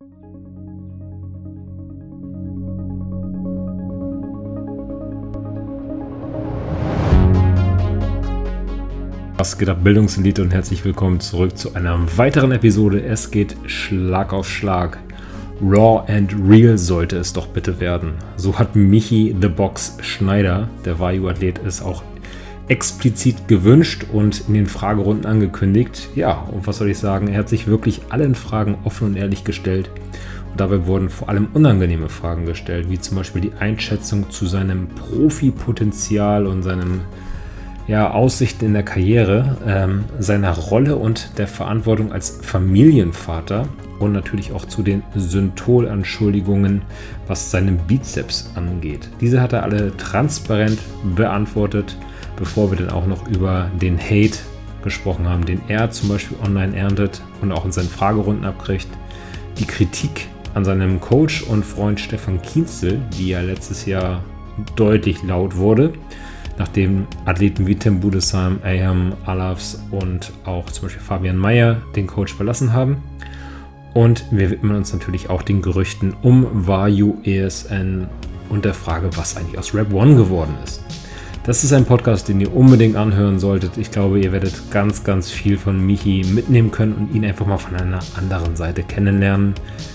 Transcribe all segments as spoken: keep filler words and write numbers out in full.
Was geht ab, Bildungselite, und herzlich willkommen zurück zu einer weiteren Episode. Es geht Schlag auf Schlag. Raw and real sollte es doch bitte werden. So hat Michi The Box Schneider, der Vayu-Athlet, es auch explizit gewünscht und in den Fragerunden angekündigt. Ja, und was soll ich sagen, er hat sich wirklich allen Fragen offen und ehrlich gestellt. Und dabei wurden vor allem unangenehme Fragen gestellt, wie zum Beispiel die Einschätzung zu seinem Profipotenzial und seinem ja, Aussichten in der Karriere, ähm, seiner Rolle und der Verantwortung als Familienvater und natürlich auch zu den Syntholanschuldigungen, was seinen Bizeps angeht. Diese hat er alle transparent beantwortet, bevor wir dann auch noch über den Hate gesprochen haben, den er zum Beispiel online erntet und auch in seinen Fragerunden abkriegt, die Kritik an seinem Coach und Freund Stefan Kienzel, die ja letztes Jahr deutlich laut wurde, nachdem Athleten wie Tim Budesheim, Ayham Alavs und auch zum Beispiel Fabian Mayer den Coach verlassen haben. Und wir widmen uns natürlich auch den Gerüchten um Vayu E S N und der Frage, was eigentlich aus Rep One geworden ist. Das ist ein Podcast, den ihr unbedingt anhören solltet. Ich glaube, ihr werdet ganz, ganz viel von Michi mitnehmen können und ihn einfach mal von einer anderen Seite kennenlernen,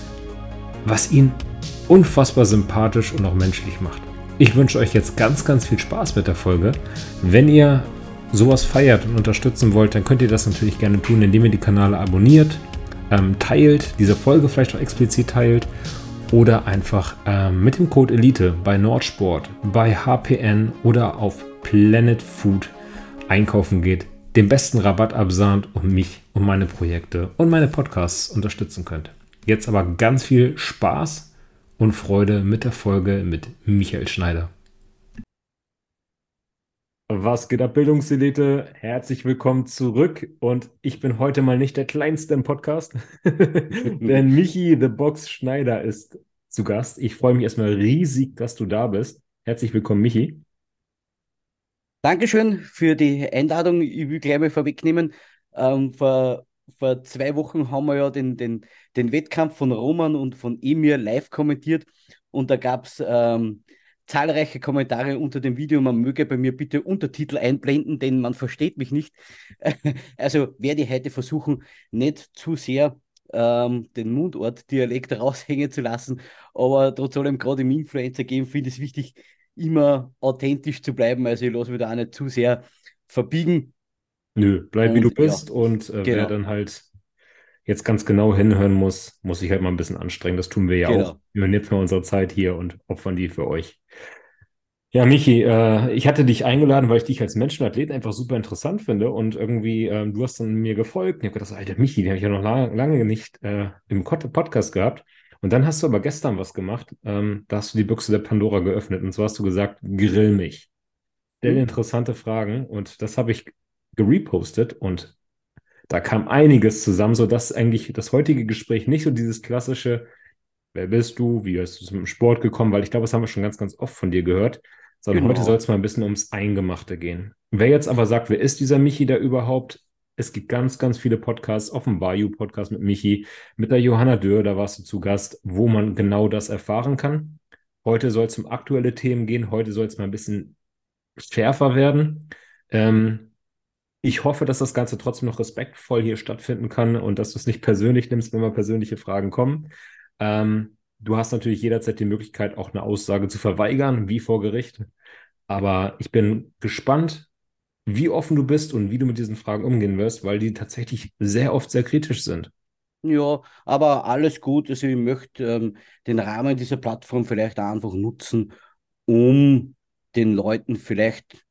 was ihn unfassbar sympathisch und auch menschlich macht. Ich wünsche euch jetzt ganz, ganz viel Spaß mit der Folge. Wenn ihr sowas feiert und unterstützen wollt, dann könnt ihr das natürlich gerne tun, indem ihr die Kanäle abonniert, ähm, teilt, diese Folge vielleicht auch explizit teilt oder einfach ähm, mit dem Code ELITE bei Nordsport, bei H P N oder auf Planet Food einkaufen geht, den besten Rabatt absahnt und mich und meine Projekte und meine Podcasts unterstützen könnt. Jetzt aber ganz viel Spaß und Freude mit der Folge mit Michael Schneider. Was geht ab, Bildungselite? Herzlich willkommen zurück. Und ich bin heute mal nicht der Kleinste im Podcast, denn Michi The Box Schneider ist zu Gast. Ich freue mich erstmal riesig, dass du da bist. Herzlich willkommen, Michi. Dankeschön für die Einladung. Ich will gleich mal vorwegnehmen. Ähm, vor, vor zwei Wochen haben wir ja den, den, den Wettkampf von Roman und von Emir live kommentiert und da gab es ähm, zahlreiche Kommentare unter dem Video. Man möge bei mir bitte Untertitel einblenden, denn man versteht mich nicht. Also werde ich heute versuchen, nicht zu sehr ähm, den Mundort-Dialekt raushängen zu lassen, aber trotz allem gerade im Influencer-Game finde ich es wichtig, immer authentisch zu bleiben. Also ich lasse mich da auch nicht zu sehr verbiegen. Nö, bleib wie du Und ja, bist und äh, wer genau, dann halt jetzt ganz genau hinhören muss, muss sich halt mal ein bisschen anstrengen. Das tun wir ja auch. genau. Wir nehmen mal unsere Zeit hier und opfern die für euch. Ja, Michi, äh, ich hatte dich eingeladen, weil ich dich als Mensch und Athlet einfach super interessant finde und irgendwie, ähm, du hast dann mir gefolgt und ich habe gedacht, so, Alter Michi, den habe ich ja noch la lange nicht äh, im Pod- Podcast gehabt. Und dann hast du aber gestern was gemacht, ähm, da hast du die Büchse der Pandora geöffnet und zwar hast du gesagt, grill mich. Stell Hm? interessante Fragen und das habe ich gerepostet und da kam einiges zusammen, sodass eigentlich das heutige Gespräch nicht so dieses klassische, wer bist du, wie bist du zum Sport gekommen, weil ich glaube, das haben wir schon ganz, ganz oft von dir gehört, sondern heute soll Genau. es mal ein bisschen ums Eingemachte gehen. Wer jetzt aber sagt, wer ist dieser Michi da überhaupt? Es gibt ganz, ganz viele Podcasts, auf dem Vayu-Podcast mit Michi, mit der Johanna Dürr, da warst du zu Gast, wo man genau das erfahren kann. Heute soll es um aktuelle Themen gehen, heute soll es mal ein bisschen schärfer werden. Ähm, Ich hoffe, dass das Ganze trotzdem noch respektvoll hier stattfinden kann und dass du es nicht persönlich nimmst, wenn mal persönliche Fragen kommen. Ähm, du hast natürlich jederzeit die Möglichkeit, auch eine Aussage zu verweigern, wie vor Gericht. Aber ich bin gespannt, wie offen du bist und wie du mit diesen Fragen umgehen wirst, weil die tatsächlich sehr oft sehr kritisch sind. Ja, aber alles gut. Also ich möchte ähm, den Rahmen dieser Plattform vielleicht auch einfach nutzen, um den Leuten vielleicht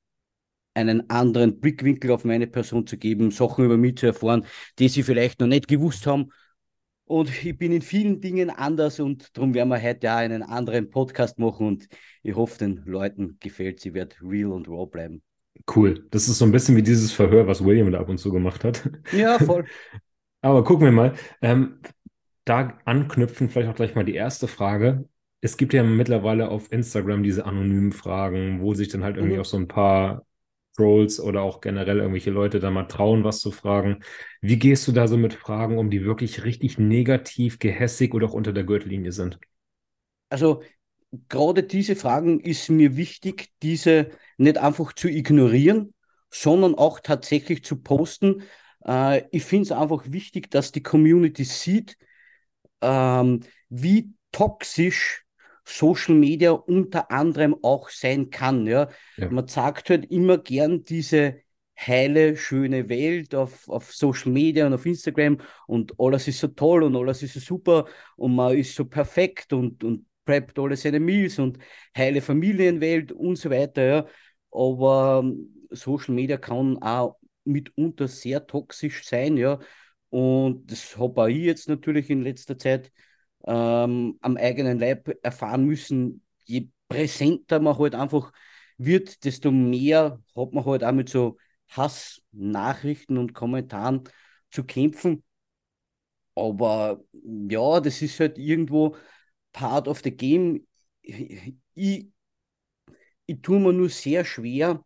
einen anderen Blickwinkel auf meine Person zu geben, Sachen über mich zu erfahren, die sie vielleicht noch nicht gewusst haben. Und ich bin in vielen Dingen anders und darum werden wir heute auch einen anderen Podcast machen und ich hoffe, den Leuten gefällt, sie wird real und raw bleiben. Cool. Das ist so ein bisschen wie dieses Verhör, was William da ab und zu gemacht hat. Ja, voll. Aber gucken wir mal. Ähm, da anknüpfen vielleicht auch gleich mal die erste Frage. Es gibt ja mittlerweile auf Instagram diese anonymen Fragen, wo sich dann halt irgendwie auch Mhm. so ein paar Trolls oder auch generell irgendwelche Leute da mal trauen, was zu fragen. Wie gehst du da so mit Fragen um, die wirklich richtig negativ, gehässig oder auch unter der Gürtellinie sind? Also gerade diese Fragen ist mir wichtig, diese nicht einfach zu ignorieren, sondern auch tatsächlich zu posten. Äh, ich finde es einfach wichtig, dass die Community sieht, ähm, wie toxisch Social Media unter anderem auch sein kann. Ja? Ja, Man sagt halt immer gern diese heile, schöne Welt auf, auf Social Media und auf Instagram und alles ist so toll und alles ist so super und man ist so perfekt und, und preppt alle seine Meals und heile Familienwelt und so weiter. Ja? Aber ähm, Social Media kann auch mitunter sehr toxisch sein, ja. Und das habe auch ich jetzt natürlich in letzter Zeit ähm, am eigenen Leib erfahren müssen. Je präsenter man halt einfach wird, desto mehr hat man halt auch mit so Hassnachrichten und Kommentaren zu kämpfen. Aber ja, das ist halt irgendwo part of the game. Ich, ich, ich tue mir nur sehr schwer,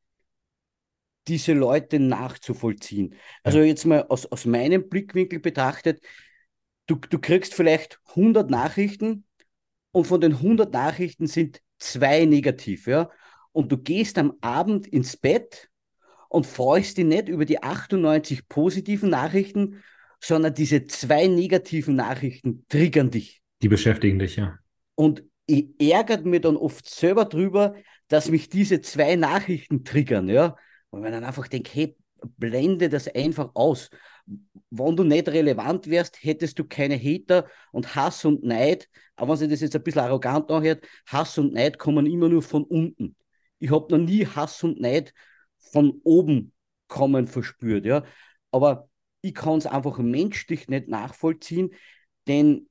diese Leute nachzuvollziehen. Also ja. jetzt mal aus, aus meinem Blickwinkel betrachtet, du, du kriegst vielleicht hundert Nachrichten und von den hundert Nachrichten sind zwei negativ, ja. Und du gehst am Abend ins Bett und freust dich nicht über die achtundneunzig positiven Nachrichten, sondern diese zwei negativen Nachrichten triggern dich. Die beschäftigen dich, ja. Und ich ärgere mich dann oft selber drüber, dass mich diese zwei Nachrichten triggern, ja. Und wenn ich dann einfach denke, hey, blende das einfach aus. Wenn du nicht relevant wärst, hättest du keine Hater und Hass und Neid, aber wenn sich das jetzt ein bisschen arrogant anhört, Hass und Neid kommen immer nur von unten. Ich habe noch nie Hass und Neid von oben kommen verspürt, ja. Aber ich kann es einfach menschlich nicht nachvollziehen, denn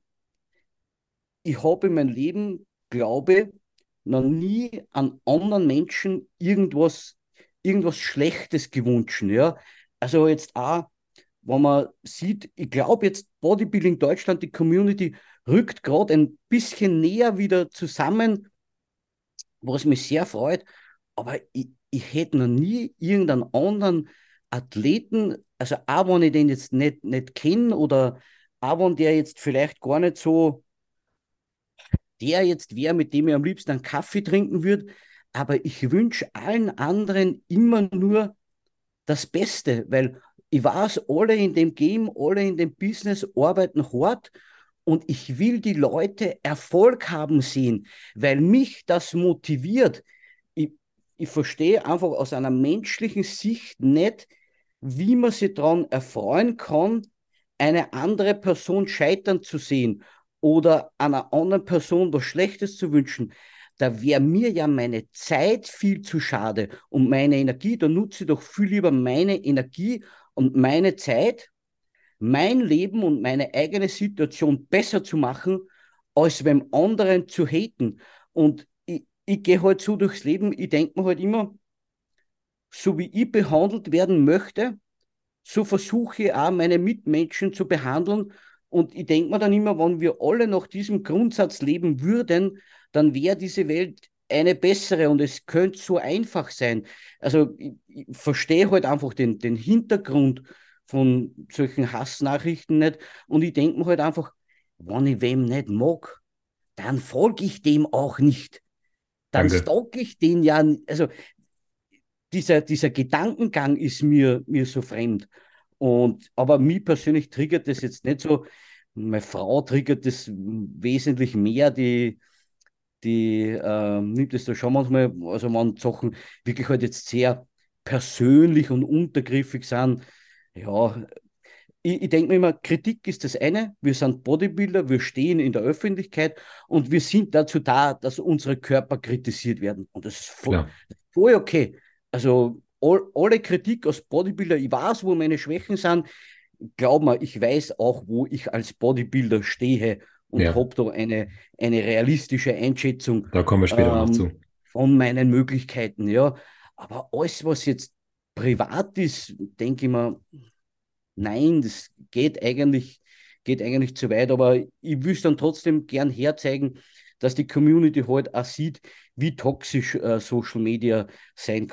ich habe in meinem Leben, glaube noch nie an anderen Menschen irgendwas, irgendwas Schlechtes gewünscht. Ja? Also jetzt auch, wenn man sieht, ich glaube jetzt Bodybuilding Deutschland, die Community rückt gerade ein bisschen näher wieder zusammen, was mich sehr freut. Aber ich, ich hätte noch nie irgendeinen anderen Athleten, also auch wenn ich den jetzt nicht, nicht kenne oder auch wenn der jetzt vielleicht gar nicht so der jetzt wäre, mit dem ich am liebsten einen Kaffee trinken würde. Aber ich wünsche allen anderen immer nur das Beste, weil ich weiß, alle in dem Game, alle in dem Business arbeiten hart und ich will die Leute Erfolg haben sehen, weil mich das motiviert. Ich, ich verstehe einfach aus einer menschlichen Sicht nicht, wie man sich daran erfreuen kann, eine andere Person scheitern zu sehen oder einer anderen Person was Schlechtes zu wünschen. Da wäre mir ja meine Zeit viel zu schade und meine Energie. Da nutze ich doch viel lieber meine Energie und meine Zeit, mein Leben und meine eigene Situation besser zu machen, als beim anderen zu haten. Und ich, ich gehe halt so durchs Leben, ich denke mir halt immer, so wie ich behandelt werden möchte, so versuche ich auch meine Mitmenschen zu behandeln. Und ich denke mir dann immer, wenn wir alle nach diesem Grundsatz leben würden, dann wäre diese Welt eine bessere und es könnte so einfach sein. Also ich, ich verstehe halt einfach den, den Hintergrund von solchen Hassnachrichten nicht und ich denke mir halt einfach, wenn ich wem nicht mag, dann folge ich dem auch nicht. Dann Danke. stalke ich den ja, also dieser, dieser Gedankengang ist mir, mir so fremd. Und, aber mich persönlich triggert das jetzt nicht so. Meine Frau triggert das wesentlich mehr, die, die ähm, nimmt es da schon manchmal, also wenn Sachen wirklich halt jetzt sehr persönlich und untergriffig sind. Ja, ich, ich denke mir immer, Kritik ist das eine. Wir sind Bodybuilder, wir stehen in der Öffentlichkeit und wir sind dazu da, dass unsere Körper kritisiert werden. Und das ist voll, Klar. voll okay. Also all, alle Kritik als Bodybuilder, ich weiß, wo meine Schwächen sind. Glaub mir, ich weiß auch, wo ich als Bodybuilder stehe und Ja, habe da eine, eine realistische Einschätzung da kommen wir später noch ähm, zu. von meinen Möglichkeiten. Ja. Aber alles, was jetzt privat ist, denke ich mir, nein, das geht eigentlich, geht eigentlich zu weit, aber ich würde es dann trotzdem gern herzeigen, dass die Community halt auch sieht, wie toxisch äh, Social Media sein kann.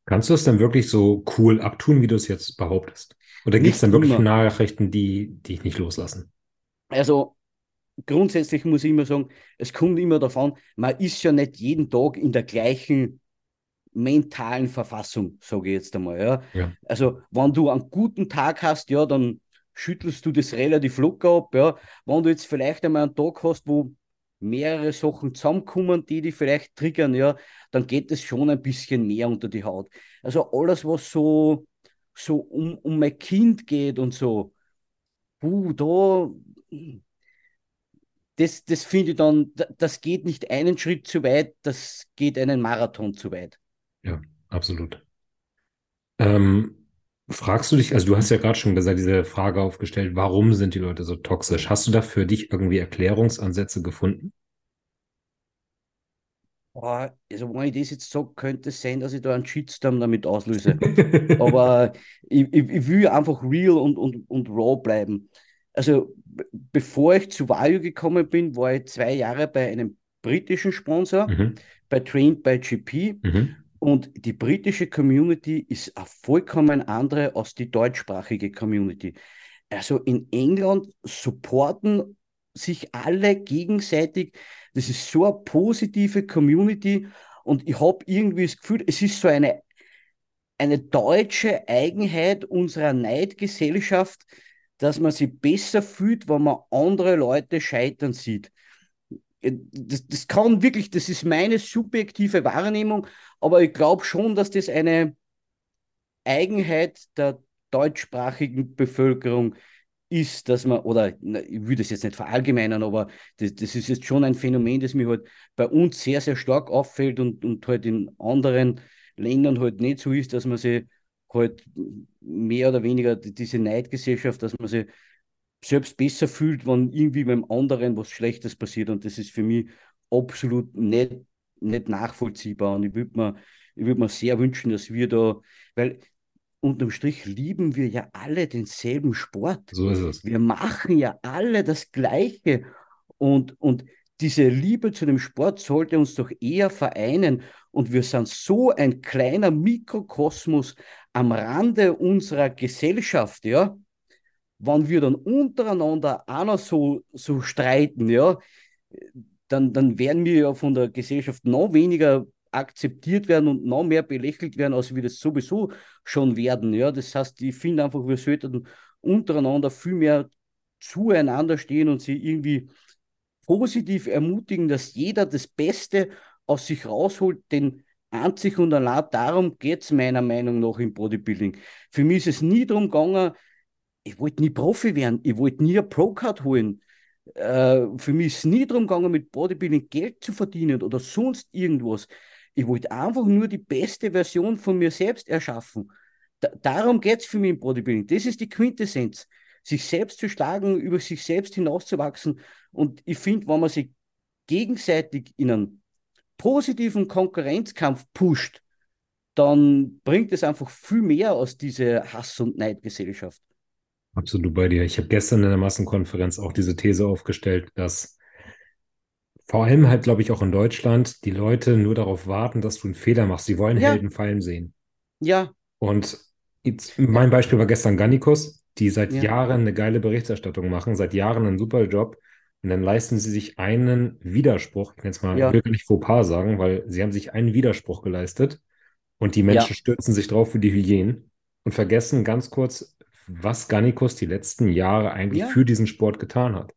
Kannst du es dann wirklich so cool abtun, wie du es jetzt behauptest? Oder gibt es Nicht dann wirklich immer. Nachrichten, die die dich nicht loslassen? Also grundsätzlich muss ich immer sagen, es kommt immer davon, man ist ja nicht jeden Tag in der gleichen mentalen Verfassung, sage ich jetzt einmal. Ja. Ja, Also, wenn du einen guten Tag hast, ja, dann schüttelst du das relativ locker ab. Ja. Wenn du jetzt vielleicht einmal einen Tag hast, wo mehrere Sachen zusammenkommen, die dich vielleicht triggern, ja, dann geht es schon ein bisschen mehr unter die Haut. Also alles, was so, so um, um mein Kind geht und so, puh, da, das, das finde ich dann, das geht nicht einen Schritt zu weit, das geht einen Marathon zu weit. ja, absolut. Ähm, fragst du dich, also du hast ja gerade schon gesagt, diese Frage aufgestellt, warum sind die Leute so toxisch? Hast du da für dich irgendwie Erklärungsansätze gefunden? Boah, also wenn ich das jetzt sage, könnte es sein, dass ich da einen Shitstorm damit auslöse. Aber ich, ich, ich will einfach real und, und, und raw bleiben. Also b- bevor ich zu Vario gekommen bin, war ich zwei Jahre bei einem britischen Sponsor, Mhm, bei Trained by G P. mhm, Und die britische Community ist eine vollkommen andere als die deutschsprachige Community. Also in England supporten sich alle gegenseitig. Das ist so eine positive Community. Und ich habe irgendwie das Gefühl, es ist so eine, eine deutsche Eigenheit unserer Neidgesellschaft, dass man sich besser fühlt, wenn man andere Leute scheitern sieht. Das, das kann wirklich, das ist meine subjektive Wahrnehmung, aber ich glaube schon, dass das eine Eigenheit der deutschsprachigen Bevölkerung ist, dass man, oder na, ich würde das jetzt nicht verallgemeinern, aber das, das ist jetzt schon ein Phänomen, das mir halt bei uns sehr, sehr stark auffällt und, und halt in anderen Ländern halt nicht so ist, dass man sich halt mehr oder weniger diese Neidgesellschaft, dass man sich selbst besser fühlt, wenn irgendwie beim anderen was Schlechtes passiert. Und das ist für mich absolut nicht, nicht nachvollziehbar. Und ich würde mir, ich würd mir sehr wünschen, dass wir da, weil unterm Strich lieben wir ja alle denselben Sport. so ist es. Wir machen ja alle das Gleiche. Und, und diese Liebe zu dem Sport sollte uns doch eher vereinen. Und wir sind so ein kleiner Mikrokosmos am Rande unserer Gesellschaft, ja. Wenn wir dann untereinander auch noch so, so streiten, ja, dann, dann werden wir ja von der Gesellschaft noch weniger akzeptiert werden und noch mehr belächelt werden, als wir das sowieso schon werden. Ja, das heißt, ich finde einfach, wir sollten untereinander viel mehr zueinander stehen und sie irgendwie positiv ermutigen, dass jeder das Beste aus sich rausholt, denn einzig und allein darum geht es meiner Meinung nach im Bodybuilding. Für mich ist es nie darum gegangen, ich wollte nie Profi werden, ich wollte nie eine Pro-Card holen. Äh, für mich ist es nie darum gegangen, mit Bodybuilding Geld zu verdienen oder sonst irgendwas. Ich wollte einfach nur die beste Version von mir selbst erschaffen. Da, darum geht es für mich im Bodybuilding. Das ist die Quintessenz. Sich selbst zu schlagen, über sich selbst hinauszuwachsen. Und ich finde, wenn man sich gegenseitig in einen positiven Konkurrenzkampf pusht, dann bringt es einfach viel mehr aus dieser Hass- und Neidgesellschaft. Absolut bei dir. Ich habe gestern in der Massenkonferenz auch diese These aufgestellt, dass vor allem halt, glaube ich, auch in Deutschland die Leute nur darauf warten, dass du einen Fehler machst. Sie wollen Ja, Helden fallen sehen. ja, Und jetzt, ja, mein Beispiel war gestern Gannikus, die seit ja, Jahren eine geile Berichterstattung machen, seit Jahren einen super Job. Und dann leisten sie sich einen Widerspruch, ich nenne es mal, ich will ja, gar nicht Fauxpas sagen, weil sie haben sich einen Widerspruch geleistet und die Menschen ja, stürzen sich drauf wie die Hyänen und vergessen ganz kurz, was Gannikus die letzten Jahre eigentlich ja, für diesen Sport getan hat.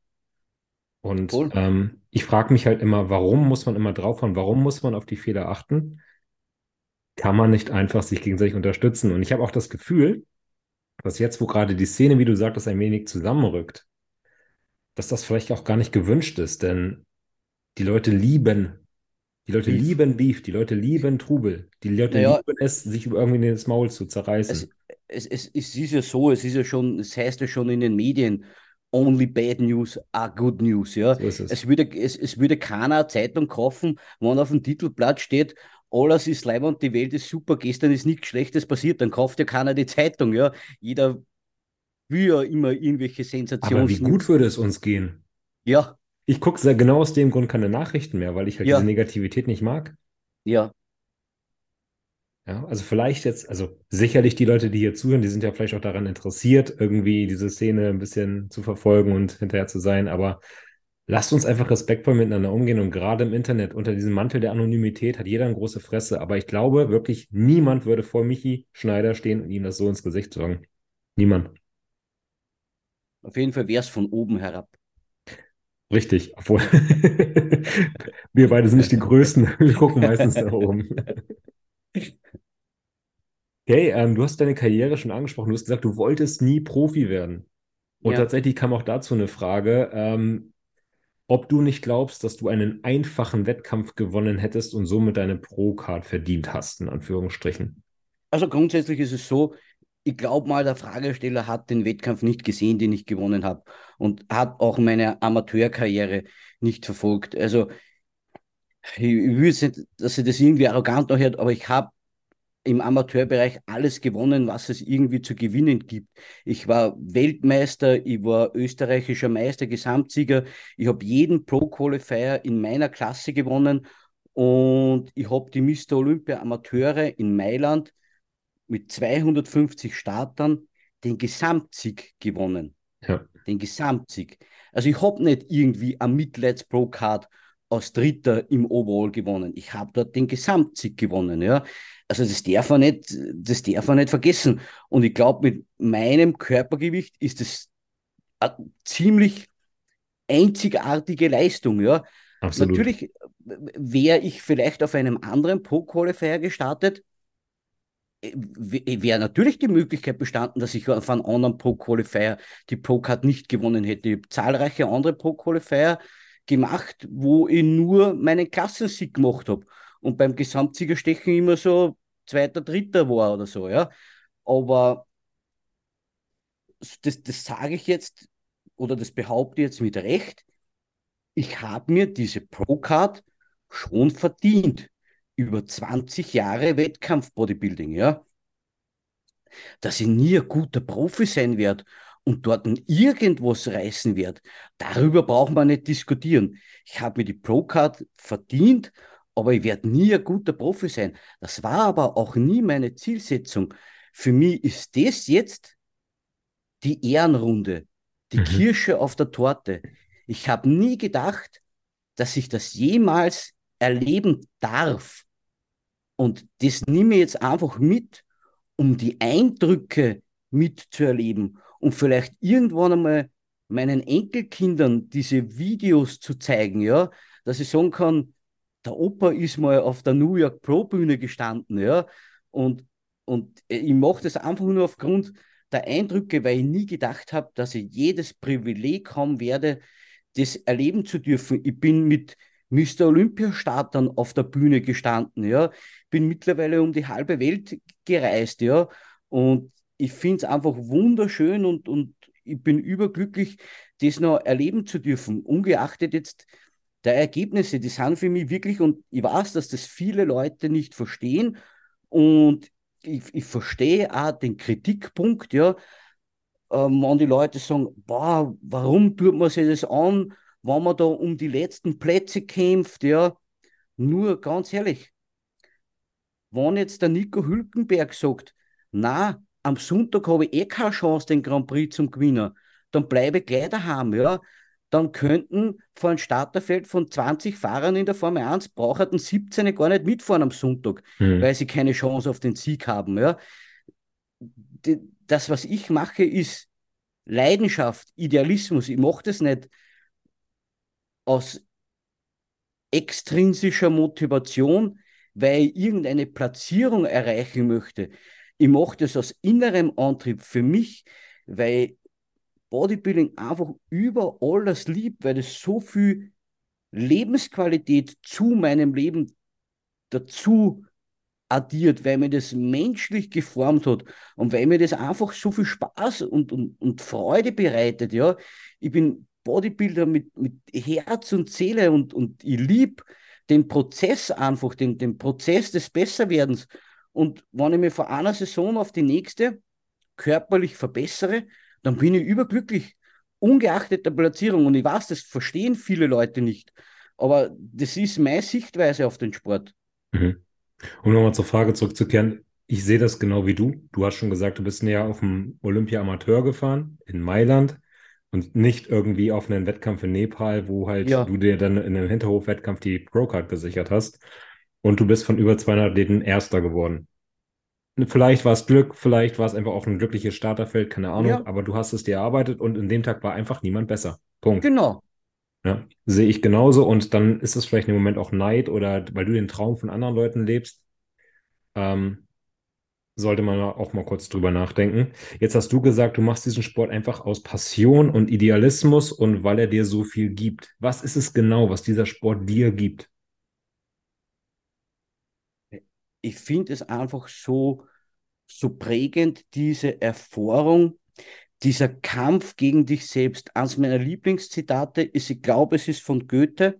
Und voll. ähm, ich frage mich halt immer, warum muss man immer draufhauen? Warum muss man auf die Fehler achten? Kann man nicht einfach sich gegenseitig unterstützen? Und ich habe auch das Gefühl, dass jetzt, wo gerade die Szene, wie du sagtest, ein wenig zusammenrückt, dass das vielleicht auch gar nicht gewünscht ist, denn die Leute lieben, die Leute Beef. lieben Beef, die Leute lieben Trubel, die Leute Naja, lieben es, sich über irgendwie das Maul zu es, zerreißen. es, es, es ist ja so, es ist ja schon, es heißt ja schon in den Medien, only bad news are good news, ja. So ist es. Es würde, es, es würde keiner eine Zeitung kaufen, wenn auf dem Titelblatt steht, alles ist leibend, die Welt ist super, gestern ist nichts Schlechtes passiert, dann kauft ja keiner die Zeitung, ja. Jeder will ja immer irgendwelche Aber wie gut Sensationsnews. würde es uns gehen? Ja, Ich gucke sehr genau aus dem Grund keine Nachrichten mehr, weil ich halt diese ja, Negativität nicht mag. ja. Ja, also vielleicht jetzt, also sicherlich die Leute, die hier zuhören, die sind ja vielleicht auch daran interessiert, irgendwie diese Szene ein bisschen zu verfolgen und hinterher zu sein, aber lasst uns einfach respektvoll miteinander umgehen und gerade im Internet unter diesem Mantel der Anonymität hat jeder eine große Fresse, aber ich glaube wirklich, niemand würde vor Michi Schneider stehen und ihm das so ins Gesicht sagen. Niemand. Auf jeden Fall wäre es von oben herab. Richtig, obwohl wir beide sind nicht die Größten, wir gucken meistens nach oben. Okay, ähm, du hast deine Karriere schon angesprochen. Du hast gesagt, du wolltest nie Profi werden. Und Ja, tatsächlich kam auch dazu eine Frage, ähm, ob du nicht glaubst, dass du einen einfachen Wettkampf gewonnen hättest und somit deine Pro-Card verdient hast, in Anführungsstrichen. also grundsätzlich ist es so, ich glaube mal, der Fragesteller hat den Wettkampf nicht gesehen, den ich gewonnen habe und hat auch meine Amateurkarriere nicht verfolgt. Also ich, ich will jetzt nicht, dass sie das irgendwie arrogant anhört, aber ich habe im Amateurbereich alles gewonnen, was es irgendwie zu gewinnen gibt. Ich war Weltmeister, ich war österreichischer Meister, Gesamtsieger. Ich habe jeden Pro-Qualifier in meiner Klasse gewonnen und ich habe die Mister Olympia Amateure in Mailand mit zweihundertfünfzig Startern den Gesamtsieg gewonnen. Ja, Den Gesamtsieg. Also ich habe nicht irgendwie am Mitleids Pro Card als Dritter im Overall gewonnen. Ich habe dort den Gesamtsieg gewonnen. Ja. Also das darf man nicht, das darf man nicht vergessen. Und ich glaube, mit meinem Körpergewicht ist es eine ziemlich einzigartige Leistung. Ja. absolut. Natürlich wäre ich vielleicht auf einem anderen Pro-Qualifier gestartet, wäre natürlich die Möglichkeit bestanden, dass ich auf einem anderen Pro-Qualifier die Pro-Card nicht gewonnen hätte. Ich habe zahlreiche andere Pro-Qualifier gemacht, wo ich nur meinen Klassensieg gemacht habe und beim Gesamtsiegerstechen immer so zweiter, dritter war oder so, ja. Aber das, das sage ich jetzt oder das behaupte ich jetzt mit Recht. Ich habe mir diese Pro-Card schon verdient. Über zwanzig Jahre Wettkampf-Bodybuilding, ja, dass ich nie ein guter Profi sein werde und dort irgendwas reißen werde. Darüber braucht man nicht diskutieren. Ich habe mir die Pro-Card verdient, aber ich werde nie ein guter Profi sein. Das war aber auch nie meine Zielsetzung. Für mich ist das jetzt die Ehrenrunde, die Mhm. Kirsche auf der Torte. Ich habe nie gedacht, dass ich das jemals erleben darf. Und das nehme ich jetzt einfach mit, um die Eindrücke mitzuerleben und vielleicht irgendwann einmal meinen Enkelkindern diese Videos zu zeigen, ja, dass ich sagen kann, der Opa ist mal auf der New York Pro Bühne gestanden, ja, und, und ich mache das einfach nur aufgrund der Eindrücke, weil ich nie gedacht habe, dass ich jedes Privileg haben werde, das erleben zu dürfen. Ich bin mit Mister Olympiastartern auf der Bühne gestanden, ja, bin mittlerweile um die halbe Welt gereist, ja, und ich finde es einfach wunderschön und, und ich bin überglücklich, das noch erleben zu dürfen, ungeachtet jetzt der Ergebnisse, die sind für mich wirklich, und ich weiß, dass das viele Leute nicht verstehen und ich, ich verstehe auch den Kritikpunkt, ja, ähm, wenn die Leute sagen, boah, warum tut man sich das an, wenn man da um die letzten Plätze kämpft, ja, nur ganz ehrlich, wenn jetzt der Nico Hülkenberg sagt, na, am Sonntag habe ich eh keine Chance, den Grand Prix zum Gewinnen, dann bleibe ich gleich daheim, ja. Dann könnten vor einem Starterfeld von zwanzig Fahrern in der Formel eins brauchten siebzehn gar nicht mitfahren am Sonntag, Mhm. weil sie keine Chance auf den Sieg haben, ja. Das, was ich mache, ist Leidenschaft, Idealismus. Ich mache das nicht aus extrinsischer Motivation, weil ich irgendeine Platzierung erreichen möchte. Ich mache das aus innerem Antrieb für mich, weil Bodybuilding einfach über alles liebt, weil es so viel Lebensqualität zu meinem Leben dazu addiert, weil mir das menschlich geformt hat und weil mir das einfach so viel Spaß und, und, und Freude bereitet. Ja, ich bin Bodybuilder mit, mit Herz und Seele und, und ich liebe den Prozess einfach, den, den Prozess des Besserwerdens. Und wenn ich mich von einer Saison auf die nächste körperlich verbessere, dann bin ich überglücklich, ungeachtet der Platzierung. Und ich weiß, das verstehen viele Leute nicht. Aber das ist meine Sichtweise auf den Sport. Mhm. Um nochmal zur Frage zurückzukehren, Ich sehe das genau wie du. Du hast schon gesagt, du bist näher auf dem Olympia Amateur gefahren in Mailand und nicht irgendwie auf einen Wettkampf in Nepal, wo halt Ja, du dir dann in einem Hinterhof-Wettkampf die Pro-Card gesichert hast. Und du bist von über zweihundert Athleten Erster geworden. Vielleicht war es Glück, vielleicht war es einfach auch ein glückliches Starterfeld, keine Ahnung, ja, aber du hast es dir erarbeitet und in dem Tag war einfach niemand besser. Punkt. genau. Ja, sehe ich genauso und dann ist es vielleicht im Moment auch Neid oder weil du den Traum von anderen Leuten lebst. Ähm, sollte man auch mal kurz drüber nachdenken. Jetzt hast du gesagt, du machst diesen Sport einfach aus Passion und Idealismus und weil er dir so viel gibt. Was ist es genau, was dieser Sport dir gibt? Ich finde es einfach so, so prägend, diese Erfahrung, dieser Kampf gegen dich selbst. Eines meiner Lieblingszitate ist, ich glaube, es ist von Goethe,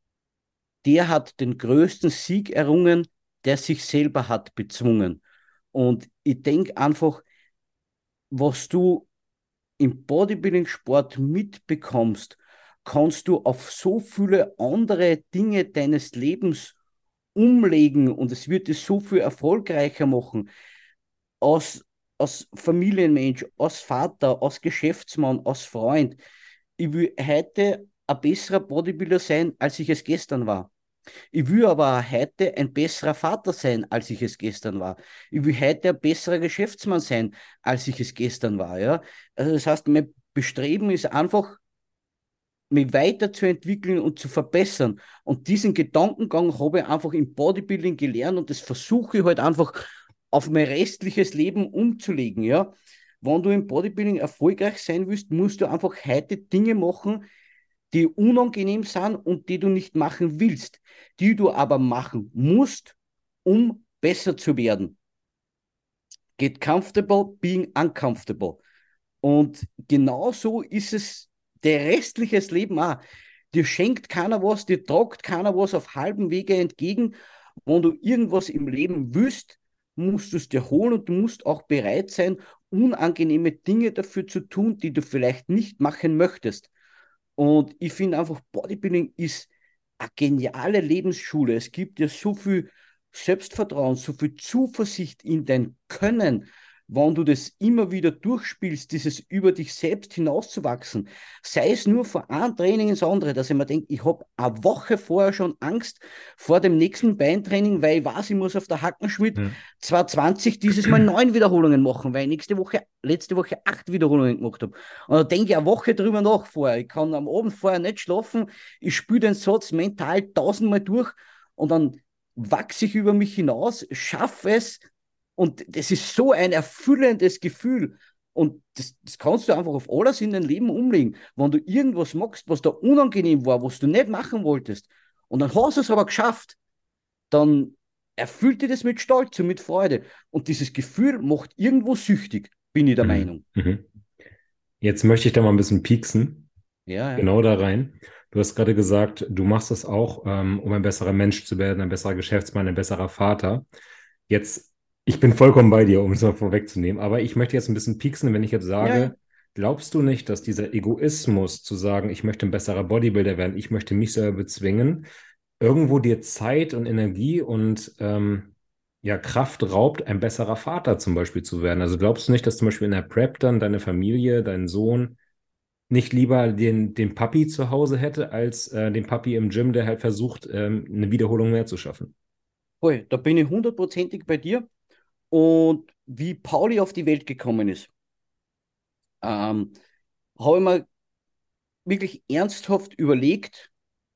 der hat den größten Sieg errungen, der sich selber hat bezwungen. Und ich denke einfach, was du im Bodybuilding-Sport mitbekommst, kannst du auf so viele andere Dinge deines Lebens umlegen und es wird es so viel erfolgreicher machen. Als, als Familienmensch, als Vater, als Geschäftsmann, als Freund. Ich will heute ein besserer Bodybuilder sein, als ich es gestern war. Ich will aber auch heute ein besserer Vater sein, als ich es gestern war. Ich will heute ein besserer Geschäftsmann sein, als ich es gestern war. Ja? Also das heißt, mein Bestreben ist einfach, mich weiterzuentwickeln und zu verbessern. Und diesen Gedankengang habe ich einfach im Bodybuilding gelernt und das versuche ich halt einfach auf mein restliches Leben umzulegen. Ja? Wenn du im Bodybuilding erfolgreich sein willst, musst du einfach heute Dinge machen, die unangenehm sind und die du nicht machen willst, die du aber machen musst, um besser zu werden. Get comfortable being uncomfortable. Und genauso ist es der restliches Leben auch. Dir schenkt keiner was, dir tragt keiner was auf halbem Wege entgegen. Wenn du irgendwas im Leben willst, musst du es dir holen und du musst auch bereit sein, unangenehme Dinge dafür zu tun, die du vielleicht nicht machen möchtest. Und ich finde einfach, Bodybuilding ist eine geniale Lebensschule. Es gibt dir so viel Selbstvertrauen, so viel Zuversicht in dein Können, wenn du das immer wieder durchspielst, dieses über dich selbst hinauszuwachsen. Sei es nur von einem Training ins andere, dass ich mir denke, ich habe eine Woche vorher schon Angst vor dem nächsten Beintraining, weil ich weiß, ich muss auf der Hackenschmidt Ja. zweihundertzwanzig dieses Mal neun Wiederholungen machen, weil ich nächste Woche, letzte Woche acht Wiederholungen gemacht habe. Und da denke ich eine Woche drüber nach vorher. Ich kann am Abend vorher nicht schlafen. Ich spüre den Satz mental tausendmal durch und dann wachse ich über mich hinaus, schaffe es. Und das ist so ein erfüllendes Gefühl. Und das, das kannst du einfach auf alles in dein Leben umlegen. Wenn du irgendwas machst, was da unangenehm war, was du nicht machen wolltest, und dann hast du es aber geschafft, dann erfüllt dich das mit Stolz und mit Freude. Und dieses Gefühl macht irgendwo süchtig, bin ich der Mhm. Meinung. Mhm. Jetzt möchte ich da mal ein bisschen pieksen, Ja, ja. genau da rein. Du hast gerade gesagt, du machst es auch, ähm, um ein besserer Mensch zu werden, ein besserer Geschäftsmann, ein besserer Vater. Jetzt, ich bin vollkommen bei dir, um es mal vorwegzunehmen, aber ich möchte jetzt ein bisschen pieksen, wenn ich jetzt Ja, ja. sage, glaubst du nicht, dass dieser Egoismus zu sagen, ich möchte ein besserer Bodybuilder werden, ich möchte mich selber bezwingen, irgendwo dir Zeit und Energie und ähm, ja, Kraft raubt, ein besserer Vater zum Beispiel zu werden? Also glaubst du nicht, dass zum Beispiel in der Prep dann deine Familie, dein Sohn nicht lieber den, den Papi zu Hause hätte, als äh, den Papi im Gym, der halt versucht, ähm, eine Wiederholung mehr zu schaffen? Voll, da bin ich hundertprozentig bei dir. Und wie Pauli auf die Welt gekommen ist, ähm, habe ich mir wirklich ernsthaft überlegt,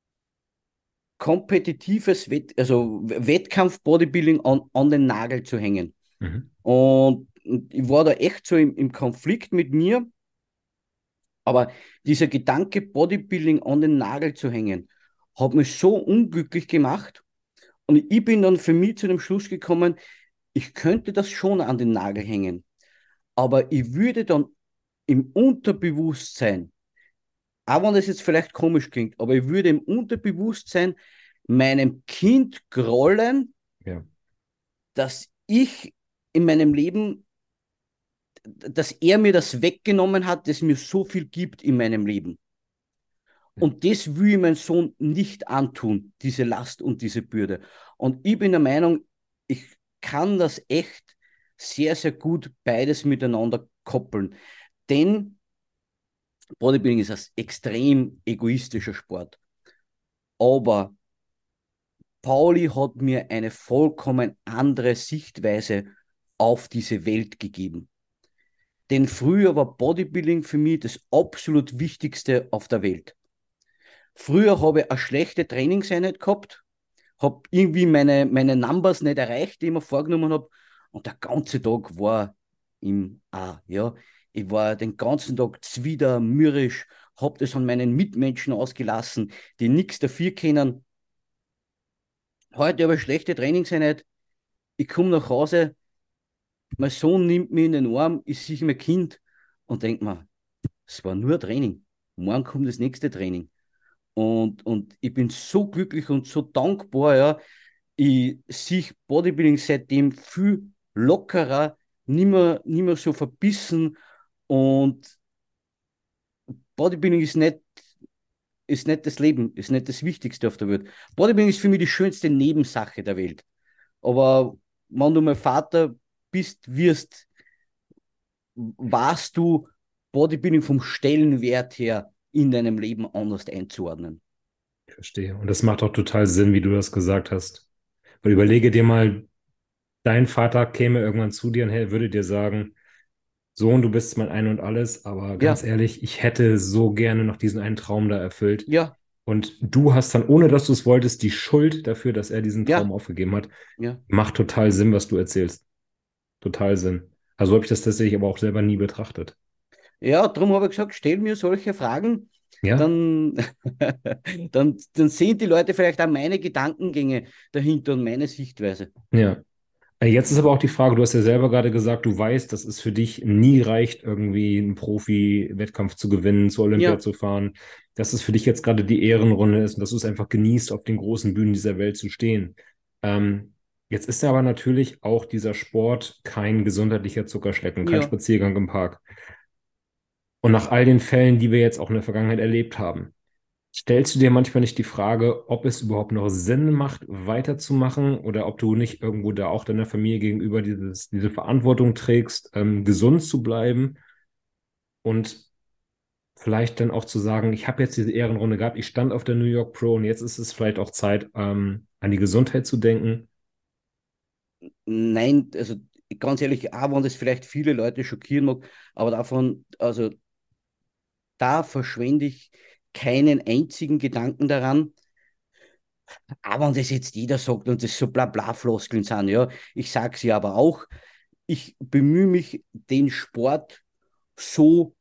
kompetitives Wett also Wettkampf-Bodybuilding an, an den Nagel zu hängen. Mhm. Und ich war da echt so im, im Konflikt mit mir, aber dieser Gedanke, Bodybuilding an den Nagel zu hängen, hat mich so unglücklich gemacht. Und ich bin dann für mich zu dem Schluss gekommen, ich könnte das schon an den Nagel hängen, aber ich würde dann im Unterbewusstsein, auch wenn das jetzt vielleicht komisch klingt, aber ich würde im Unterbewusstsein meinem Kind grollen, Ja. dass ich in meinem Leben, dass er mir das weggenommen hat, das mir so viel gibt in meinem Leben. Und das will ich meinem Sohn nicht antun, diese Last und diese Bürde. Und ich bin der Meinung, ich kann das echt sehr, sehr gut beides miteinander koppeln. Denn Bodybuilding ist ein extrem egoistischer Sport. Aber Pauli hat mir eine vollkommen andere Sichtweise auf diese Welt gegeben. Denn früher war Bodybuilding für mich das absolut Wichtigste auf der Welt. Früher habe ich eine schlechte Trainingseinheit gehabt, habe irgendwie meine, meine Numbers nicht erreicht, die ich mir vorgenommen habe. Und der ganze Tag war im A. Ja. Ich war den ganzen Tag zwider, mürrisch, habe das an meinen Mitmenschen ausgelassen, die nichts dafür kennen. Heute habe ich eine schlechte Trainingseinheit. Ich komme nach Hause, mein Sohn nimmt mich in den Arm, ich sehe mein Kind und denke mir, es war nur ein Training. Morgen kommt das nächste Training. Und, und ich bin so glücklich und so dankbar, ja. Ich sehe Bodybuilding seitdem viel lockerer, nicht mehr, nicht mehr so verbissen. Und Bodybuilding ist nicht, ist nicht das Leben, ist nicht das Wichtigste auf der Welt. Bodybuilding ist für mich die schönste Nebensache der Welt. Aber wenn du mein Vater bist, wirst, warst du Bodybuilding vom Stellenwert her in deinem Leben anders einzuordnen. Ich verstehe. Und das macht auch total Sinn, wie du das gesagt hast. Weil überlege dir mal, dein Vater käme irgendwann zu dir und er würde dir sagen, Sohn, du bist mein Ein und Alles, aber ganz Ja, ehrlich, ich hätte so gerne noch diesen einen Traum da erfüllt. ja, Und du hast dann, ohne dass du es wolltest, die Schuld dafür, dass er diesen Traum ja, aufgegeben hat. ja. Macht total Sinn, was du erzählst. Total Sinn. Also habe ich das tatsächlich aber auch selber nie betrachtet. Ja, darum habe ich gesagt, stell mir solche Fragen, Ja? dann, dann, dann sehen die Leute vielleicht auch meine Gedankengänge dahinter und meine Sichtweise. Ja. Äh, Jetzt ist aber auch die Frage, du hast ja selber gerade gesagt, du weißt, dass es für dich nie reicht, irgendwie einen Profi-Wettkampf zu gewinnen, zur Olympia Ja, zu fahren, dass es für dich jetzt gerade die Ehrenrunde ist und dass du es einfach genießt, auf den großen Bühnen dieser Welt zu stehen. Ähm, jetzt ist ja aber natürlich auch dieser Sport kein gesundheitlicher Zuckerschlecken, kein ja, Spaziergang im Park. Und nach all den Fällen, die wir jetzt auch in der Vergangenheit erlebt haben, stellst du dir manchmal nicht die Frage, ob es überhaupt noch Sinn macht, weiterzumachen oder ob du nicht irgendwo da auch deiner Familie gegenüber dieses, diese Verantwortung trägst, ähm, gesund zu bleiben und vielleicht dann auch zu sagen, ich habe jetzt diese Ehrenrunde gehabt, ich stand auf der New York Pro und jetzt ist es vielleicht auch Zeit, ähm, an die Gesundheit zu denken. nein, also ganz ehrlich, auch wenn das vielleicht viele Leute schockieren mag, aber davon, also da verschwende ich keinen einzigen Gedanken daran. Auch wenn das jetzt jeder sagt und das so Blabla-Floskeln sind, ja, ich sage sie aber auch, ich bemühe mich, den Sport so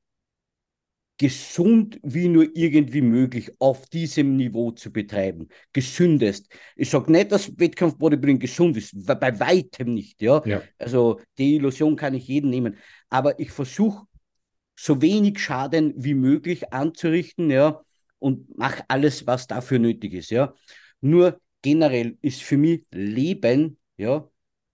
gesund wie nur irgendwie möglich auf diesem Niveau zu betreiben. Gesündest. Ich sage nicht, dass Wettkampf-Bodybuilding gesund ist, bei weitem nicht. Ja? Ja, Also die Illusion kann ich jedem nehmen. Aber ich versuche, so wenig Schaden wie möglich anzurichten, ja, und mache alles, was dafür nötig ist. Ja? Nur generell ist für mich Leben, ja,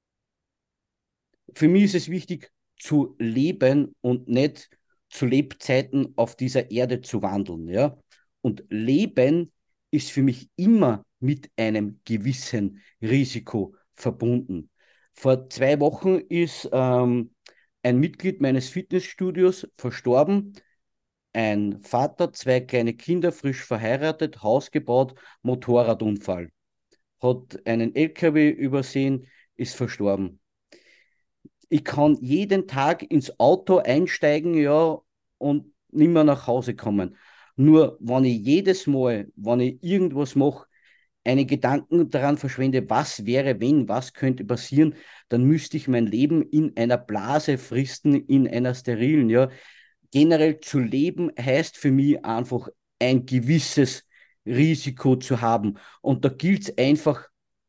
für mich ist es wichtig zu leben und nicht zu Lebzeiten auf dieser Erde zu wandeln. Ja? Und Leben ist für mich immer mit einem gewissen Risiko verbunden. Vor zwei Wochen ist ähm, ein Mitglied meines Fitnessstudios verstorben. Ein Vater, zwei kleine Kinder, frisch verheiratet, Haus gebaut, Motorradunfall. Hat einen L K W übersehen, ist verstorben. Ich kann jeden Tag ins Auto einsteigen, ja, und nicht mehr nach Hause kommen. Nur wenn ich jedes Mal, wenn ich irgendwas mache, einen Gedanken daran verschwende, was wäre, wenn, was könnte passieren, dann müsste ich mein Leben in einer Blase fristen, in einer sterilen, ja. Generell zu leben heißt für mich einfach ein gewisses Risiko zu haben. Und da gilt es einfach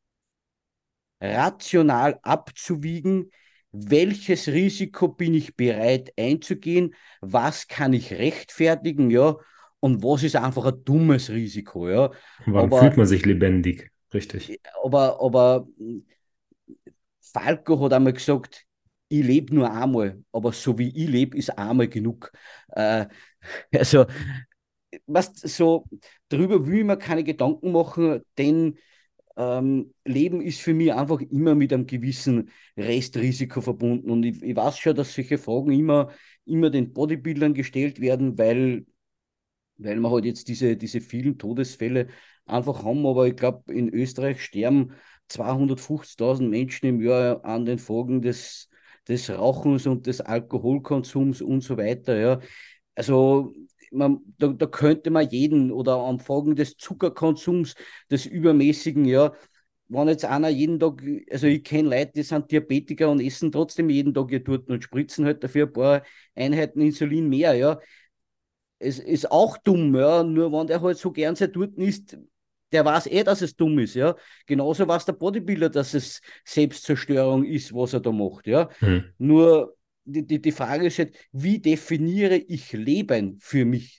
rational abzuwiegen, welches Risiko bin ich bereit einzugehen, was kann ich rechtfertigen, ja, und was ist einfach ein dummes Risiko, ja. wann fühlt Aber, man sich lebendig? Richtig. aber, aber Falco hat einmal gesagt, ich lebe nur einmal, aber so wie ich lebe, ist einmal genug. Äh, also, was so, darüber will ich mir keine Gedanken machen, denn ähm, Leben ist für mich einfach immer mit einem gewissen Restrisiko verbunden. Und ich, ich weiß schon, dass solche Fragen immer, immer den Bodybuildern gestellt werden, weil, weil wir halt jetzt diese, diese vielen Todesfälle einfach haben. Aber ich glaube, in Österreich sterben zweihundertfünfzigtausend Menschen im Jahr an den Folgen des, des Rauchens und des Alkoholkonsums und so weiter. Ja. Also man, da, da könnte man jeden oder am Folgen des Zuckerkonsums, des übermäßigen, ja, wenn jetzt einer jeden Tag, also ich kenne Leute, die sind Diabetiker und essen trotzdem jeden Tag Joghurt und spritzen halt dafür ein paar Einheiten Insulin mehr, ja. Es ist auch dumm, ja, nur wenn der halt so gern sein Torten isst, der weiß eh, dass es dumm ist, ja. Genauso weiß der Bodybuilder, dass es Selbstzerstörung ist, was er da macht, ja. Mhm. Nur die, die, die Frage ist halt, wie definiere ich Leben für mich?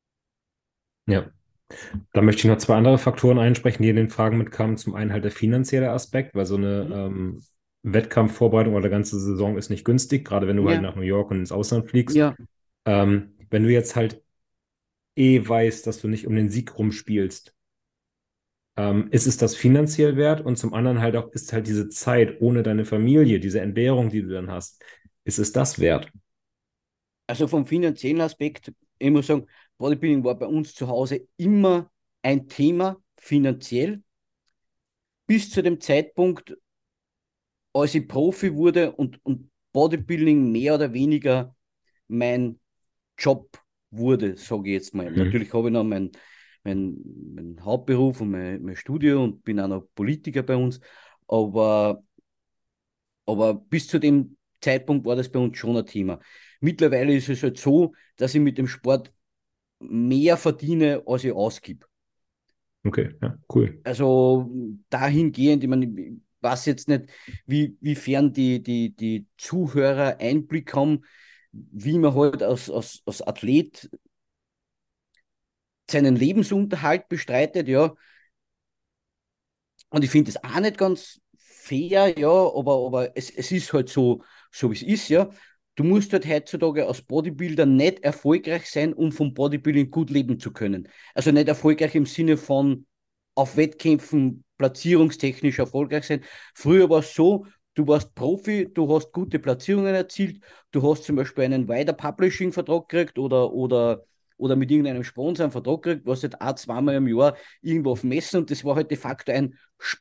Ja. Da möchte ich noch zwei andere Faktoren einsprechen, die in den Fragen mitkamen. Zum einen halt der finanzielle Aspekt, weil so eine Hm? ähm, Wettkampfvorbereitung oder ganze Saison ist nicht günstig, gerade wenn du halt Ja, nach New York und ins Ausland fliegst. ja. Ähm, wenn du jetzt halt eh weißt, dass du nicht um den Sieg rumspielst, ähm, ist es das finanziell wert? Und zum anderen halt auch, ist halt diese Zeit ohne deine Familie, diese Entbehrung, die du dann hast, ist es das wert? Also vom finanziellen Aspekt, ich muss sagen, Bodybuilding war bei uns zu Hause immer ein Thema finanziell, bis zu dem Zeitpunkt, als ich Profi wurde und, und Bodybuilding mehr oder weniger mein Job wurde, sage ich jetzt mal. Mhm. Natürlich habe ich noch meinen mein, mein Hauptberuf und mein, mein Studio und bin auch noch Politiker bei uns, aber, aber bis zu dem Zeitpunkt war das bei uns schon ein Thema. Mittlerweile ist es halt so, dass ich mit dem Sport mehr verdiene, als ich ausgib. Okay, ja, cool. Also dahingehend, ich meine, ich weiß jetzt nicht, wie, wiefern die, die, die Zuhörer Einblick haben, wie man halt als, als, als Athlet seinen Lebensunterhalt bestreitet, ja. Und ich finde das auch nicht ganz fair, ja, aber, aber es, es ist halt so, so wie es ist, ja. Du musst halt heutzutage als Bodybuilder nicht erfolgreich sein, um vom Bodybuilding gut leben zu können. Also nicht erfolgreich im Sinne von auf Wettkämpfen platzierungstechnisch erfolgreich sein. Früher war es so, du warst Profi, du hast gute Platzierungen erzielt, du hast zum Beispiel einen Wider Publishing-Vertrag gekriegt oder, oder, oder mit irgendeinem Sponsor einen Vertrag gekriegt, was halt auch zweimal im Jahr irgendwo auf Messen und das war halt de facto ein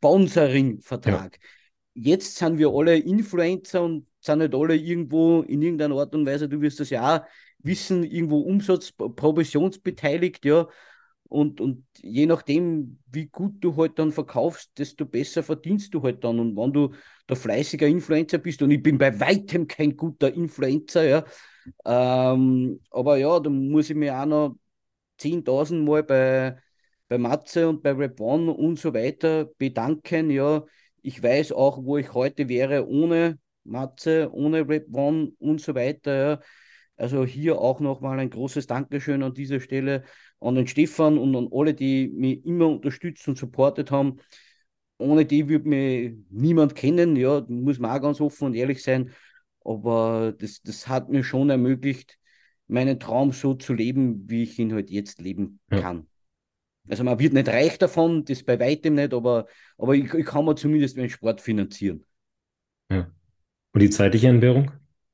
Ja, Sponsoring-Vertrag. Jetzt sind wir alle Influencer und sind halt alle irgendwo in irgendeiner Art und Weise, du wirst das ja auch wissen, irgendwo Umsatz, provisionsbeteiligt, ja. Und, und je nachdem, wie gut du halt dann verkaufst, desto besser verdienst du halt dann. Und wenn du der fleißiger Influencer bist, und ich bin bei weitem kein guter Influencer, ja, ähm, aber ja, da muss ich mir auch noch zehntausend Mal bei, bei Matze und bei Rap One und so weiter bedanken. Ja, ich weiß auch, wo ich heute wäre ohne Matze, ohne Rap One und so weiter. Ja. Also hier auch nochmal ein großes Dankeschön an dieser Stelle an den Stefan und an alle, die mich immer unterstützt und supportet haben. Ohne die würde mich niemand kennen, ja, muss man auch ganz offen und ehrlich sein. Aber das, das hat mir schon ermöglicht, meinen Traum so zu leben, wie ich ihn halt jetzt leben ja, kann. Also man wird nicht reich davon, das bei weitem nicht, aber, aber ich, ich kann mir zumindest meinen Sport finanzieren. ja. Und die zeitliche Entbehrung?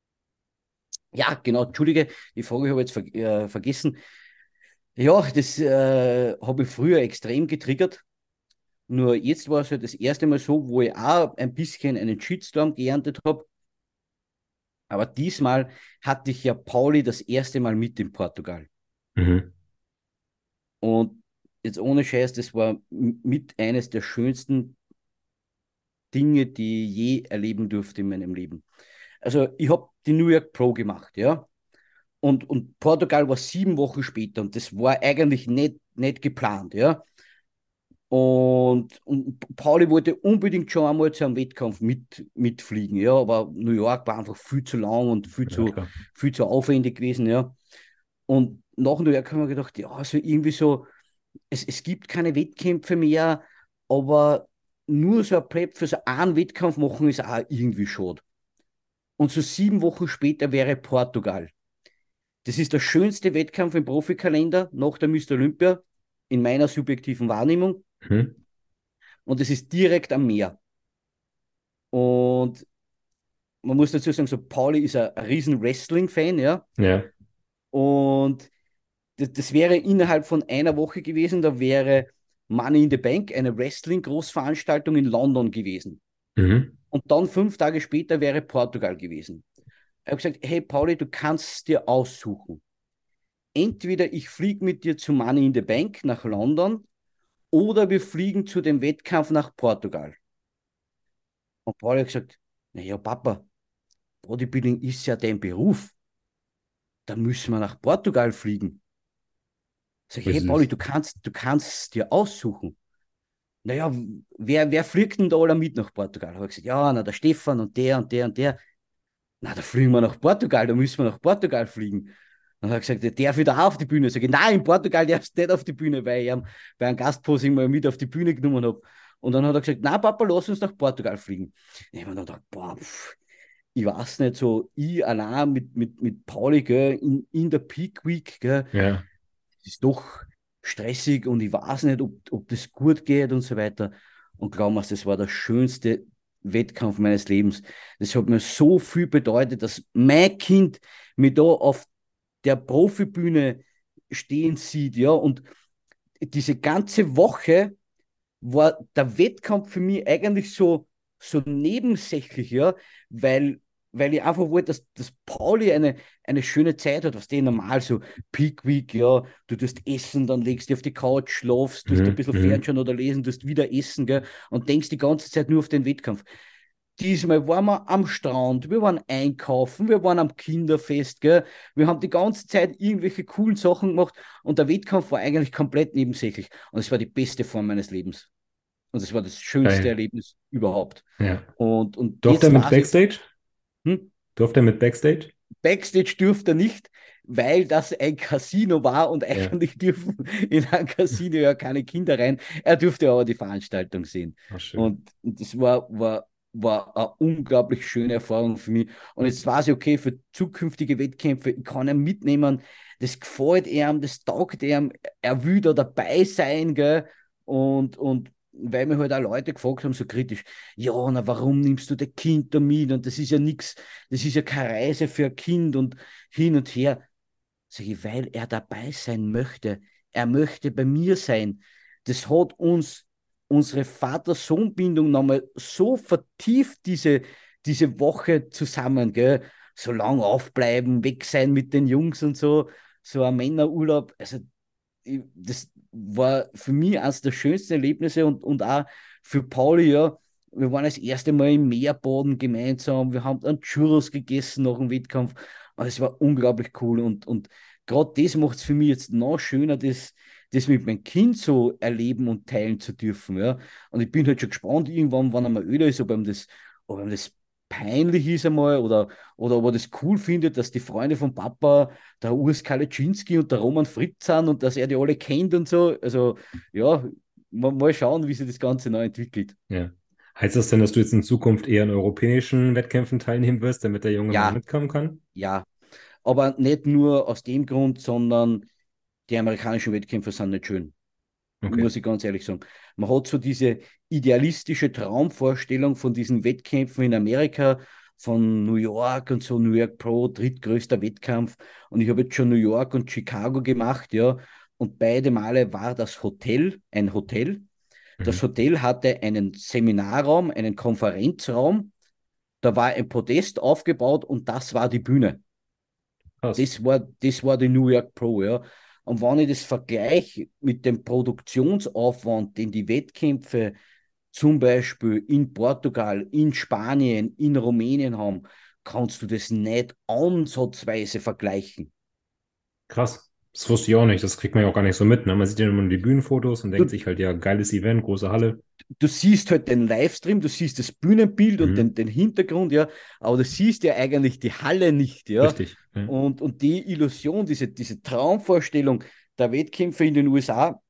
Ja, genau, Entschuldige, die Frage habe ich jetzt ver äh, vergessen. Ja, das äh, habe ich früher extrem getriggert. Nur jetzt war es halt das erste Mal so, wo ich auch ein bisschen einen Shitstorm geerntet habe. Aber diesmal hatte ich ja Pauli das erste Mal mit in Portugal. Mhm. Und jetzt ohne Scheiß, das war mit eines der schönsten Dinge, die ich je erleben durfte in meinem Leben. Also ich habe die New York Pro gemacht, ja. Und, und Portugal war sieben Wochen später und das war eigentlich nicht, nicht geplant, ja. Und, und Pauli wollte unbedingt schon einmal zu einem Wettkampf mit, mitfliegen, ja, aber New York war einfach viel zu lang und viel Ja, zu, klar. viel zu aufwendig gewesen, ja. Und nach New York haben wir gedacht, ja, also irgendwie so, es, es gibt keine Wettkämpfe mehr, aber nur so ein Prep für so einen Wettkampf machen ist auch irgendwie schade. Und so sieben Wochen später wäre Portugal. Das ist der schönste Wettkampf im Profikalender nach der Mister Olympia, in meiner subjektiven Wahrnehmung. Mhm. und es ist direkt am Meer. Und man muss dazu sagen, so Pauli ist ein, ein riesen Wrestling-Fan, ja. Ja. Und das, das wäre innerhalb von einer Woche gewesen, da wäre Money in the Bank, eine Wrestling-Großveranstaltung in London gewesen. Mhm. Und dann fünf Tage später wäre Portugal gewesen. Ich habe gesagt, hey Pauli, du kannst es dir aussuchen. Entweder ich fliege mit dir zu Money in the Bank nach London oder wir fliegen zu dem Wettkampf nach Portugal. Und Pauli hat gesagt, naja Papa, Bodybuilding ist ja dein Beruf. Da müssen wir nach Portugal fliegen. Sag ich, Voll hey Pauli, süß. du kannst, du kannst es dir aussuchen. Naja, wer, wer fliegt denn da alle mit nach Portugal? Habe ich gesagt, ja, na, der Stefan und der und der und der. Na, da fliegen wir nach Portugal, da müssen wir nach Portugal fliegen. Dann hat er gesagt, der darf wieder auf die Bühne. Sag ich, nein, in Portugal darfst du nicht auf die Bühne, weil ich ihn bei einem Gastposing mal mit auf die Bühne genommen habe. Und dann hat er gesagt, na Papa, lass uns nach Portugal fliegen. Ich habe mir dann gedacht, boah, pff, ich weiß nicht, so ich allein mit, mit, mit Pauli, gell, in, in der Peak Week, gell, Ja. das ist doch stressig und ich weiß nicht, ob, ob das gut geht und so weiter. Und glaub mir, das war der schönste Wettkampf meines Lebens. Das hat mir so viel bedeutet, dass mein Kind mich da auf der Profibühne stehen sieht, ja, und diese ganze Woche war der Wettkampf für mich eigentlich so, so nebensächlich, ja, weil, weil ich einfach wollte, dass, dass Pauli eine, eine schöne Zeit hat, was die normal so Peak Week, ja, du tust essen, dann legst dich auf die Couch, schlafst, tust ein Mhm. bisschen Mhm. fernschauen oder lesen, tust wieder essen, gell, und denkst die ganze Zeit nur auf den Wettkampf. Diesmal waren wir am Strand, wir waren einkaufen, wir waren am Kinderfest, gell? Wir haben die ganze Zeit irgendwelche coolen Sachen gemacht und der Wettkampf war eigentlich komplett nebensächlich. Und es war die beste Form meines Lebens. Und es war das schönste Geil. Erlebnis überhaupt. Ja. Und, und Durfte er jetzt mit weiß ich, Backstage? hm, Durfte er mit Backstage? Backstage dürfte er nicht, weil das ein Casino war und Ja. eigentlich dürfen in ein Casino ja keine Kinder rein. Er durfte aber die Veranstaltung sehen. Ach, schön. Und, und das war, war, war eine unglaublich schöne Erfahrung für mich. Und jetzt weiß ich, okay, für zukünftige Wettkämpfe, ich kann ihn mitnehmen, das gefällt ihm, das taugt ihm, er will da dabei sein, gell? Und, und weil mir halt auch Leute gefragt haben, so kritisch, ja, na, warum nimmst du das Kind da mit? Und das ist ja nichts, das ist ja keine Reise für ein Kind und hin und her. Sag ich, weil er dabei sein möchte. Er möchte bei mir sein. Das hat uns unsere Vater-Sohn-Bindung nochmal so vertieft, diese, diese Woche zusammen, gell? So lang aufbleiben, weg sein mit den Jungs und so, so ein Männerurlaub. Also, ich, das war für mich eines der schönsten Erlebnisse und, und auch für Pauli, ja. Wir waren das erste Mal im Meerbaden gemeinsam, wir haben dann Churros gegessen nach dem Wettkampf. Aber es war unglaublich cool und, und gerade das macht es für mich jetzt noch schöner, das, das mit meinem Kind so erleben und teilen zu dürfen. Ja. Und ich bin halt schon gespannt, irgendwann, wann er mal öder ist, ob ihm das, ob ihm das peinlich ist einmal oder, oder ob er das cool findet, dass die Freunde von Papa der Urs Kalecinski und der Roman Fritz sind und dass er die alle kennt und so. Also ja, mal, mal schauen, wie sich das Ganze noch entwickelt. Ja. Heißt das denn, dass du jetzt in Zukunft eher an europäischen Wettkämpfen teilnehmen wirst, damit der junge Mann Ja, mitkommen kann? ja. Aber nicht nur aus dem Grund, sondern die amerikanischen Wettkämpfe sind nicht schön, Okay. muss ich ganz ehrlich sagen. Man hat so diese idealistische Traumvorstellung von diesen Wettkämpfen in Amerika, von New York und so, New York Pro, drittgrößter Wettkampf. Und ich habe jetzt schon New York und Chicago gemacht, ja. Und beide Male war das Hotel ein Hotel. Das Mhm. Hotel hatte einen Seminarraum, einen Konferenzraum. Da war ein Podest aufgebaut und das war die Bühne. Krass. Das war, das war die New York Pro, ja. Und wenn ich das vergleiche mit dem Produktionsaufwand, den die Wettkämpfe zum Beispiel in Portugal, in Spanien, in Rumänien haben, kannst du das nicht ansatzweise vergleichen. Krass. Das wusste ich auch nicht. Das kriegt man ja auch gar nicht so mit. Ne? Man sieht ja immer nur die Bühnenfotos und denkt Du, sich halt, ja, geiles Event, große Halle. du siehst halt den Livestream, du siehst das Bühnenbild und Mhm. den, den Hintergrund, ja, aber du siehst ja eigentlich die Halle nicht, ja. Richtig. Ja. Und, und die Illusion, diese, diese Traumvorstellung der Wettkämpfe in den U S A,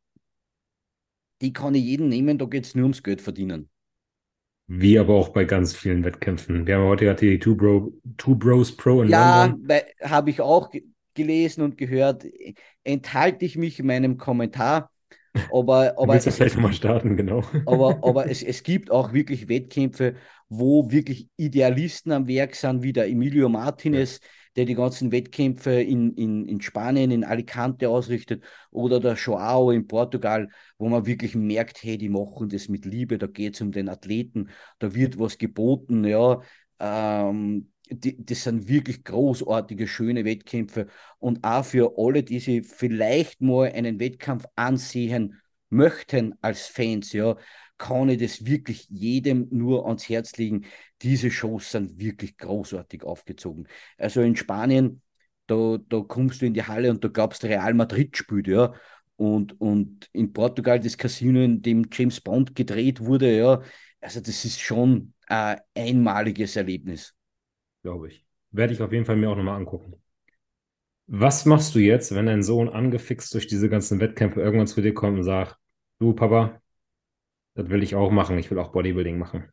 die kann ich jedem nehmen, da geht es nur ums Geld verdienen. Wie aber auch bei ganz vielen Wettkämpfen. Wir haben heute gerade die Two, Bro, Two Bros Pro in Ja, London. habe ich auch ge- gelesen und gehört. Enthalte ich mich in meinem Kommentar, Aber, Du aber willst ja es, vielleicht es nochmal gibt, starten, genau. aber, aber es, es gibt auch wirklich Wettkämpfe, wo wirklich Idealisten am Werk sind, wie der Emilio Ja, Martinez, der die ganzen Wettkämpfe in, in, in Spanien, in Alicante ausrichtet, oder der Joao in Portugal, wo man wirklich merkt, hey, die machen das mit Liebe, da geht es um den Athleten, da wird was geboten, ja. Ähm, die, das sind wirklich großartige, schöne Wettkämpfe. Und auch für alle, die sich vielleicht mal einen Wettkampf ansehen möchten als Fans, ja, kann ich das wirklich jedem nur ans Herz legen. Diese Shows sind wirklich großartig aufgezogen. Also in Spanien, da, da kommst du in die Halle und du glaubst, Real Madrid spielt, ja. Und, und in Portugal das Casino, in dem James Bond gedreht wurde, ja. Also das ist schon ein einmaliges Erlebnis. glaube ich. Werde ich auf jeden Fall mir auch nochmal angucken. Was machst du jetzt, wenn dein Sohn angefixt durch diese ganzen Wettkämpfe irgendwann zu dir kommt und sagt, du Papa, das will ich auch machen, ich will auch Bodybuilding machen?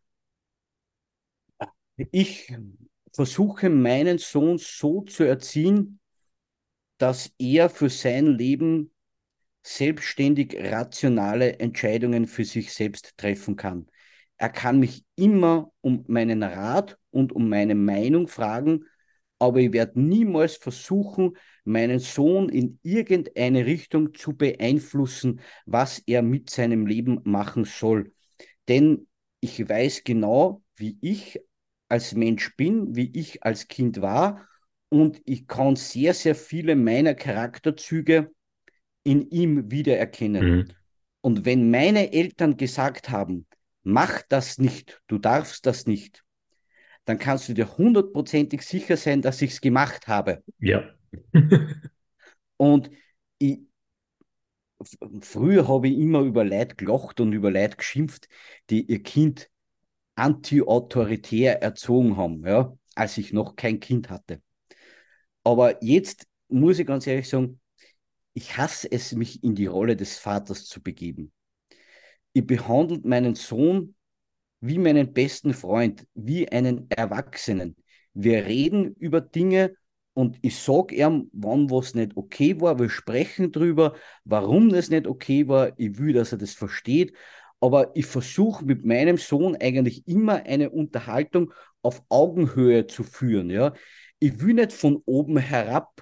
Ich versuche meinen Sohn so zu erziehen, dass er für sein Leben selbstständig rationale Entscheidungen für sich selbst treffen kann. Er kann mich immer um meinen Rat und um meine Meinung fragen, aber ich werde niemals versuchen, meinen Sohn in irgendeine Richtung zu beeinflussen, was er mit seinem Leben machen soll. Denn ich weiß genau, wie ich als Mensch bin, wie ich als Kind war und ich kann sehr, sehr viele meiner Charakterzüge in ihm wiedererkennen. Mhm. Und wenn meine Eltern gesagt haben, mach das nicht, du darfst das nicht, dann kannst du dir hundertprozentig sicher sein, dass ich es gemacht habe. Ja. Und ich, früher habe ich immer über Leute gelacht und über Leute geschimpft, die ihr Kind anti-autoritär erzogen haben, ja, als ich noch kein Kind hatte. Aber jetzt muss ich ganz ehrlich sagen, ich hasse es, mich in die Rolle des Vaters zu begeben. Ich behandle meinen Sohn wie meinen besten Freund, wie einen Erwachsenen. Wir reden über Dinge und ich sage ihm, wann was nicht okay war. Wir sprechen darüber, warum das nicht okay war. Ich will, dass er das versteht. Aber ich versuche mit meinem Sohn eigentlich immer eine Unterhaltung auf Augenhöhe zu führen. Ja? Ich will nicht von oben herab.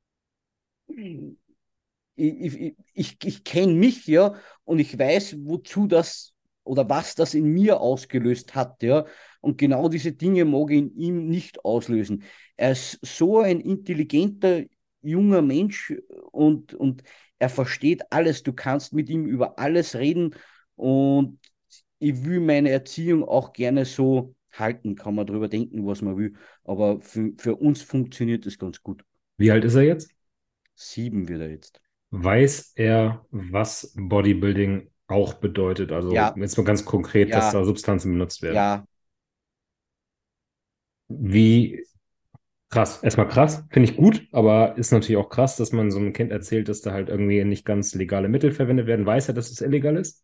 Ich, ich, ich, ich kenne mich, ja, und ich weiß, wozu das oder was das in mir ausgelöst hat, ja. Und genau diese Dinge mag ich in ihm nicht auslösen. Er ist so ein intelligenter, junger Mensch und, und er versteht alles. Du kannst mit ihm über alles reden und ich will meine Erziehung auch gerne so halten. Kann man darüber denken, was man will. Aber für, für uns funktioniert das ganz gut. Wie alt ist er jetzt? Sieben wird er jetzt. Weiß er, was Bodybuilding auch bedeutet? Also Ja, jetzt mal ganz konkret, dass ja, da Substanzen benutzt werden. ja. Wie krass. Erstmal krass, finde ich gut, aber ist natürlich auch krass, dass man so einem Kind erzählt, dass da halt irgendwie nicht ganz legale Mittel verwendet werden. Weiß er, dass es illegal ist?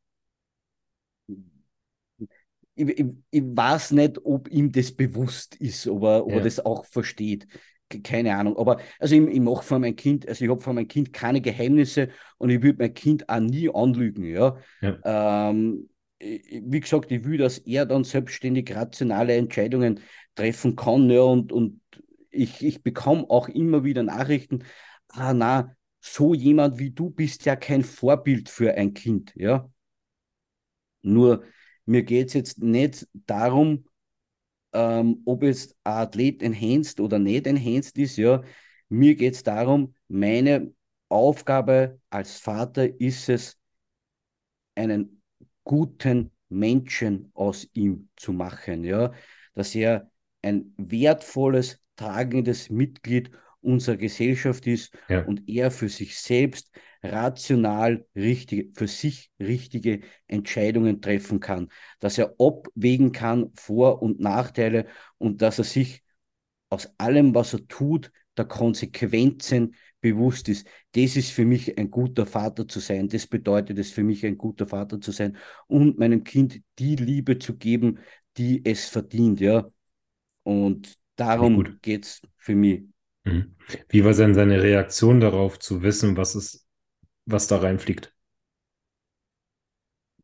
Ich, ich, ich weiß nicht, ob ihm das bewusst ist, ob er, ob er Ja, das auch versteht. Keine Ahnung. Aber also ich, ich mache vor meinem Kind, also ich habe vor meinem Kind keine Geheimnisse und ich würde mein Kind auch nie anlügen. Ja? ja. Ähm, ich- wie gesagt, ich will, dass er dann selbstständig rationale Entscheidungen treffen kann. Ja? Und, und ich, ich bekomme auch immer wieder Nachrichten, ah na, so jemand wie du bist ja kein Vorbild für ein Kind. Ja? Nur mir geht es jetzt nicht darum, ähm, ob jetzt ein Athlet enhanced oder nicht enhanced ist. Ja. Mir geht es darum, meine Aufgabe als Vater ist es, einen guten Menschen aus ihm zu machen. Ja. Dass er ein wertvolles, tragendes Mitglied unserer Gesellschaft ist Ja. und er für sich selbst rational richtige, für sich richtige Entscheidungen treffen kann, dass er abwägen kann Vor- und Nachteile und dass er sich aus allem, was er tut, der Konsequenzen bewusst ist. Das ist für mich ein guter Vater zu sein. Das bedeutet es für mich, ein guter Vater zu sein und meinem Kind die Liebe zu geben, die es verdient. Ja. Und Finde ich gut. darum geht es für mich. Mhm. Wie war denn seine Reaktion darauf, zu wissen, was es, was da reinfliegt?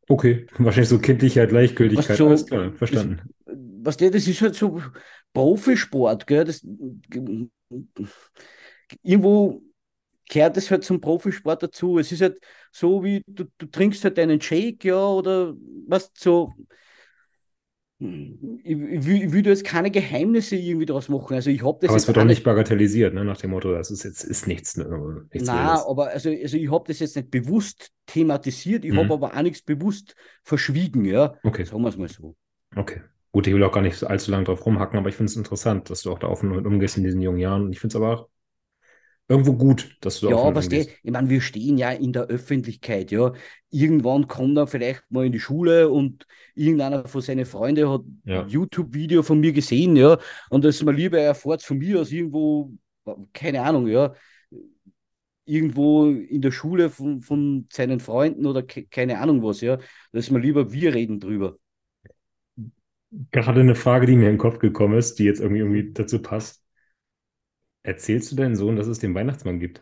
Okay, wahrscheinlich so Kindlichkeit, Was Gleichgültigkeit, alles so, klar, das, verstanden. was der, das ist halt so Profisport, gell? Das, irgendwo gehört es halt zum Profisport dazu. Es ist halt so, wie du, du trinkst halt einen Shake, ja, oder was so. Ich, ich, will, ich will da jetzt keine Geheimnisse irgendwie draus machen. Also ich habe das Aber es jetzt wird auch auch nicht nicht. bagatellisiert, ne? Nach dem Motto, das ist jetzt ist nichts, ne? Nichts Na, Wildes. aber also, also ich habe das jetzt nicht bewusst thematisiert, ich habe Mhm. aber auch nichts bewusst verschwiegen, ja. Okay, Sagen wir es mal so. okay. Gut, ich will auch gar nicht so allzu lange drauf rumhacken, aber ich finde es interessant, dass du auch da offen mit umgehst in diesen jungen Jahren. Und ich finde es aber auch irgendwo gut, dass du da offen Ja, mit was der, umgehst. ich meine, wir stehen ja in der Öffentlichkeit, ja. Irgendwann kommt er vielleicht mal in die Schule und irgendeiner von seinen Freunden hat ein Ja. YouTube-Video von mir gesehen, ja. Und das ist mir lieber, er erfährt von mir aus irgendwo, keine Ahnung, ja, irgendwo in der Schule von, von seinen Freunden oder ke keine Ahnung was, ja. Das ist mir lieber, wir reden drüber. Gerade eine Frage, die mir in den Kopf gekommen ist, die jetzt irgendwie, irgendwie dazu passt. Erzählst du deinem Sohn, dass es den Weihnachtsmann gibt?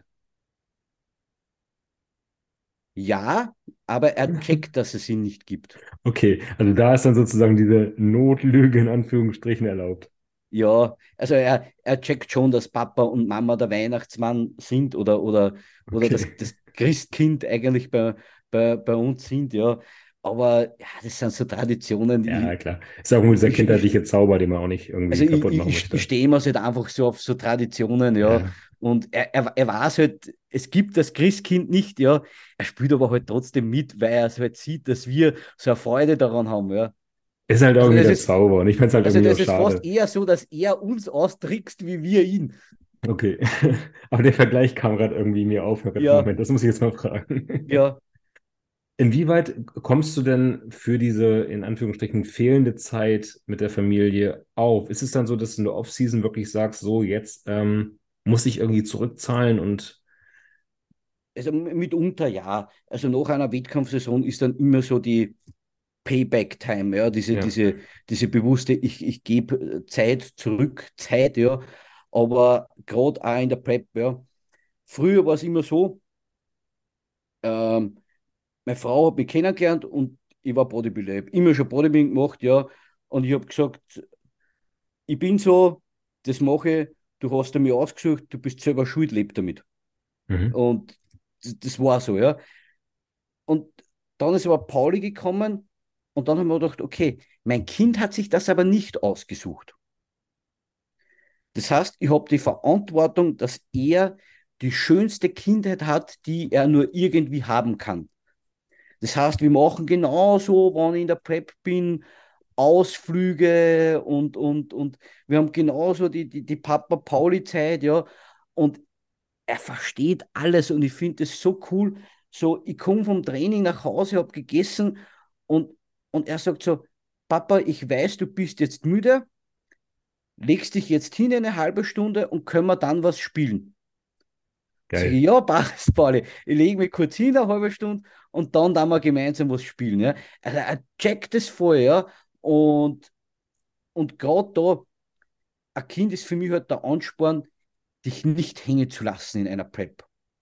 Ja, aber er checkt, dass es ihn nicht gibt. Okay, also da ist dann sozusagen diese Notlüge in Anführungsstrichen erlaubt. Ja, also er, er checkt schon, dass Papa und Mama der Weihnachtsmann sind oder, oder, oder das, Okay. das Christkind eigentlich bei, bei, bei uns sind, ja. Aber ja, das sind so Traditionen. Ja, Ich, klar. Ist ja auch nur dieser ich, ich, kindheitliche Zauber, den man auch nicht also irgendwie ich, kaputt machen ich, ich möchte. stehe immer halt einfach so auf so Traditionen, ja. Ja. Und er, er, er weiß halt, es gibt das Christkind nicht, ja. Er spielt aber halt trotzdem mit, weil er halt sieht, dass wir so eine Freude daran haben, ja. Ist halt Also irgendwie das der ist, Zauber und ich find's halt also irgendwie auch das ist fast schade. eher so, dass er uns austrickst, wie wir ihn. Okay. Aber der Vergleich kam gerade irgendwie mir auf. Ich hab gedacht, Ja, Moment, das muss ich jetzt mal fragen. ja. Inwieweit kommst du denn für diese in Anführungsstrichen fehlende Zeit mit der Familie auf? Ist es dann so, dass du in der Off-Season wirklich sagst, so jetzt ähm, muss ich irgendwie zurückzahlen und Also mitunter ja. Also nach einer Wettkampfsaison ist dann immer so die Payback-Time, ja, diese, ja. diese, diese bewusste, ich, ich gebe Zeit zurück, Zeit, ja. Aber gerade auch in der Prep, ja. Früher war es immer so, ähm, meine Frau hat mich kennengelernt und ich war Bodybuilder. Ich habe immer schon Bodybuilding gemacht, ja. Und ich habe gesagt, ich bin so, das mache ich, du hast mir ausgesucht, du bist selber schuld, leb damit. Mhm. Und das, das war so, ja. Und dann ist aber Pauli gekommen und dann haben wir gedacht, okay, mein Kind hat sich das aber nicht ausgesucht. Das heißt, ich habe die Verantwortung, dass er die schönste Kindheit hat, die er nur irgendwie haben kann. Das heißt, wir machen genauso, wenn ich in der Prep bin, Ausflüge und, und, und wir haben genauso die, die, die Papa-Pauli-Zeit, ja. Und er versteht alles und ich finde das so cool. So, ich komme vom Training nach Hause, habe gegessen und, und er sagt so, Papa, ich weiß, du bist jetzt müde, legst dich jetzt hin eine halbe Stunde und können wir dann was spielen. Sag ich, Geil. ja, passt, Pauli. Ich lege mich kurz hin, eine halbe Stunde und dann dann wir gemeinsam was spielen. Ja. Also er checkt das voll, ja. Und, und gerade da, ein Kind ist für mich halt der Ansporn, dich nicht hängen zu lassen in einer Prep.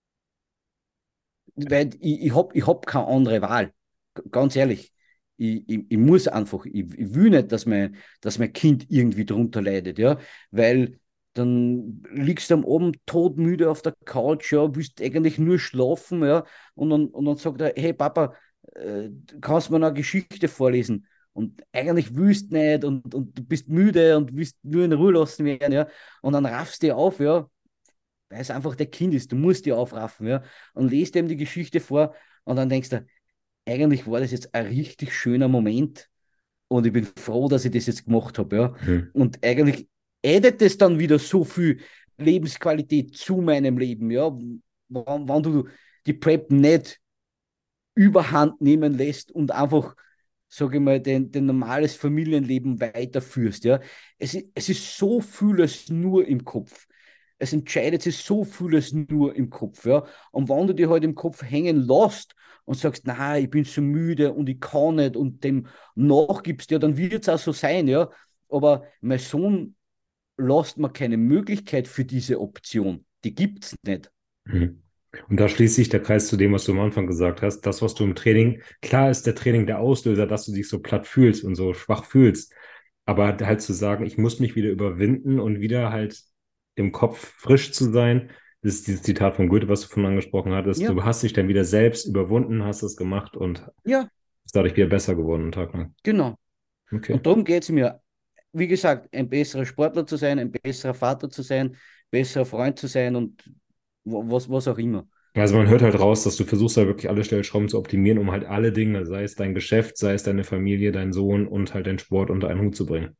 Weil ich, ich habe ich hab keine andere Wahl. G- Ganz ehrlich. Ich, ich, ich muss einfach, ich, ich will nicht, dass mein, dass mein Kind irgendwie drunter leidet, ja. Weil dann liegst du am Abend todmüde auf der Couch, ja, willst eigentlich nur schlafen, ja. Und dann, und dann sagt er, hey Papa, äh, kannst du mir noch eine Geschichte vorlesen? Und eigentlich willst du nicht und, und du bist müde und willst nur in Ruhe lassen werden, ja. Und dann raffst du dich auf, ja, weil es einfach der Kind ist. Du musst dich aufraffen, ja. Und lest ihm die Geschichte vor und dann denkst du, eigentlich war das jetzt ein richtig schöner Moment und ich bin froh, dass ich das jetzt gemacht habe, ja. Mhm. Und eigentlich addet es dann wieder so viel Lebensqualität zu meinem Leben, ja. Wenn, wenn du die Prep nicht überhand nehmen lässt und einfach, sage ich mal, den, den normales Familienleben weiterführst, ja. Es, es ist so vieles nur im Kopf. Es entscheidet sich so vieles nur im Kopf, ja. Und wenn du dir halt im Kopf hängen lässt und sagst, na, ich bin so müde und ich kann nicht und dem nachgibst, ja, dann wird es auch so sein, ja. Aber mein Sohn lässt mir keine Möglichkeit für diese Option. Die gibt es nicht. Mhm. Und da schließt sich der Kreis zu dem, was du am Anfang gesagt hast. Das, was du im Training, klar ist der Training der Auslöser, dass du dich so platt fühlst und so schwach fühlst. Aber halt zu sagen, ich muss mich wieder überwinden und wieder halt im Kopf frisch zu sein, das ist dieses Zitat von Goethe, was du vorhin angesprochen hattest. Ja, Du hast dich dann wieder selbst überwunden, hast es gemacht und ja, bist dadurch wieder besser geworden, einen Tag lang. genau. Okay. Und darum geht es mir, wie gesagt, ein besserer Sportler zu sein, ein besserer Vater zu sein, besserer Freund zu sein und was, was auch immer. Also man hört halt raus, dass du versuchst da wirklich alle Stellschrauben zu optimieren, um halt alle Dinge, sei es dein Geschäft, sei es deine Familie, dein Sohn und halt dein Sport unter einen Hut zu bringen.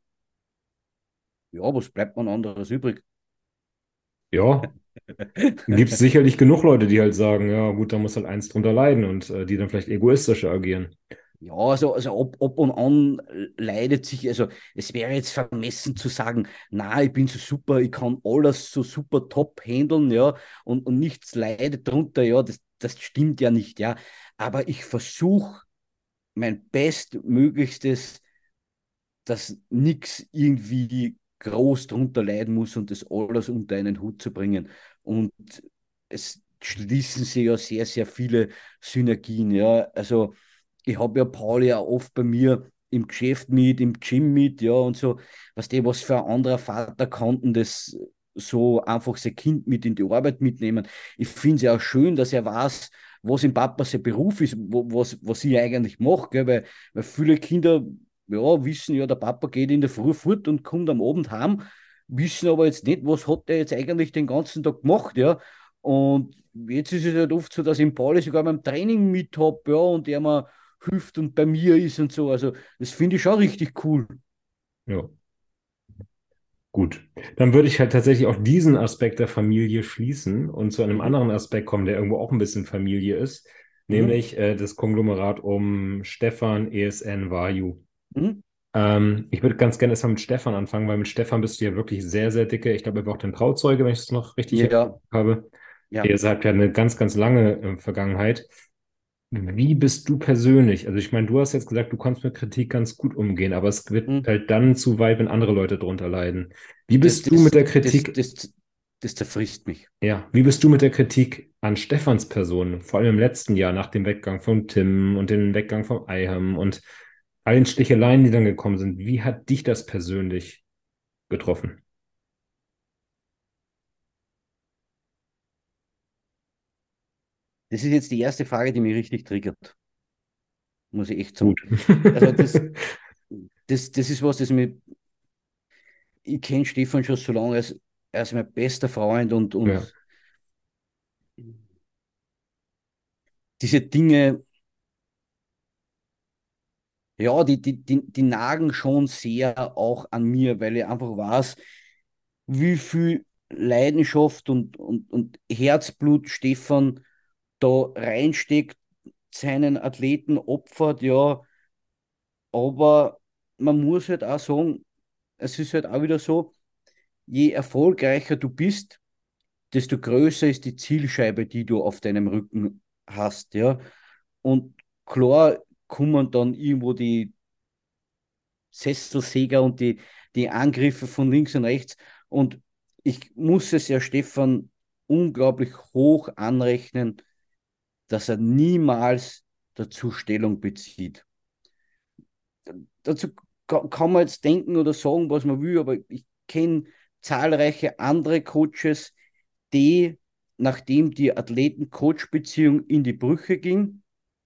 Ja, was bleibt man anderes übrig? Ja, gibt es sicherlich genug Leute, die halt sagen, ja gut, da muss halt eins drunter leiden und äh, die dann vielleicht egoistischer agieren. Ja, also, also ab, ab und an leidet sich, also es wäre jetzt vermessen zu sagen, na, ich bin so super, ich kann alles so super top handeln, ja, und, und nichts leidet drunter, ja, das, das stimmt ja nicht, ja. Aber ich versuche mein Bestmöglichstes, dass nichts irgendwie groß drunter leiden muss und das alles unter einen Hut zu bringen. Und es schließen sich ja sehr, sehr viele Synergien, ja. Also ich habe ja Paul ja oft bei mir im Geschäft mit, im Gym mit, ja, und so, was der, was für ein anderer Vater konnten das so einfach sein Kind mit in die Arbeit mitnehmen. Ich finde es ja auch schön, dass er weiß, was im Papa sein Beruf ist, wo, was, was ich eigentlich mache, gell? Weil, weil viele Kinder ja, wissen ja, der Papa geht in der Früh fort und kommt am Abend heim, wissen aber jetzt nicht, was hat der jetzt eigentlich den ganzen Tag gemacht, ja. Und jetzt ist es halt oft so, dass ich den Pauli sogar beim Training mit habe, ja, und der mir hilft und bei mir ist und so. Also, das finde ich schon richtig cool. Ja, gut. Dann würde ich halt tatsächlich auch diesen Aspekt der Familie schließen und zu einem Mhm. anderen Aspekt kommen, der irgendwo auch ein bisschen Familie ist, Mhm. nämlich äh, das Konglomerat um Stefan, E S N, Vayu. Mhm. Ähm, ich würde ganz gerne erstmal mit Stefan anfangen, weil mit Stefan bist du ja wirklich sehr, sehr dicke. Ich glaube, er war auch dein Trauzeuge, wenn ich es noch richtig erinnert Ja, habe. ja. Ihr seid ja eine ganz, ganz lange äh, Vergangenheit. Wie bist du persönlich? Also ich meine, du hast jetzt gesagt, du kannst mit Kritik ganz gut umgehen, aber es wird Mhm. halt dann zu weit, wenn andere Leute drunter leiden. Wie Das, bist du mit das, der das, Kritik, das, das zerfrisst mich. ja, wie bist du mit der Kritik an Stefans Person, vor allem im letzten Jahr nach dem Weggang von Tim und dem Weggang von Eiham und all den Sticheleien, die dann gekommen sind, wie hat dich das persönlich getroffen? Das ist jetzt die erste Frage, die mich richtig triggert, muss ich echt Gut. sagen. Also das, das, das ist was, das mir, ich kenne Stefan schon so lange, als, er ist mein bester Freund und, Ja. und diese Dinge, ja, die, die, die, die nagen schon sehr auch an mir, weil ich einfach weiß, wie viel Leidenschaft und, und, und Herzblut Stefan da reinsteckt, seinen Athleten opfert, ja, aber man muss halt auch sagen, es ist halt auch wieder so, je erfolgreicher du bist, desto größer ist die Zielscheibe, die du auf deinem Rücken hast, ja. Und klar kommen dann irgendwo die Sesselsäger und die, die Angriffe von links und rechts. Und ich muss es ja Stefan unglaublich hoch anrechnen, dass er niemals dazu Stellung bezieht. Dazu kann man jetzt denken oder sagen, was man will, aber ich kenne zahlreiche andere Coaches, die, nachdem die Athleten-Coach-Beziehung in die Brüche ging,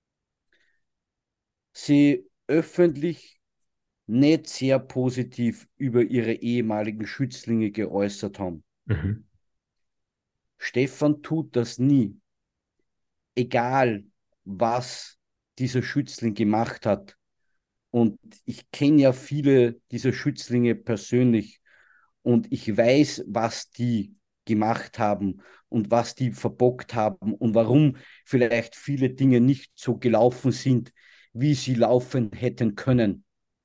sie öffentlich nicht sehr positiv über ihre ehemaligen Schützlinge geäußert haben. Mhm. Stefan tut das nie, egal was dieser Schützling gemacht hat. Und ich kenne ja viele dieser Schützlinge persönlich und ich weiß, was die gemacht haben und was die verbockt haben und warum vielleicht viele Dinge nicht so gelaufen sind, wie sie laufen hätten können.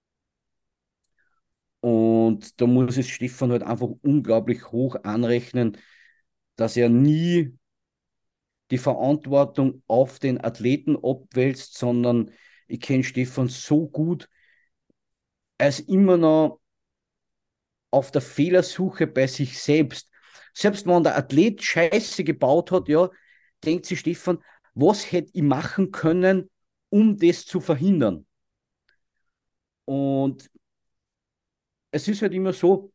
Und da muss es Stefan halt einfach unglaublich hoch anrechnen, dass er nie die Verantwortung auf den Athleten abwälzt, sondern ich kenne Stefan so gut, er ist immer noch auf der Fehlersuche bei sich selbst. Selbst wenn der Athlet Scheiße gebaut hat, ja, denkt sich Stefan, was hätte ich machen können, um das zu verhindern? Und es ist halt immer so,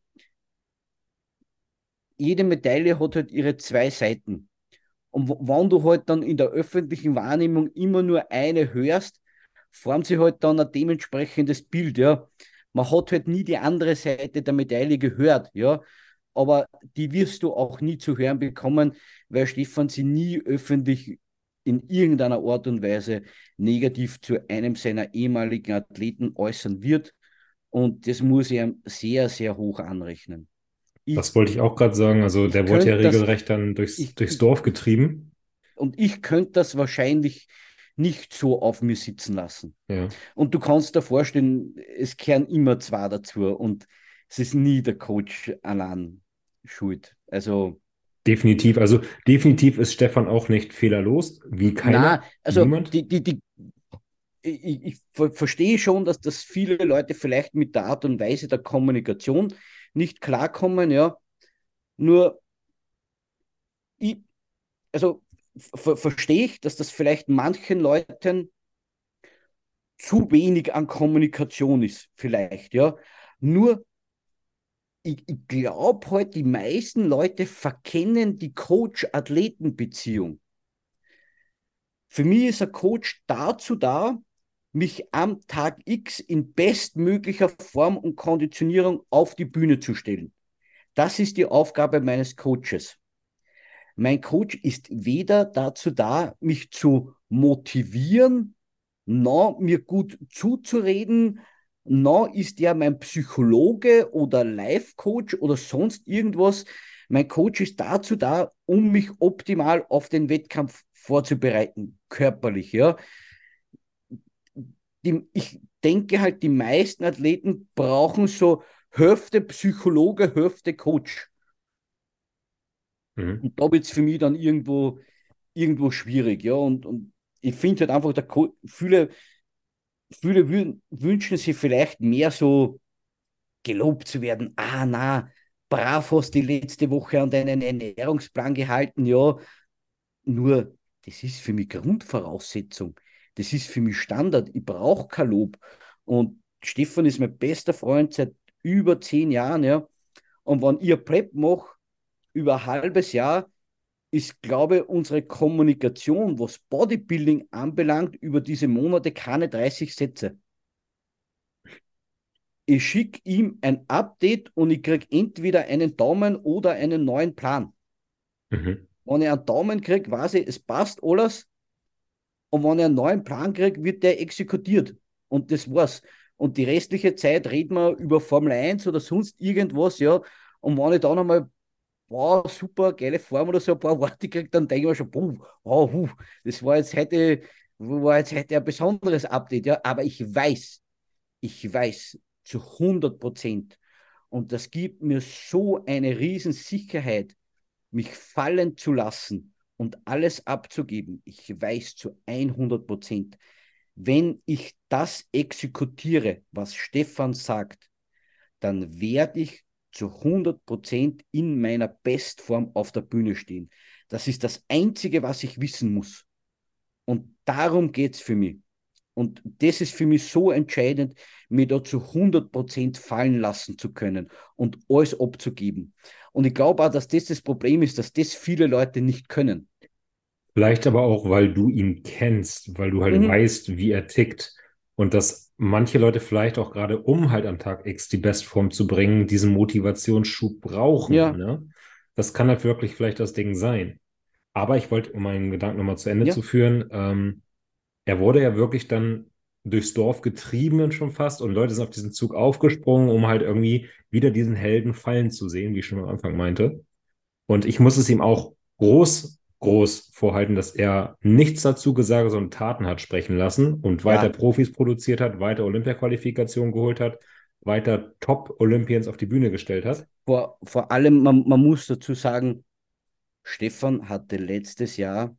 jede Medaille hat halt ihre zwei Seiten. Und wenn du halt dann in der öffentlichen Wahrnehmung immer nur eine hörst, formt sich halt dann ein dementsprechendes Bild, ja. Man hat halt nie die andere Seite der Medaille gehört, ja. Aber die wirst du auch nie zu hören bekommen, weil Stefan sie nie öffentlich in irgendeiner Art und Weise negativ zu einem seiner ehemaligen Athleten äußern wird. Und das muss ich ihm sehr, sehr hoch anrechnen. Ich, Das wollte ich auch gerade sagen. Also ich der wurde ja könnte das, regelrecht dann durchs, ich, durchs ich, Dorf getrieben. und ich könnte das wahrscheinlich nicht so auf mir sitzen lassen. Ja, Und du kannst dir vorstellen, es kehren immer zwei dazu und es ist nie der Coach allein schuld. Also, definitiv. Also definitiv ist Stefan auch nicht fehlerlos, wie keiner, na, also niemand. die, die, die, ich, ich ver verstehe schon, dass das viele Leute vielleicht mit der Art und Weise der Kommunikation nicht klarkommen, ja. Nur, ich, also ver verstehe ich, dass das vielleicht manchen Leuten zu wenig an Kommunikation ist, vielleicht, ja. Nur, ich, ich glaube halt, die meisten Leute verkennen die Coach-Athleten-Beziehung. Für mich ist ein Coach dazu da, mich am Tag X in bestmöglicher Form und Konditionierung auf die Bühne zu stellen. Das ist die Aufgabe meines Coaches. Mein Coach ist weder dazu da, mich zu motivieren, noch mir gut zuzureden, noch ist er mein Psychologe oder Life-Coach oder sonst irgendwas. Mein Coach ist dazu da, um mich optimal auf den Wettkampf vorzubereiten, körperlich, ja. Die, ich denke halt, die meisten Athleten brauchen so Hälfte Psychologe, Hälfte Coach. Mhm. Und da wird es für mich dann irgendwo, irgendwo schwierig, ja. Und, und ich finde halt einfach, der Co viele, viele wün wünschen sich vielleicht mehr so gelobt zu werden. Ah, na, brav hast die letzte Woche an deinen Ernährungsplan gehalten, ja. Nur, das ist für mich Grundvoraussetzung. Das ist für mich Standard. Ich brauche kein Lob. Und Stefan ist mein bester Freund seit über zehn Jahren, ja. Und wenn ihr Prep macht, über ein halbes Jahr, ist, glaube ich, unsere Kommunikation, was Bodybuilding anbelangt, über diese Monate keine dreißig Sätze. Ich schicke ihm ein Update und ich kriege entweder einen Daumen oder einen neuen Plan. Mhm. Wenn ich einen Daumen kriege, weiß ich, es passt alles. Und wenn ich einen neuen Plan kriege, wird der exekutiert. Und das war's. Und die restliche Zeit reden wir über Formel eins oder sonst irgendwas, ja. Und wenn ich dann einmal, wow, super, geile Form oder so ein paar Worte kriege, dann denke ich mir schon, boah, wow, huh, das war jetzt heute, war jetzt heute ein besonderes Update, ja. Aber ich weiß, ich weiß zu hundert Prozent. Und das gibt mir so eine Riesensicherheit, mich fallen zu lassen und alles abzugeben. Ich weiß zu hundert Prozent, wenn ich das exekutiere, was Stefan sagt, dann werde ich zu hundert Prozent in meiner Bestform auf der Bühne stehen. Das ist das Einzige, was ich wissen muss. Und darum geht es für mich. Und das ist für mich so entscheidend, mir da zu hundert Prozent fallen lassen zu können und alles abzugeben. Und ich glaube auch, dass das das Problem ist, dass das viele Leute nicht können. Vielleicht aber auch, weil du ihn kennst, weil du halt Mhm. weißt, wie er tickt. Und dass manche Leute vielleicht auch gerade, um halt am Tag X die Bestform zu bringen, diesen Motivationsschub brauchen. Ja, Ne? Das kann halt wirklich vielleicht das Ding sein. Aber ich wollte, um meinen Gedanken nochmal zu Ende ja, zu führen, ähm, er wurde ja wirklich dann durchs Dorf getrieben schon fast und Leute sind auf diesen Zug aufgesprungen, um halt irgendwie wieder diesen Helden fallen zu sehen, wie ich schon am Anfang meinte. Und ich muss es ihm auch groß, groß vorhalten, dass er nichts dazu gesagt, sondern Taten hat sprechen lassen und weiter ja. Profis produziert hat, weiter Olympia-Qualifikation geholt hat, weiter Top-Olympians auf die Bühne gestellt hat. Vor, vor allem, man, man muss dazu sagen, Stefan hatte letztes Jahr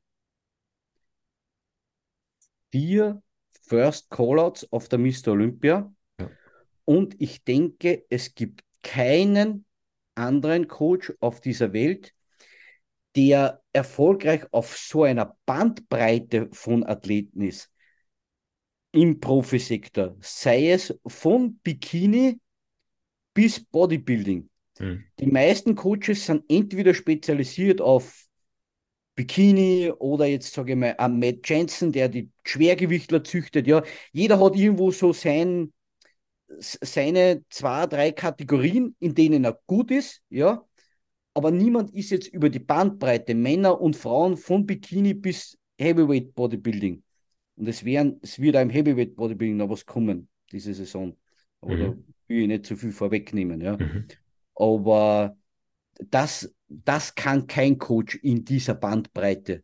vier First Callouts auf der Mister Olympia. Ja. Und ich denke, es gibt keinen anderen Coach auf dieser Welt, der erfolgreich auf so einer Bandbreite von Athleten ist, im Profisektor, sei es von Bikini bis Bodybuilding. Mhm. Die meisten Coaches sind entweder spezialisiert auf Bikini oder jetzt sage ich mal an Matt Jensen, der die Schwergewichtler züchtet. Ja, jeder hat irgendwo so sein, seine zwei, drei Kategorien, in denen er gut ist. Ja, aber niemand ist jetzt über die Bandbreite Männer und Frauen von Bikini bis Heavyweight Bodybuilding. Und es, werden, es wird auch im Heavyweight Bodybuilding noch was kommen, diese Saison. Aber da Mhm. will ich nicht zu viel vorwegnehmen. Ja. Mhm. Aber das, das kann kein Coach in dieser Bandbreite.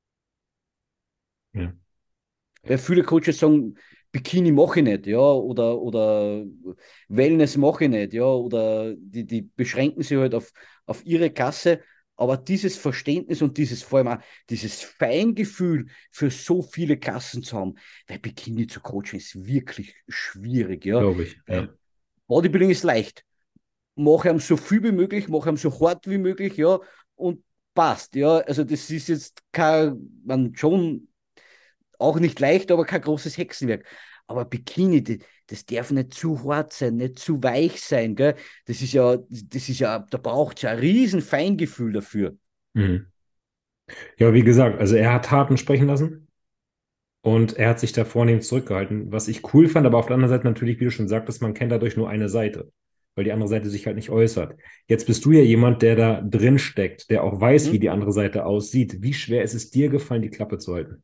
Ja. Weil viele Coaches sagen, Bikini mache ich nicht, ja, oder, oder Wellness mache ich nicht, ja, oder die, die beschränken sich halt auf, auf ihre Kasse. Aber dieses Verständnis und dieses, vor allem auch dieses Feingefühl für so viele Klassen zu haben, weil Bikini zu coachen ist wirklich schwierig, ja. Glaube ich. Ja. Weil Bodybuilding ist leicht. Mache ihm so viel wie möglich, mache ihm so hart wie möglich, ja, und passt, ja. Also das ist jetzt kein, man schon auch nicht leicht, aber kein großes Hexenwerk. Aber Bikini, die, das darf nicht zu hart sein, nicht zu weich sein, gell? Das ist ja, das ist ja, da braucht es ja ein riesen Feingefühl dafür. Mhm. Ja, wie gesagt, also er hat Taten sprechen lassen und er hat sich da vornehm zurückgehalten, was ich cool fand, aber auf der anderen Seite natürlich, wie du schon sagtest, man kennt dadurch nur eine Seite, weil die andere Seite sich halt nicht äußert. Jetzt bist du ja jemand, der da drin steckt, der auch weiß, wie Hm? die andere Seite aussieht. Wie schwer ist es dir gefallen, die Klappe zu halten?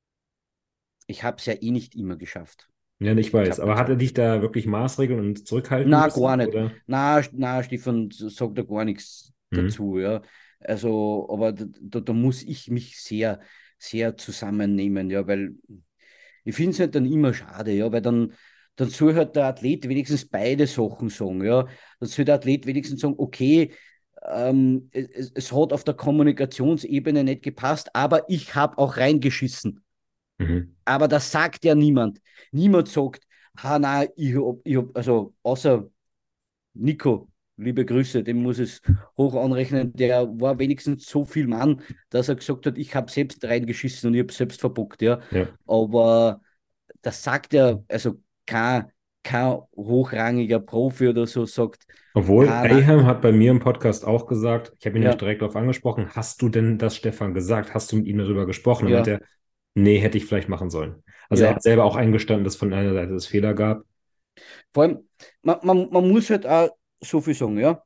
Ich habe es ja eh nicht immer geschafft. Ja, ich Ich weiß, habe aber jetzt hat auch, er dich da wirklich maßregeln und zurückhalten na, müssen, gar nicht. oder? Na, na, Stefan, sagt da gar nichts Mhm. dazu, ja. Also, aber da, da, da muss ich mich sehr, sehr zusammennehmen, ja, weil ich finde es halt dann immer schade, ja, weil dann, dann soll halt der Athlet wenigstens beide Sachen sagen, ja. Dann soll der Athlet wenigstens sagen, okay, ähm, es, es hat auf der Kommunikationsebene nicht gepasst, aber ich habe auch reingeschissen. Mhm. Aber das sagt ja niemand. Niemand sagt, ha, nein, ich hab, ich hab, also außer Nico, liebe Grüße, dem muss es hoch anrechnen, der war wenigstens so viel Mann, dass er gesagt hat, ich habe selbst reingeschissen und ich habe selbst verbockt, ja. Ja. Aber das sagt ja, also kein, kein hochrangiger Profi oder so sagt, Obwohl, ha, na, Aham hat bei mir im Podcast auch gesagt, ich habe ihn nämlich ja, direkt darauf angesprochen, hast du denn das Stefan gesagt? Hast du mit ihm darüber gesprochen? Und meinte ja, er, nee, hätte ich vielleicht machen sollen. Also er hat ja. selber auch eingestanden, dass von einer Seite es Fehler gab. Vor allem, man, man, man muss halt auch so viel sagen, ja.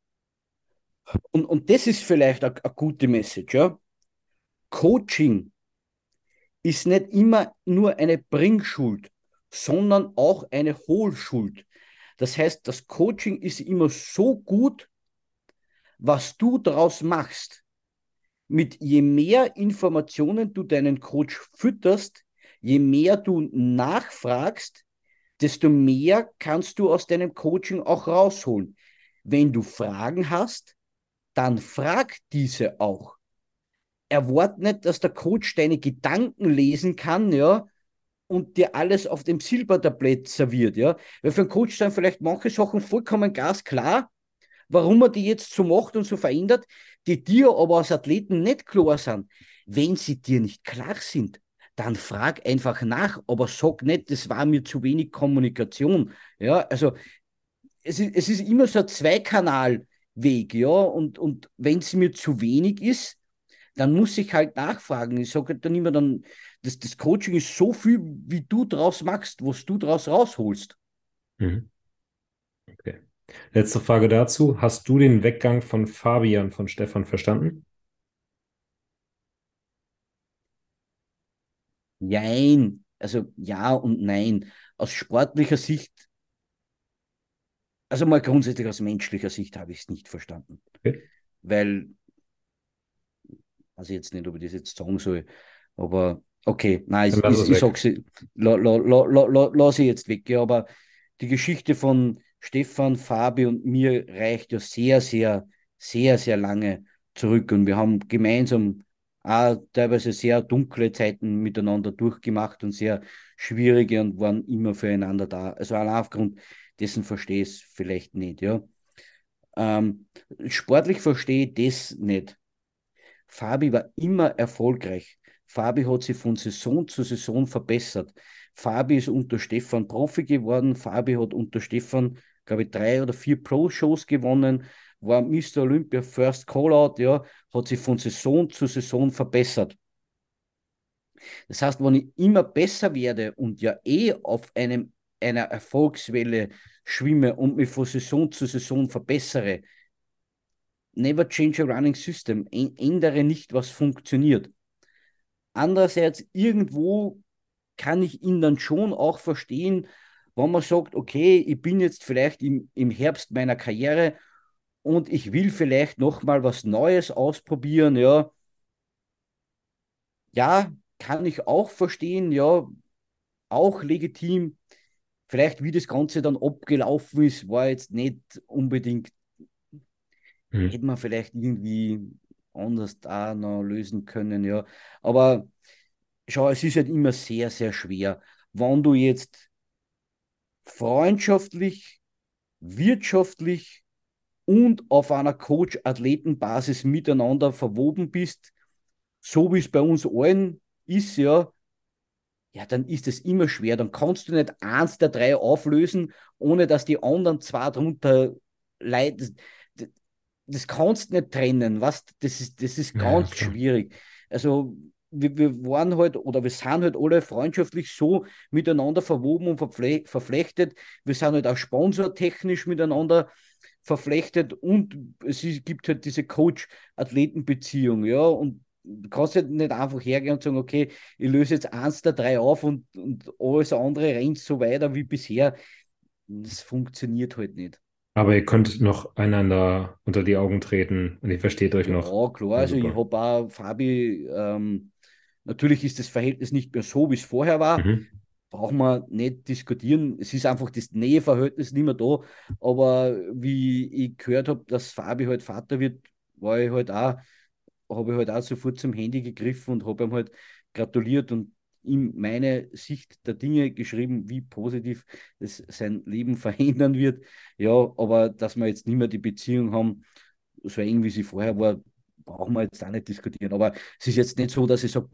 Und, und das ist vielleicht eine gute Message, ja. Coaching ist nicht immer nur eine Bringschuld, sondern auch eine Hohlschuld. Das heißt, das Coaching ist immer so gut, was du daraus machst. Mit je mehr Informationen du deinen Coach fütterst, je mehr du nachfragst, desto mehr kannst du aus deinem Coaching auch rausholen. Wenn du Fragen hast, dann frag diese auch. Erwart nicht, dass der Coach deine Gedanken lesen kann, ja, und dir alles auf dem Silbertablett serviert, ja. Weil für einen Coach sind vielleicht manche Sachen vollkommen glasklar, warum er die jetzt so macht und so verändert, die dir aber als Athleten nicht klar sind. Wenn sie dir nicht klar sind, dann frag einfach nach, aber sag nicht, das war mir zu wenig Kommunikation. Ja, also es ist, es ist immer so ein Zweikanalweg, ja, und, und wenn es mir zu wenig ist, dann muss ich halt nachfragen. Ich sage dann immer dann, das, das Coaching ist so viel, wie du draus machst, was du draus rausholst. Mhm. Okay. Letzte Frage dazu. Hast du den Weggang von Fabian von Stefan verstanden? Nein, also ja und nein. Aus sportlicher Sicht, also mal grundsätzlich aus menschlicher Sicht habe ich es nicht verstanden. Okay. Weil, also jetzt nicht, ob ich das jetzt sagen soll, aber okay, nein, Dann ich, lass ich, es ich weg. sag's, la, la, la, la, la, lass ich jetzt weg. Ja, aber die Geschichte von Stefan, Fabi und mir reicht ja sehr, sehr, sehr, sehr lange zurück. Und wir haben gemeinsam auch teilweise sehr dunkle Zeiten miteinander durchgemacht und sehr schwierige und waren immer füreinander da. Also allein aufgrund dessen verstehe ich es vielleicht nicht, ja. Ähm, sportlich verstehe ich das nicht. Fabi war immer erfolgreich. Fabi hat sich von Saison zu Saison verbessert. Fabi ist unter Stefan Profi geworden. Fabi hat unter Stefan, glaube ich, drei oder vier Pro-Shows gewonnen, war Mister Olympia First Callout, ja, hat sich von Saison zu Saison verbessert. Das heißt, wenn ich immer besser werde und ja eh auf einem, einer Erfolgswelle schwimme und mich von Saison zu Saison verbessere, never change a running system, ändere nicht, was funktioniert. Andererseits, irgendwo kann ich ihn dann schon auch verstehen, wenn man sagt, okay, ich bin jetzt vielleicht im, im Herbst meiner Karriere und ich will vielleicht nochmal was Neues ausprobieren, ja. Ja, kann ich auch verstehen, ja, auch legitim. Vielleicht, wie das Ganze dann abgelaufen ist, war jetzt nicht unbedingt, Mhm. hätte man vielleicht irgendwie anders da noch lösen können, ja. Aber schau, es ist halt immer sehr, sehr schwer. Wenn du jetzt freundschaftlich, wirtschaftlich und auf einer Coach-Athleten-Basis miteinander verwoben bist, so wie es bei uns allen ist, ja, ja, dann ist es immer schwer. Dann kannst du nicht eins der drei auflösen, ohne dass die anderen zwei darunter leiden. Das, das kannst du nicht trennen, was? Das ist, das ist Ja, ganz klar. schwierig. Also wir, wir waren halt oder wir sind halt alle freundschaftlich so miteinander verwoben und verfle verflechtet. Wir sind halt auch sponsortechnisch miteinander verflechtet und es ist, gibt halt diese Coach-Athleten-Beziehung, ja, und du kannst halt nicht einfach hergehen und sagen, okay, ich löse jetzt eins der drei auf und, und alles andere rennt so weiter wie bisher. Das funktioniert halt nicht. Aber ihr könnt noch einander unter die Augen treten und ihr versteht euch Ja, noch. klar, Ja, also ich super. habe auch Fabi, ähm, natürlich ist das Verhältnis nicht mehr so, wie es vorher war, Mhm. brauchen wir nicht diskutieren. Es ist einfach das Näheverhältnis nicht mehr da. Aber wie ich gehört habe, dass Fabi halt Vater wird, war ich halt auch, habe ich halt auch sofort zum Handy gegriffen und habe ihm halt gratuliert und ihm meine Sicht der Dinge geschrieben, wie positiv das sein Leben verändern wird. Ja, aber dass wir jetzt nicht mehr die Beziehung haben, so eng wie sie vorher war, brauchen wir jetzt auch nicht diskutieren. Aber es ist jetzt nicht so, dass ich sage,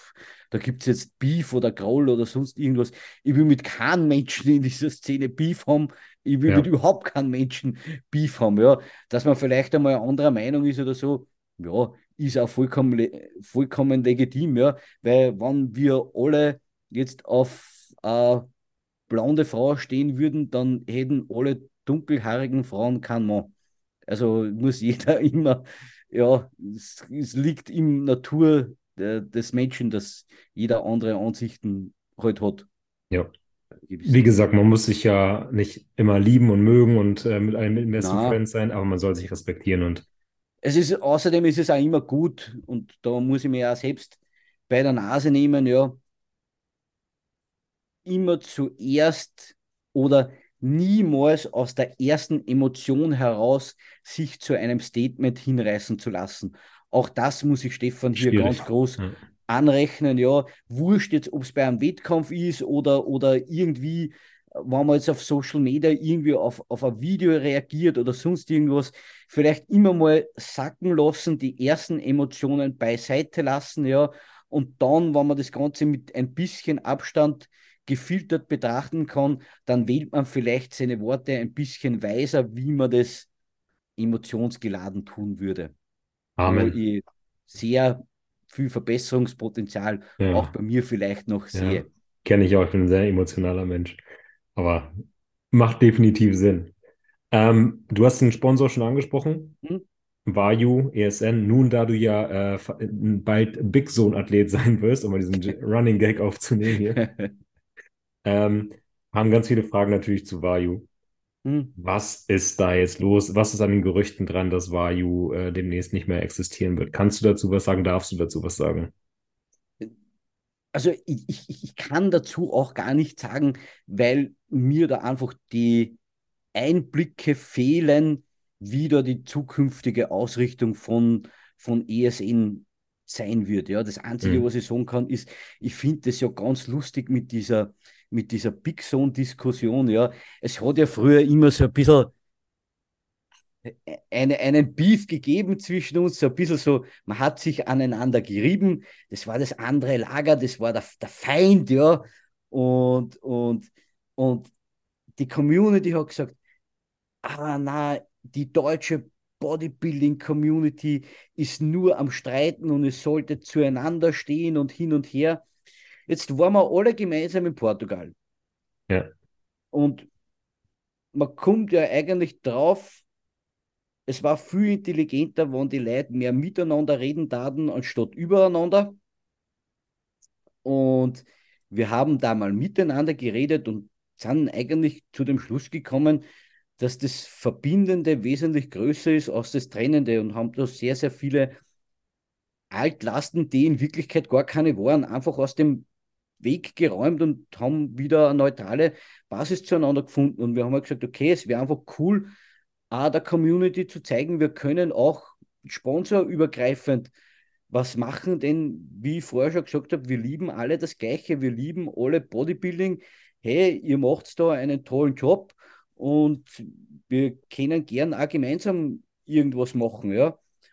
da gibt es jetzt Beef oder Groll oder sonst irgendwas. Ich will mit keinem Menschen in dieser Szene Beef haben. Ich will mit Ja, überhaupt keinem Menschen Beef haben. Ja. Dass man vielleicht einmal anderer Meinung ist oder so, ja, ist auch vollkommen, le vollkommen legitim. Ja. Weil wenn wir alle jetzt auf eine blonde Frau stehen würden, dann hätten alle dunkelhaarigen Frauen keinen Mann. Also muss jeder immer, ja, es, es liegt in Natur der, des Menschen, dass jeder andere Ansichten halt hat. ja. Wie Gewissen gesagt, Dinge. man muss sich ja nicht immer lieben und mögen und äh, mit einem mit besten Na, Friends sein, aber man soll sich respektieren und es ist, außerdem ist es auch immer gut, und da muss ich mir auch selbst bei der Nase nehmen, ja, immer zuerst oder niemals aus der ersten Emotion heraus sich zu einem Statement hinreißen zu lassen. Auch das muss ich Stefan hier schwierig. ganz groß Ja. anrechnen. Ja, wurscht jetzt, ob es bei einem Wettkampf ist oder, oder irgendwie, wenn man jetzt auf Social Media irgendwie auf, auf ein Video reagiert oder sonst irgendwas, vielleicht immer mal sacken lassen, die ersten Emotionen beiseite lassen, ja, und dann, wenn man das Ganze mit ein bisschen Abstand gefiltert betrachten kann, dann wählt man vielleicht seine Worte ein bisschen weiser, wie man das emotionsgeladen tun würde, wo Amen. ich sehr viel Verbesserungspotenzial auch Ja, bei mir vielleicht noch ja. sehe. Kenne ich auch. Ich bin ein sehr emotionaler Mensch. Aber macht definitiv Sinn. Ähm, du hast den Sponsor schon angesprochen. Hm? Vayu, E S N. Nun, da du ja äh, bald Big Zone-Athlet sein wirst, um mal diesen J- Running Gag aufzunehmen hier, ähm, haben ganz viele Fragen natürlich zu Vayu. Hm? Was ist da jetzt los? Was ist an den Gerüchten dran, dass Vayu äh, demnächst nicht mehr existieren wird? Kannst du dazu was sagen? Darfst du dazu was sagen? Also ich, ich, ich kann dazu auch gar nichts sagen, weil mir da einfach die Einblicke fehlen, wie da die zukünftige Ausrichtung von, von E S N sein wird. Ja, das Einzige, Hm. was ich sagen kann, ist, ich finde das ja ganz lustig mit dieser, mit dieser Big Zone-Diskussion. Ja, es hat ja früher immer so ein bisschen eine, einen Beef gegeben zwischen uns, so ein bisschen so, man hat sich aneinander gerieben, das war das andere Lager, das war der, der Feind, ja, und, und, und die Community hat gesagt, ah na, die deutsche Bodybuilding-Community ist nur am Streiten und es sollte zueinander stehen und hin und her. Jetzt waren wir alle gemeinsam in Portugal Ja. und man kommt ja eigentlich drauf, es war viel intelligenter, wenn die Leute mehr miteinander reden taten, anstatt übereinander. Und wir haben da mal miteinander geredet und sind eigentlich zu dem Schluss gekommen, dass das Verbindende wesentlich größer ist als das Trennende und haben da sehr, sehr viele Altlasten, die in Wirklichkeit gar keine waren, einfach aus dem Weg geräumt und haben wieder eine neutrale Basis zueinander gefunden. Und wir haben halt gesagt, okay, es wäre einfach cool, auch der Community zu zeigen, wir können auch sponsorübergreifend was machen, denn wie ich vorher schon gesagt habe, wir lieben alle das Gleiche, wir lieben alle Bodybuilding. Hey, ihr macht da einen tollen Job und wir können gern auch gemeinsam irgendwas machen, ja.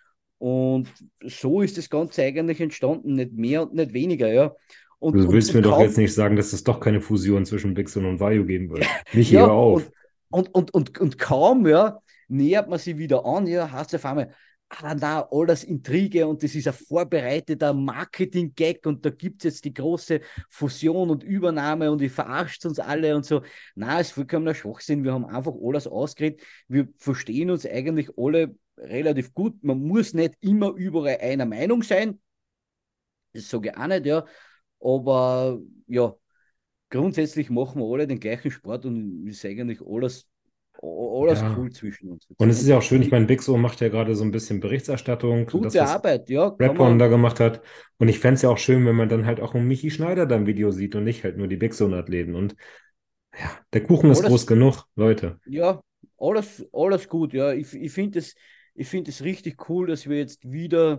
Und so ist das Ganze eigentlich entstanden, nicht mehr und nicht weniger, ja. Und, Du und, willst und mir doch jetzt kaum, nicht sagen, dass es doch keine Fusion zwischen Bixon und Vario geben wird. Michi, ja, hör auf. und, und, und, und, und kaum, ja, nähert man sich wieder an, ja, heißt es auf einmal, ah, na, alles Intrige und das ist ein vorbereiteter Marketing-Gag und da gibt es jetzt die große Fusion und Übernahme und ihr verarscht uns alle und so. Na, ist vollkommener Schwachsinn. Wir haben einfach alles ausgeredet. Wir verstehen uns eigentlich alle relativ gut. Man muss nicht immer überall einer Meinung sein. Das sage ich auch nicht, ja. Aber ja, grundsätzlich machen wir alle den gleichen Sport und ist eigentlich alles, alles Ja. cool zwischen uns. Und es ist Und, ja auch schön, und ich meine, Bixo macht ja gerade so ein bisschen Berichterstattung, das, gute was Arbeit, ja, kann Red One man. da gemacht hat. Und ich fände es ja auch schön, wenn man dann halt auch einen Michi Schneider da im Video sieht und nicht halt nur die Bixo-Athleten. Und ja, der Kuchen ist groß Alles, genug, Leute. ja, alles, alles gut, ja. Ich, ich finde es, ich finde es richtig cool, dass wir jetzt wieder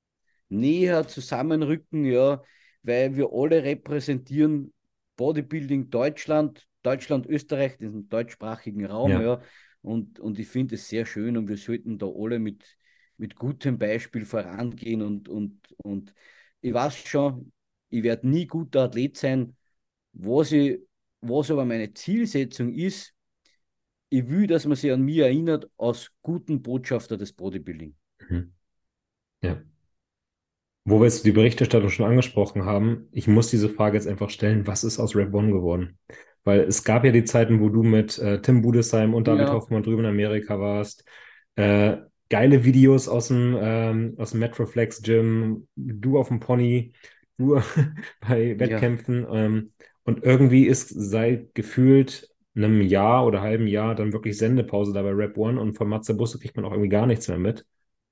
näher zusammenrücken, ja, weil wir alle repräsentieren Bodybuilding Deutschland, Deutschland, Österreich, diesen deutschsprachigen Raum, Ja. ja. Und, und ich finde es sehr schön und wir sollten da alle mit, mit gutem Beispiel vorangehen und, und, und ich weiß schon, ich werde nie guter Athlet sein, was ich, was aber meine Zielsetzung ist, ich will, dass man sich an mich erinnert als guten Botschafter des Bodybuilding. Mhm. Ja. Wo wir jetzt die Berichterstattung schon angesprochen haben, ich muss diese Frage jetzt einfach stellen, was ist aus Rap One geworden? Weil es gab ja die Zeiten, wo du mit äh, Tim Budesheim und David Ja, Hoffmann drüben in Amerika warst. Äh, geile Videos aus dem, ähm, aus dem Metroflex Gym, du auf dem Pony, du bei ja, Wettkämpfen. Ähm, und irgendwie ist seit gefühlt einem Jahr oder halben Jahr dann wirklich Sendepause da bei Rap One und von Matze Busse kriegt man auch irgendwie gar nichts mehr mit.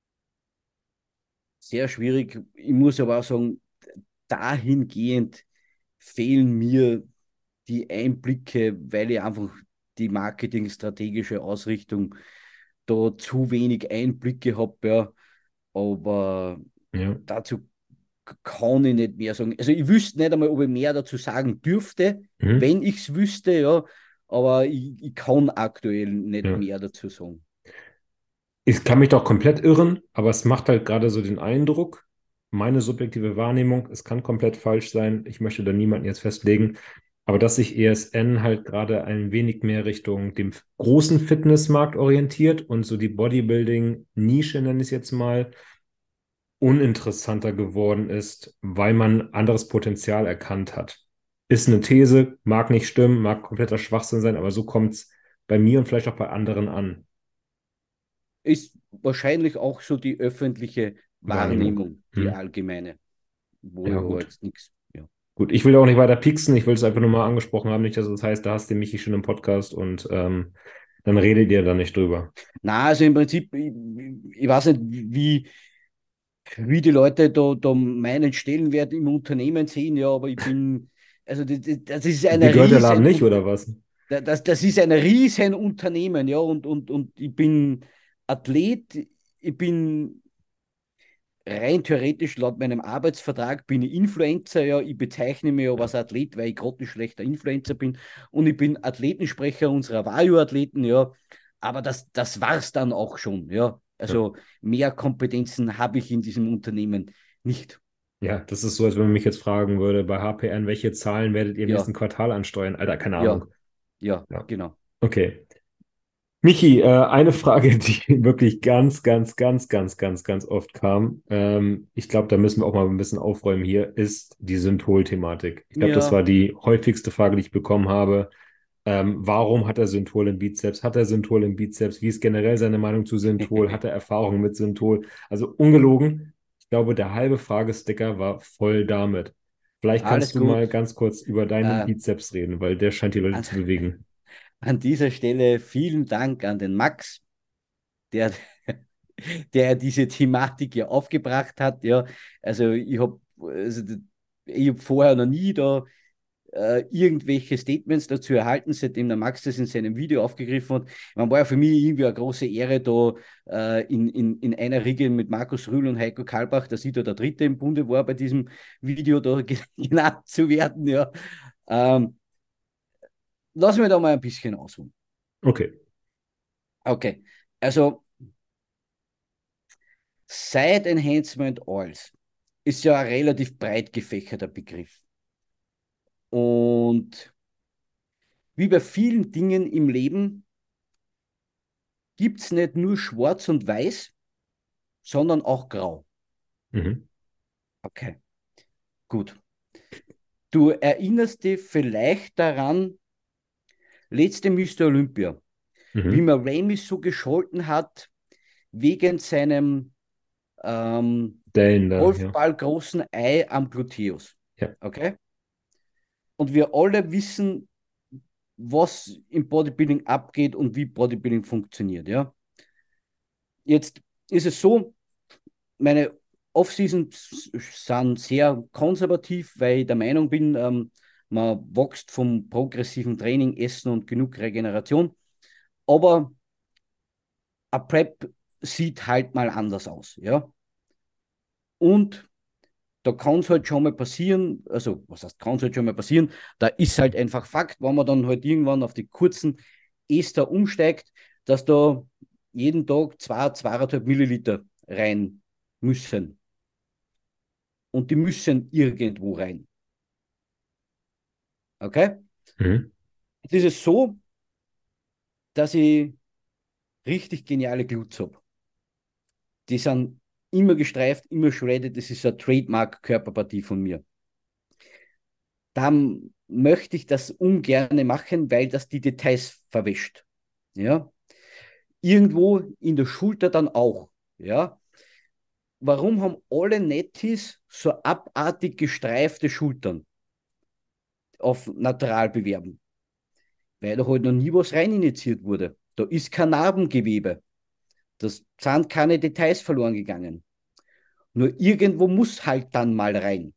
sehr schwierig. Ich muss aber auch sagen, dahingehend fehlen mir die Einblicke, weil ich einfach die marketingstrategische Ausrichtung da zu wenig Einblicke habe, ja. Aber Ja. dazu kann ich nicht mehr sagen. Also ich wüsste nicht einmal, ob ich mehr dazu sagen dürfte, Mhm. wenn ich es wüsste, ja. Aber ich, ich kann aktuell nicht Ja. mehr dazu sagen. Ich kann mich doch komplett irren, aber es macht halt gerade so den Eindruck, meine subjektive Wahrnehmung, es kann komplett falsch sein, ich möchte da niemanden jetzt festlegen, aber dass sich E S N halt gerade ein wenig mehr Richtung dem großen Fitnessmarkt orientiert und so die Bodybuilding-Nische, nenne ich es jetzt mal, uninteressanter geworden ist, weil man anderes Potenzial erkannt hat. Ist eine These, mag nicht stimmen, mag kompletter Schwachsinn sein, aber so kommt es bei mir und vielleicht auch bei anderen an. Ist wahrscheinlich auch so die öffentliche Wahrnehmung. Wahrnehmung, die Hm. allgemeine, wo ich Ja, aber gut. jetzt nichts. Ja. Gut, ich will auch nicht weiter pieksen, ich will es einfach nur mal angesprochen haben, nicht, dass es heißt, da hast du Michi schon im Podcast und ähm, dann redet ihr da nicht drüber. Na, also im Prinzip, ich, ich weiß nicht, wie, wie die Leute da, da meinen Stellenwert im Unternehmen sehen, ja, aber ich bin, also das, das ist Dir eine gehört der Laden nicht, riesen, oder was? das, das ist ein riesen Unternehmen, ja, und, und, und ich bin Athlet, ich bin rein theoretisch laut meinem Arbeitsvertrag bin ich Influencer, ja, ich bezeichne mich aber als Athlet, weil ich grottenschlechter Influencer bin und ich bin Athletensprecher unserer Vario-Athleten, ja, aber das, das war es dann auch schon. Ja? Ja. Also mehr Kompetenzen habe ich in diesem Unternehmen nicht. Ja, das ist so, als wenn man mich jetzt fragen würde, bei H P N, welche Zahlen werdet ihr im nächsten Ja, Quartal ansteuern? Alter, keine ja, Ahnung. ja, Ja, genau. okay. Michi, äh, eine Frage, die wirklich ganz, ganz, ganz, ganz, ganz, ganz oft kam. Ähm, ich glaube, da müssen wir auch mal ein bisschen aufräumen hier, ist die Synthol-Thematik. Ich glaube, das Ja, war die häufigste Frage, die ich bekommen habe. Ähm, warum hat er Synthol im Bizeps? Hat er Synthol im Bizeps? Wie ist generell seine Meinung zu Synthol? Hat er Erfahrung mit Synthol? Also ungelogen. Ich glaube, der halbe Fragesticker war voll damit. Vielleicht kannst alles du mal gut. ganz kurz über deinen Äh, Bizeps reden, weil der scheint die Leute an, zu bewegen. an dieser Stelle vielen Dank an den Max, der, der diese Thematik ja aufgebracht hat. Ja, also ich habe also, ich hab vorher noch nie da äh, irgendwelche Statements dazu erhalten, seitdem der Max das in seinem Video aufgegriffen hat. Man war ja für mich irgendwie eine große Ehre, da äh, in, in, in einer Riege mit Markus Rühl und Heiko Kalbach, dass ich da der Dritte im Bunde war, bei diesem Video da genannt zu werden. Ja. Ähm, lass mich da mal ein bisschen ausholen. Okay. Okay, also Side Enhancement Oils ist ja ein relativ breit gefächerter Begriff. Und wie bei vielen Dingen im Leben gibt es nicht nur schwarz und weiß, sondern auch grau. Mhm. Okay, gut. Du erinnerst dich vielleicht daran, letzte Mister Olympia, wie Mhm. man Ramis so gescholten hat wegen seinem ähm, Dellen da, ja. Golfballgroßen Ei am Gluteus. Ja. Okay? Und wir alle wissen, was im Bodybuilding abgeht und wie Bodybuilding funktioniert. Ja? Jetzt ist es so, meine Off-Seasons sind sehr konservativ, weil ich der Meinung bin, ähm, man wächst vom progressiven Training, Essen und genug Regeneration. Aber ein Prep sieht halt mal anders aus. Ja? Und da kann es halt schon mal passieren, also was heißt, kann es halt schon mal passieren, da ist halt einfach Fakt, wenn man dann halt irgendwann auf die kurzen Ester umsteigt, dass da jeden Tag zwei, zweieinhalb Milliliter rein müssen. Und die müssen irgendwo rein. Okay? Mhm. Jetzt ist es so, dass ich richtig geniale Glutes habe. Die sind immer gestreift, immer shredded. Das ist eine Trademark-Körperpartie von mir. Da möchte ich das ungern machen, weil das die Details verwischt. Ja? Irgendwo in der Schulter dann auch. Ja? Warum haben alle Nettis so abartig gestreifte Schultern auf Naturalbewerben? Weil da halt noch nie was rein injiziert wurde. Da ist kein Narbengewebe. Das sind keine Details verloren gegangen. Nur irgendwo muss halt dann mal rein.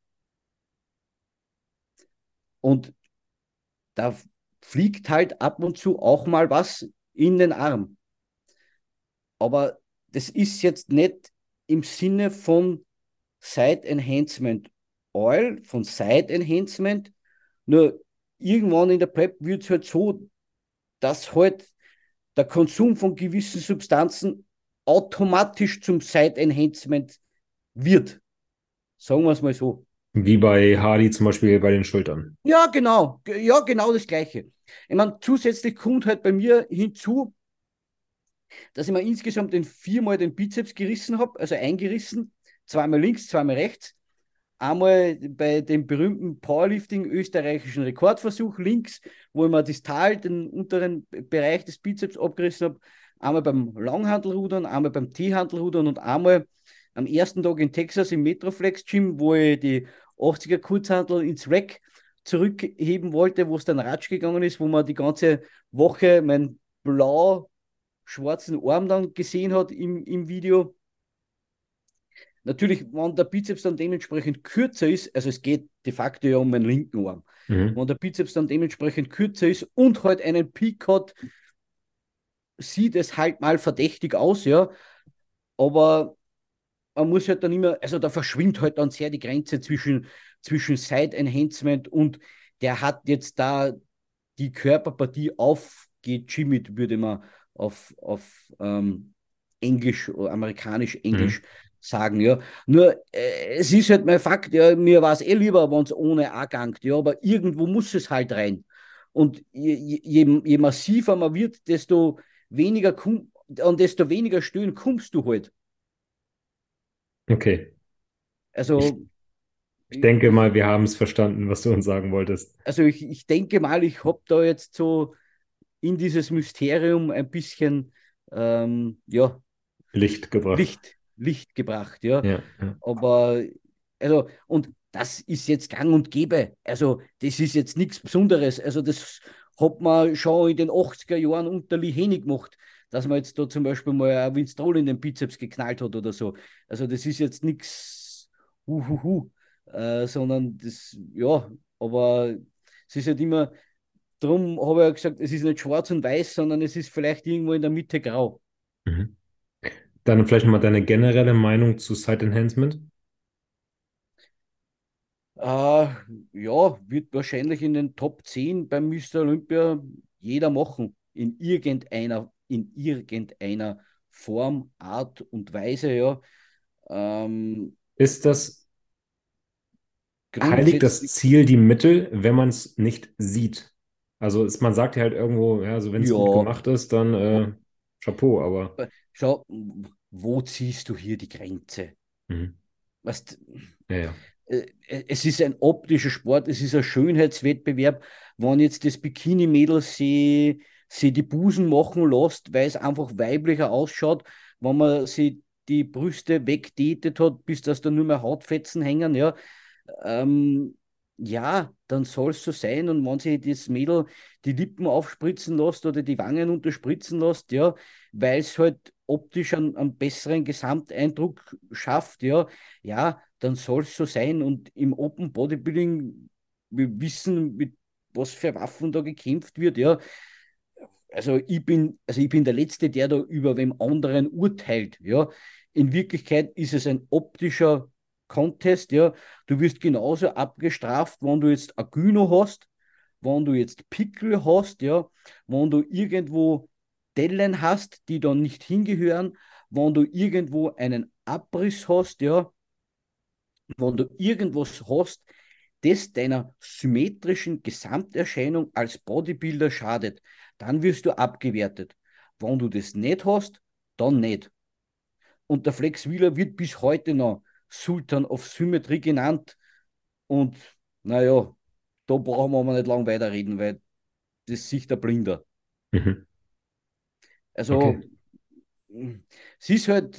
Und da fliegt halt ab und zu auch mal was in den Arm. Aber das ist jetzt nicht im Sinne von Side Enhancement Oil, von Side Enhancement. Nur irgendwann in der Prep wird es halt so, dass halt der Konsum von gewissen Substanzen automatisch zum Side Enhancement wird. Sagen wir es mal so. Wie bei Hardy zum Beispiel bei den Schultern. Ja, genau. Ja, genau das Gleiche. Ich meine, zusätzlich kommt halt bei mir hinzu, dass ich mir insgesamt den viermal den Bizeps gerissen habe, also eingerissen, zweimal links, zweimal rechts. Einmal bei dem berühmten Powerlifting österreichischen Rekordversuch links, wo ich mir distal den unteren Bereich des Bizeps abgerissen habe. Einmal beim Langhantelrudern, einmal beim T-Hantelrudern und einmal am ersten Tag in Texas im Metroflex Gym, wo ich die achtziger Kurzhantel ins Rack zurückheben wollte, wo es dann ratsch gegangen ist, wo man die ganze Woche mein blau-schwarzen Arm dann gesehen hat im, im Video. Natürlich, wenn der Bizeps dann dementsprechend kürzer ist, also es geht de facto ja um meinen linken Arm, Mhm. wenn der Bizeps dann dementsprechend kürzer ist und halt einen Peak hat, sieht es halt mal verdächtig aus, ja. Aber man muss halt dann immer, also da verschwimmt halt dann sehr die Grenze zwischen, zwischen Side Enhancement und der hat jetzt da die Körperpartie geht Jimmy, würde man auf, auf ähm, Englisch, oder amerikanisch-Englisch Mhm. sagen, ja. Nur, äh, es ist halt mein Fakt, ja, mir war es eh lieber, wenn es ohne auch gangt, ja, aber irgendwo muss es halt rein. Und je, je, je massiver man wird, desto weniger, kum- und desto weniger Stöhnen kommst du halt. Okay. Ich, Also, ich denke ich, mal, wir haben es verstanden, was du uns sagen wolltest. also ich, ich denke mal, ich habe da jetzt so in dieses Mysterium ein bisschen ähm, ja, Licht gebracht. Licht, Licht gebracht, ja. Ja, ja. Aber, also, und das ist jetzt gang und gäbe. Also, das ist jetzt nichts Besonderes. Also, das hat man schon in den achtziger Jahren unter Lee Hennig gemacht, dass man jetzt da zum Beispiel mal ein Winstrol in den Bizeps geknallt hat oder so. Also, das ist jetzt nichts, huhuhu, äh, sondern das, ja, aber es ist halt immer, darum habe ich ja gesagt, es ist nicht schwarz und weiß, sondern es ist vielleicht irgendwo in der Mitte grau. Mhm. Dann vielleicht mal deine generelle Meinung zu Site Enhancement. Äh, ja, wird wahrscheinlich in den Top zehn beim Mister Olympia jeder machen. In irgendeiner, in irgendeiner Form, Art und Weise, ja. Ähm, Ist das, heiligt das grundsätzlich, Ziel die Mittel, wenn man es nicht sieht? Also ist, man sagt ja halt irgendwo, ja, also wenn es gut ja, gemacht ist, dann äh, Chapeau, aber schau, wo ziehst du hier die Grenze? mhm. Weißt, Ja, ja. äh, es ist ein optischer Sport, es ist ein Schönheitswettbewerb. Wenn jetzt das Bikini-Mädel sie, sie die Busen machen lässt, weil es einfach weiblicher ausschaut, wenn man sie die Brüste wegdiätet hat, bis dass da nur mehr Hautfetzen hängen, ja, ähm, ja, dann soll es so sein. Und wenn sich das Mädel die Lippen aufspritzen lässt oder die Wangen unterspritzen lässt, ja, weil es halt optisch einen, einen besseren Gesamteindruck schafft, ja, ja, dann soll es so sein. Und im Open Bodybuilding, wir wissen, mit was für Waffen da gekämpft wird, ja. Also ich bin, also ich bin der Letzte, der da über wem anderen urteilt, ja. In Wirklichkeit ist es ein optischer Contest, ja. Du wirst genauso abgestraft, wenn du jetzt ein Gyno hast, wenn du jetzt Pickel hast, ja, wenn du irgendwo Dellen hast, die dann nicht hingehören, wenn du irgendwo einen Abriss hast, ja, wenn du irgendwas hast, das deiner symmetrischen Gesamterscheinung als Bodybuilder schadet, dann wirst du abgewertet. Wenn du das nicht hast, dann nicht. Und der Flex Wheeler wird bis heute noch Sultan of Symmetry genannt. Und naja, da brauchen wir aber nicht lang weiterreden, weil das sieht der Blinder. Mhm. Okay. Also, es ist halt,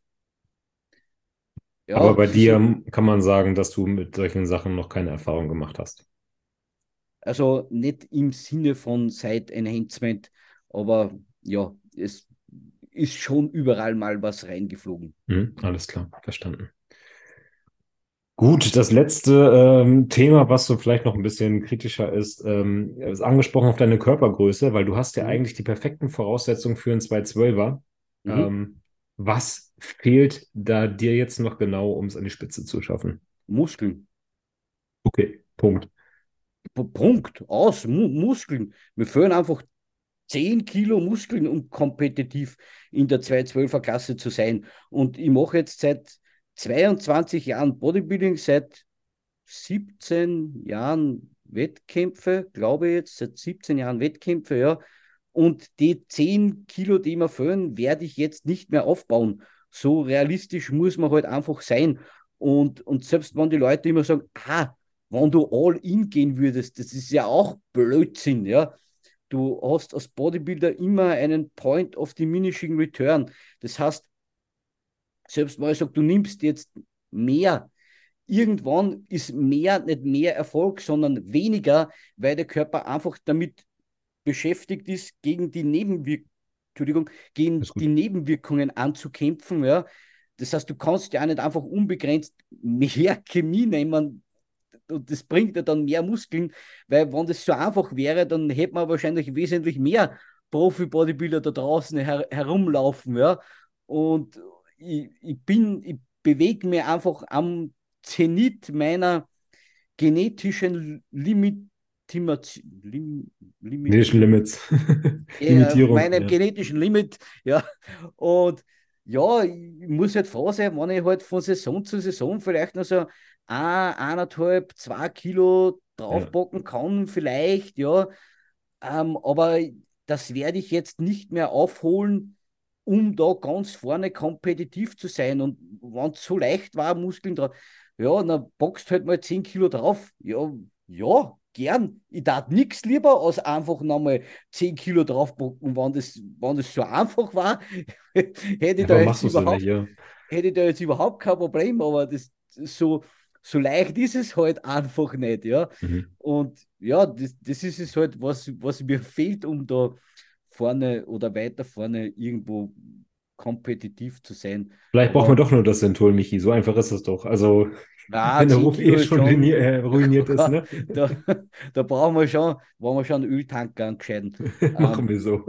Aber ja, bei es ist halt, dir kann man sagen, dass du mit solchen Sachen noch keine Erfahrung gemacht hast. also nicht im Sinne von Side Enhancement, aber ja, es ist schon überall mal was reingeflogen. Mhm. Alles klar, verstanden. Gut, das letzte ähm, Thema, was so vielleicht noch ein bisschen kritischer ist, ähm, ist angesprochen auf deine Körpergröße, weil du hast ja Mhm. eigentlich die perfekten Voraussetzungen für einen zweihundertzwölfer. Mhm. Ähm, was fehlt da dir jetzt noch genau, um es an die Spitze zu schaffen? Muskeln. Okay, Punkt. P- Punkt. Aus. Mu Muskeln. Wir fehlen einfach zehn Kilo Muskeln, um kompetitiv in der zweihundertzwölfer Klasse zu sein. Und ich mache jetzt seit zweiundzwanzig Jahren Bodybuilding, seit siebzehn Jahren Wettkämpfe, glaube ich jetzt, seit siebzehn Jahren Wettkämpfe, ja. Und die zehn Kilo, die mir fehlen, werde ich jetzt nicht mehr aufbauen. So realistisch muss man halt einfach sein. Und, und selbst wenn die Leute immer sagen, ah, wenn du all in gehen würdest, das ist ja auch Blödsinn, ja. Du hast als Bodybuilder immer einen Point of Diminishing Return. Das heißt, selbst wenn ich sage, du nimmst jetzt mehr, irgendwann ist mehr nicht mehr Erfolg, sondern weniger, weil der Körper einfach damit beschäftigt ist, gegen die Nebenwirkungen, Entschuldigung, gegen Ist die gut. Nebenwirkungen anzukämpfen. Ja. Das heißt, du kannst ja auch nicht einfach unbegrenzt mehr Chemie nehmen und das bringt ja dann mehr Muskeln, weil wenn das so einfach wäre, dann hätte man wahrscheinlich wesentlich mehr Profi-Bodybuilder da draußen her herumlaufen. Ja. Und ich, ich bin, ich bewege mich einfach am Zenit meiner genetischen Limit, Timaz- Lim Genetischen Limitieren. Limits. Ja, auf Limitierung, meinem ja. genetischen Limit, ja. Und ja, ich muss halt froh sein, wenn ich halt von Saison zu Saison vielleicht noch so ein, eineinhalb, zwei Kilo Ja, draufpacken kann, vielleicht, ja. Ähm, aber das werde ich jetzt nicht mehr aufholen, um da ganz vorne kompetitiv zu sein. Und wenn es so leicht war, Muskeln drauf, ja, dann boxt halt mal zehn Kilo drauf. Ja, ja, gern. Ich tat nichts lieber, als einfach nochmal zehn Kilo draufbocken, wenn das, wenn das so einfach war, hätte ich ja, da warum jetzt machst du es denn nicht, überhaupt, ja? hätte ich da jetzt überhaupt kein Problem, aber das so, so leicht ist es halt einfach nicht, ja. Mhm. Und ja, das, das ist es halt, was, was mir fehlt, um da vorne oder weiter vorne irgendwo kompetitiv zu sein. Vielleicht braucht man Aber doch nur das Synthol, Michi. So einfach ist es doch. Also, na, wenn der zehn Ruf eh Kilo ist schon geni- schon, äh, ruiniert ist, ne? da, da brauchen wir schon, brauchen wir schon einen Öltanker angescheiden. Machen Ähm, wir so.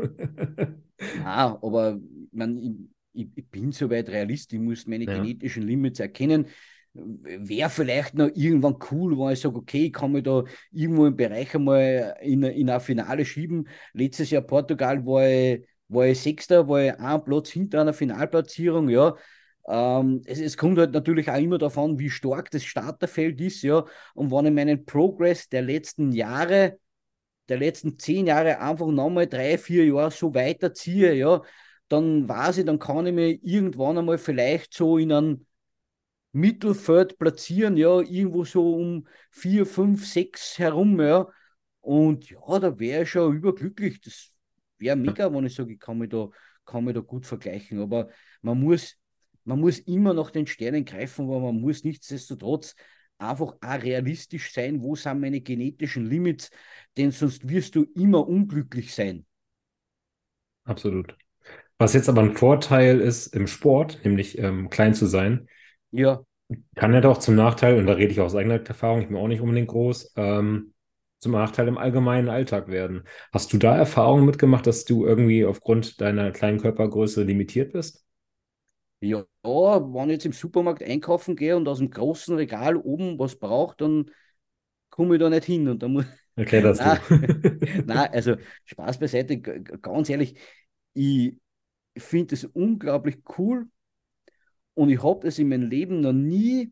na, aber man, ich, ich, ich bin soweit Realist, ich muss meine Ja. genetischen Limits erkennen. Wäre vielleicht noch irgendwann cool, wenn ich sage, okay, ich kann mich da irgendwo im Bereich einmal in, in ein Finale schieben. Letztes Jahr Portugal war ich, war ich Sechster, war ich einen Platz hinter einer Finalplatzierung, ja. Ähm, es, es kommt halt natürlich auch immer davon, wie stark das Starterfeld ist, ja. Und wenn ich meinen Progress der letzten Jahre, der letzten zehn Jahre einfach nochmal drei, vier Jahre so weiterziehe, ja, dann weiß ich, dann kann ich mich irgendwann einmal vielleicht so in einem Mittelfeld platzieren, ja, irgendwo so um vier, fünf, sechs herum, ja. Und ja, da wäre ich schon überglücklich. Das wäre mega, wenn ich sage, ich kann mich da, kann mich da gut vergleichen. Aber man muss, man muss immer nach den Sternen greifen, aber man muss nichtsdestotrotz einfach auch realistisch sein, wo sind meine genetischen Limits, denn sonst wirst du immer unglücklich sein. Absolut. Was jetzt aber ein Vorteil ist im Sport, nämlich ähm, klein zu sein, Ja, kann ja doch zum Nachteil, und da rede ich aus eigener Erfahrung, ich bin auch nicht unbedingt groß, ähm, zum Nachteil im allgemeinen Alltag werden. Hast du da Erfahrungen mitgemacht, dass du irgendwie aufgrund deiner kleinen Körpergröße limitiert bist? ja, wenn ich jetzt im Supermarkt einkaufen gehe und aus dem großen Regal oben was brauche, dann komme ich da nicht hin. Und da muss, Erklär das du. na, na, also Spaß beiseite, g- g- ganz ehrlich, ich finde es unglaublich cool und ich habe das in meinem Leben noch nie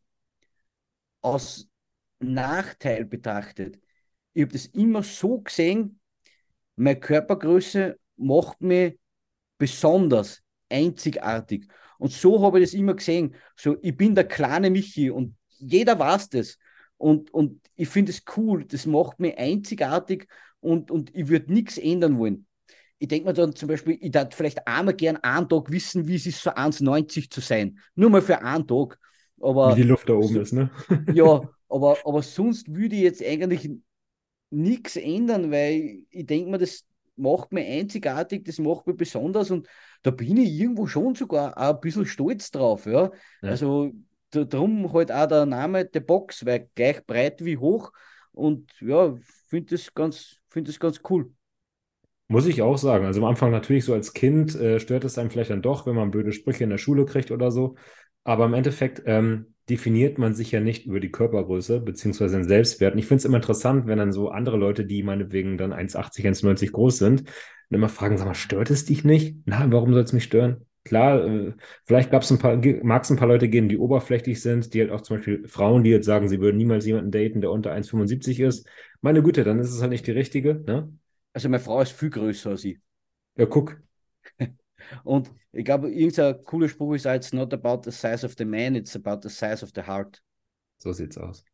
aus Nachteil betrachtet. Ich habe das immer so gesehen, meine Körpergröße macht mich besonders, einzigartig. Und so habe ich das immer gesehen. So, ich bin der kleine Michi und jeder weiß das. Und, und ich finde es cool, das macht mich einzigartig und, und ich würde nichts ändern wollen. Ich denke mir dann zum Beispiel, ich darf vielleicht einmal gern einen Tag wissen, wie es ist, so eins neunzig zu sein. Nur mal für einen Tag. Wie die Aber Luft da oben so, ist, ne? ja, aber, aber sonst würde ich jetzt eigentlich nichts ändern, weil ich denke mir, das macht mich einzigartig, das macht mich besonders und da bin ich irgendwo schon sogar auch ein bisschen stolz drauf. Ja? Ja. Also da, darum halt auch der Name The Box, weil gleich breit wie hoch und ja, finde das ganz, finde das ganz cool. Muss ich auch sagen. Also am Anfang natürlich so als Kind äh, stört es einem vielleicht dann doch, wenn man blöde Sprüche in der Schule kriegt oder so. Aber im Endeffekt ähm, definiert man sich ja nicht über die Körpergröße beziehungsweise den Selbstwert. Und ich finde es immer interessant, wenn dann so andere Leute, die meinetwegen dann eins achtzig, eins neunzig groß sind, dann immer fragen, sag mal, stört es dich nicht? Na, warum soll es mich stören? Klar, äh, vielleicht gab es ein paar, mag es ein paar Leute geben, die oberflächlich sind, die halt auch zum Beispiel Frauen, die jetzt sagen, sie würden niemals jemanden daten, der unter eins fünfundsiebzig ist. Meine Güte, dann ist es halt nicht die richtige, ne? Also meine Frau ist viel größer als ich. Ja, guck. Und ich glaube, irgendein cooler Spruch ist, it's not about the size of the man, it's about the size of the heart. So sieht's aus.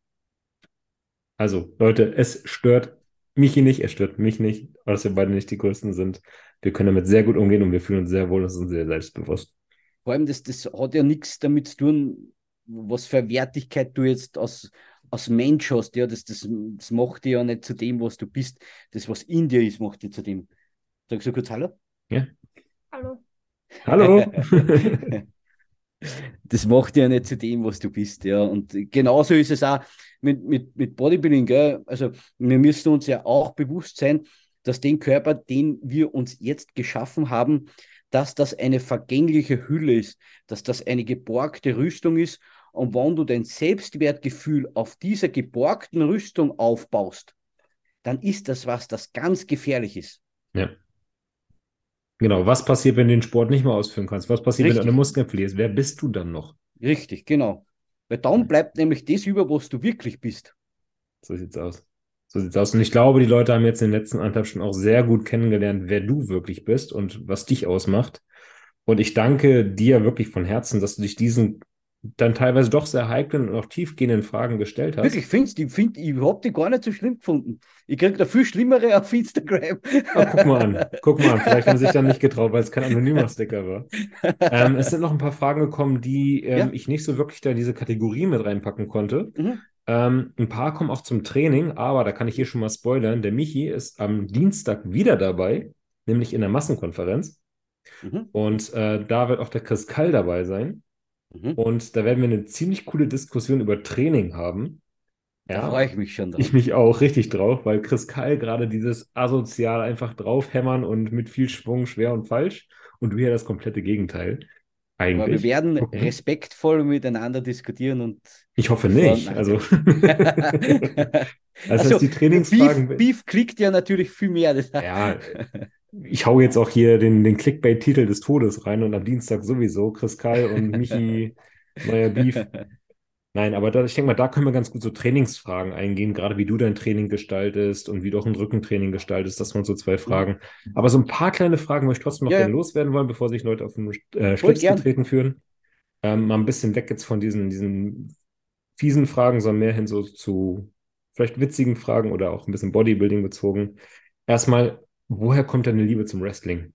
Also, Leute, es stört Michi nicht, es stört mich nicht, dass wir beide nicht die Größten sind. Wir können damit sehr gut umgehen und wir fühlen uns sehr wohl und sind sehr selbstbewusst. Vor allem, das, das hat ja nichts damit zu tun, was für eine Wertigkeit du jetzt als, als Mensch hast. Ja, das, das, das macht dich ja nicht zu dem, was du bist. Das, was in dir ist, macht dich zu dem. Sag so kurz Hallo. Ja? Hallo. Hallo! Das macht dich ja nicht zu dem, was du bist. Ja. Und genauso ist es auch mit, mit, mit Bodybuilding. Gell? Also, wir müssen uns ja auch bewusst sein, dass den Körper, den wir uns jetzt geschaffen haben, dass das eine vergängliche Hülle ist, dass das eine geborgte Rüstung ist. Und wenn du dein Selbstwertgefühl auf dieser geborgten Rüstung aufbaust, dann ist das was, das ganz gefährlich ist. Ja. Genau. Was passiert, wenn du den Sport nicht mehr ausführen kannst? Was passiert, wenn du deine Richtig, Muskeln verlierst? Wer bist du dann noch? richtig, genau. Weil dann bleibt nämlich das über, was du wirklich bist. So sieht's aus. So sieht's aus. Und ich glaube, die Leute haben jetzt in den letzten anderthalb Stunden auch sehr gut kennengelernt, wer du wirklich bist und was dich ausmacht. Und ich danke dir wirklich von Herzen, dass du dich diesen dann teilweise doch sehr heiklen und auch tiefgehenden Fragen gestellt Wirklich, hast. ich finde ich, find, ich habe die gar nicht so schlimm gefunden. Ich kriege da viel Schlimmere auf Instagram. Ah, guck mal an. Guck mal an. Vielleicht haben sie sich dann nicht getraut, weil es kein anonymer Sticker war. Ähm, es sind noch ein paar Fragen gekommen, die ähm, Ja, ich nicht so wirklich da in diese Kategorie mit reinpacken konnte. mhm, Ähm, ein paar kommen auch zum Training, aber da kann ich hier schon mal spoilern. Der Michi ist am Dienstag wieder dabei, nämlich in der Massenkonferenz. mhm, Und äh, da wird auch der Chris Kall dabei sein. mhm. Und da werden wir eine ziemlich coole Diskussion über Training haben. Da freue Ja, ich mich schon ich drauf. mich auch richtig drauf, weil Chris Kall gerade dieses asozial einfach draufhämmern und mit viel Schwung schwer und falsch und du hier das komplette Gegenteil. Aber wir Eigentlich. werden Gucken. respektvoll miteinander diskutieren und Ich hoffe nicht. Also, voneinander. das heißt, Also, die Beef, Trainingsfragen, Beef klickt ja natürlich viel mehr. Das, ja, ich hau jetzt auch hier den, den Clickbait-Titel des Todes rein und am Dienstag sowieso Chris Kall und Michi, neuer Beef. Nein, aber da, ich denke mal, da können wir ganz gut so Trainingsfragen eingehen, gerade wie du dein Training gestaltest und wie du auch ein Rückentraining gestaltest. Das waren so zwei Mhm. Fragen. Aber so ein paar kleine Fragen möchte ich trotzdem noch Ja, gerne ja, loswerden wollen, bevor sich Leute auf den äh, voll Schlips gern. getreten fühlen. Ähm, mal ein bisschen weg jetzt von diesen, diesen fiesen Fragen, sondern mehr hin so zu vielleicht witzigen Fragen oder auch ein bisschen Bodybuilding bezogen. Erstmal, woher kommt deine Liebe zum Wrestling?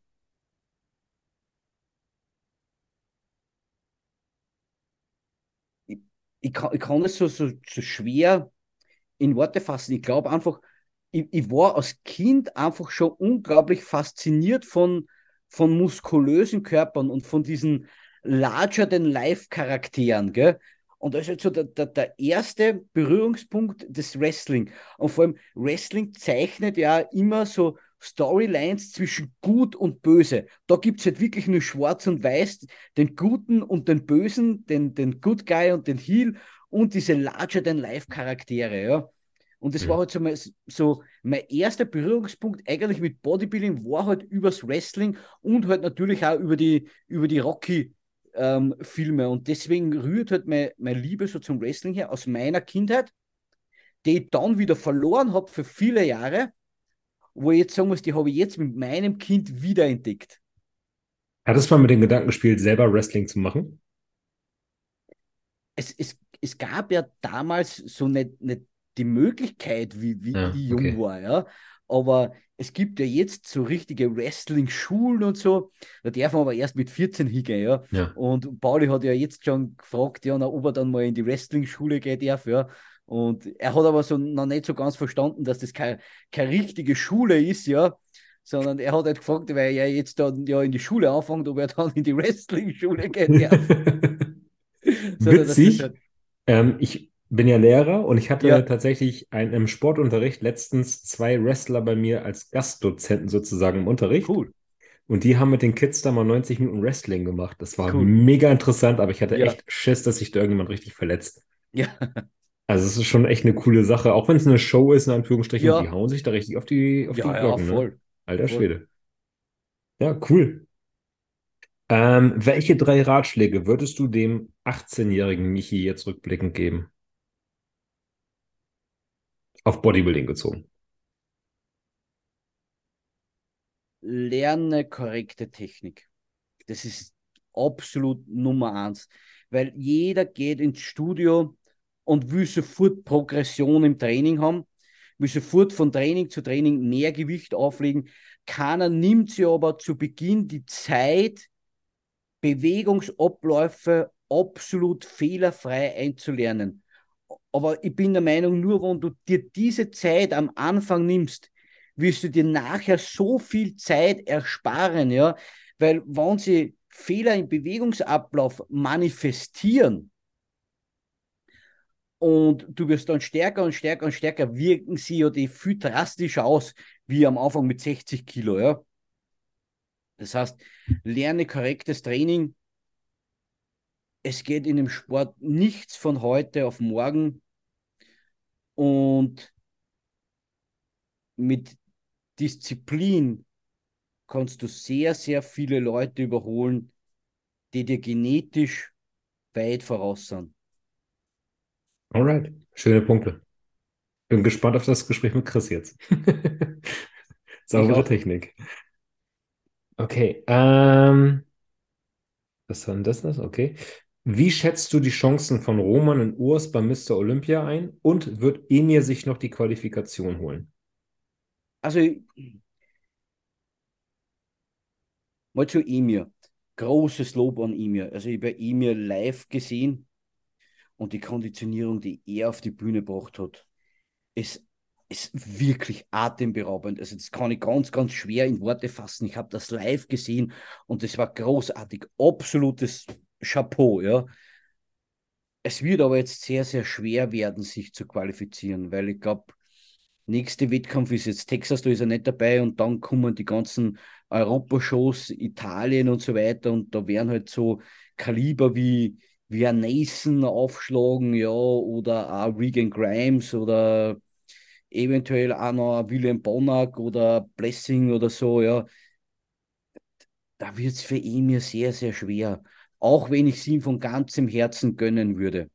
Ich, ich, kann, ich kann es so, so, so schwer in Worte fassen. Ich glaube einfach, ich, ich war als Kind einfach schon unglaublich fasziniert von, von muskulösen Körpern und von diesen larger-than-life-Charakteren, gell? Und das ist jetzt so der, der, der erste Berührungspunkt des Wrestling. Und vor allem Wrestling zeichnet ja immer so Storylines zwischen Gut und Böse. Da gibt es halt wirklich nur Schwarz und Weiß, den Guten und den Bösen, den, den Good Guy und den Heel und diese Larger-than-Life-Charaktere, ja. Und das war Hm. halt so mein, so mein erster Berührungspunkt eigentlich mit Bodybuilding, war halt übers Wrestling und halt natürlich auch über die, über die Rocky-Filme. Ähm, und deswegen rührt halt meine, meine Liebe so zum Wrestling her aus meiner Kindheit, die ich dann wieder verloren habe für viele Jahre, wo ich jetzt sagen muss, die habe ich jetzt mit meinem Kind wiederentdeckt. Hattest du mal mit dem Gedanken gespielt, selber Wrestling zu machen? Es, es, es gab ja damals so nicht, nicht die Möglichkeit, wie, wie Ja, ich jung okay. war, ja. Aber es gibt ja jetzt so richtige Wrestling-Schulen und so. Da darf man aber erst mit vierzehn hingehen, ja. Ja. Und Pauli hat ja jetzt schon gefragt, ja, na, ob er dann mal in die Wrestling-Schule gehen darf, ja. Und er hat aber so noch nicht so ganz verstanden, dass das keine, keine richtige Schule ist, ja. Sondern er hat halt gefragt, weil er jetzt dann ja in die Schule anfängt, ob er dann in die Wrestling-Schule gehen darf. Sondern dass das Witzig. halt, Ähm, ich bin ja Lehrer und ich hatte ja, tatsächlich ein, im Sportunterricht letztens zwei Wrestler bei mir als Gastdozenten sozusagen im Unterricht. cool. Und die haben mit den Kids da mal neunzig Minuten Wrestling gemacht. Das war Cool. mega interessant, aber ich hatte Ja, echt Schiss, dass sich da irgendjemand richtig verletzt. ja, Also es ist schon echt eine coole Sache, auch wenn es eine Show ist, in Anführungsstrichen, und die ja, hauen sich da richtig auf die, auf die ja, ja, Glocken, ne? voll. Alter Voll. Schwede. Ja, cool. Ähm, welche drei Ratschläge würdest du dem achtzehn-jährigen Michi jetzt rückblickend geben? Auf Bodybuilding gezogen. Lerne korrekte Technik. Das ist absolut Nummer eins. Weil jeder geht ins Studio und will sofort Progression im Training haben, will sofort von Training zu Training mehr Gewicht auflegen. Keiner nimmt sich aber zu Beginn die Zeit, Bewegungsabläufe absolut fehlerfrei einzulernen. Aber ich bin der Meinung, nur wenn du dir diese Zeit am Anfang nimmst, wirst du dir nachher so viel Zeit ersparen, ja, weil wenn sie Fehler im Bewegungsablauf manifestieren und du wirst dann stärker und stärker und stärker, wirken sie ja die viel drastischer aus, wie am Anfang mit sechzig Kilo, ja. Das heißt, lerne korrektes Training. Es geht in dem Sport nichts von heute auf morgen und mit Disziplin kannst du sehr, sehr viele Leute überholen, die dir genetisch weit voraus sind. Alright, schöne Punkte. Bin gespannt auf das Gespräch mit Chris jetzt. Ich Saubere auch. Technik. Okay, ähm, was war denn das noch? Okay. Wie schätzt du die Chancen von Roman und Urs beim Mister Olympia ein? Und wird Emir sich noch die Qualifikation holen? Also, mal zu Emir. Großes Lob an Emir. Also, ich habe Emir live gesehen und die Konditionierung, die er auf die Bühne gebracht hat, ist, ist wirklich atemberaubend. Also, das kann ich ganz, ganz schwer in Worte fassen. Ich habe das live gesehen und es war großartig. Absolutes Chapeau, ja. Es wird aber jetzt sehr, sehr schwer werden, sich zu qualifizieren, weil ich glaube, nächste Wettkampf ist jetzt Texas, da ist er nicht dabei und dann kommen die ganzen Europashows, Italien und so weiter und da werden halt so Kaliber wie, wie ein Nason aufschlagen, ja, oder auch Regan Grimes oder eventuell auch noch ein William Bonac oder Blessing oder so, ja. Da wird es für ihn mir sehr, sehr schwer. Auch wenn ich es ihm von ganzem Herzen gönnen würde.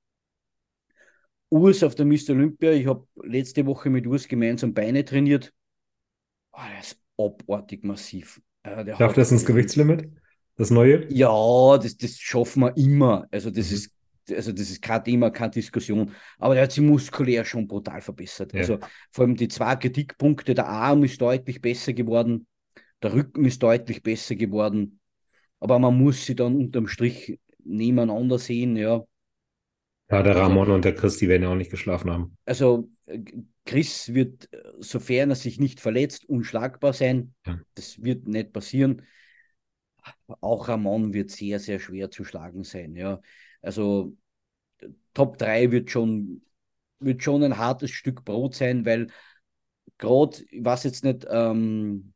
Urs auf der Mister Olympia. Ich habe letzte Woche mit Urs gemeinsam Beine trainiert. Oh, der ist abartig massiv. Äh, der Schafft hat, das ins äh, Gewichtslimit? Das neue? ja, das, das schaffen wir immer. Also das Mhm. ist, also das ist kein Thema, keine Diskussion. Aber der hat sich muskulär schon brutal verbessert. Ja. Also vor allem die zwei Kritikpunkte, der Arm ist deutlich besser geworden, der Rücken ist deutlich besser geworden. Aber man muss sie dann unterm Strich nebeneinander sehen, ja. Ja, der Also Ramon und der Chris, die werden ja auch nicht geschlafen haben. Also äh, Chris wird, äh, sofern er sich nicht verletzt, unschlagbar sein. Ja. Das wird nicht passieren. Auch Ramon wird sehr, sehr schwer zu schlagen sein. Ja. Also Top drei wird schon, wird schon ein hartes Stück Brot sein, weil gerade, ich weiß jetzt nicht, ähm,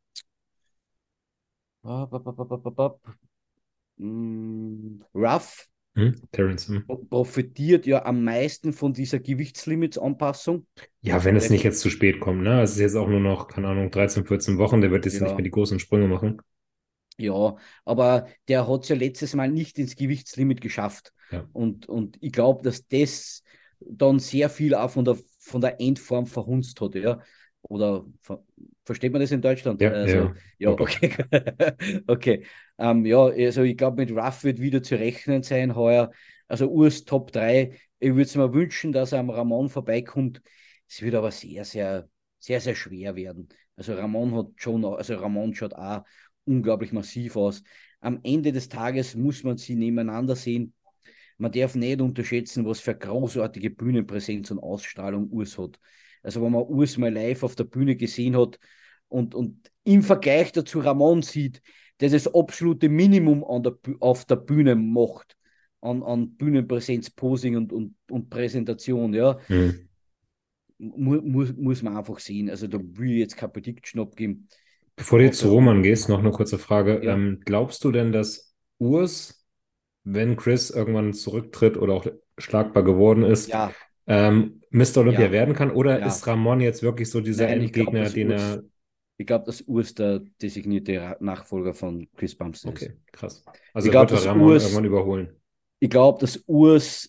Ruff Hm? Terence, hm. profitiert ja am meisten von dieser Gewichtslimits-Anpassung. Ja, wenn es Der, nicht jetzt zu spät kommt, ne? Es ist jetzt auch nur noch, keine Ahnung, dreizehn, vierzehn Wochen, der wird jetzt nicht mehr ja, die großen Sprünge machen. Ja, aber der hat es ja letztes Mal nicht ins Gewichtslimit geschafft. Ja. Und, und ich glaube, dass das dann sehr viel auch von der, von der Endform verhunzt hat, ja. Oder ver versteht man das in Deutschland? Ja, Also, ja. ja, Doch, doch. okay. Okay. Ähm, ja, also ich glaube, mit Ruff wird wieder zu rechnen sein heuer. Also Urs Top drei. Ich würde es mir wünschen, dass er am Ramon vorbeikommt. Es wird aber sehr, sehr, sehr, sehr schwer werden. Also Ramon hat schon, also Ramon schaut auch unglaublich massiv aus. Am Ende des Tages muss man sie nebeneinander sehen. Man darf nicht unterschätzen, was für eine großartige Bühnenpräsenz und Ausstrahlung Urs hat. Also wenn man Urs mal live auf der Bühne gesehen hat und, und im Vergleich dazu Ramon sieht, der das absolute Minimum an der, auf der Bühne macht, an, an Bühnenpräsenz, Posing und, und, und Präsentation, ja, Hm. mu, muss, muss man einfach sehen. Also da will ich jetzt kein Prediction abgeben. Bevor du jetzt Aber zu der Roman Roman, gehst, noch eine kurze Frage. ja, Ähm, glaubst du denn, dass Urs, wenn Chris irgendwann zurücktritt oder auch schlagbar geworden ist, ja, ähm, Mister Olympia ja, werden kann? Oder ja. ist Ramon jetzt wirklich so dieser Nein, ich glaube, Endgegner, dass den Urs, er... ich glaube, dass Urs der designierte Ra- Nachfolger von Chris Bumstead ist. Okay, krass. Ich Also wird glaube, er dass Ramon Urs, irgendwann überholen. ich glaube, dass Urs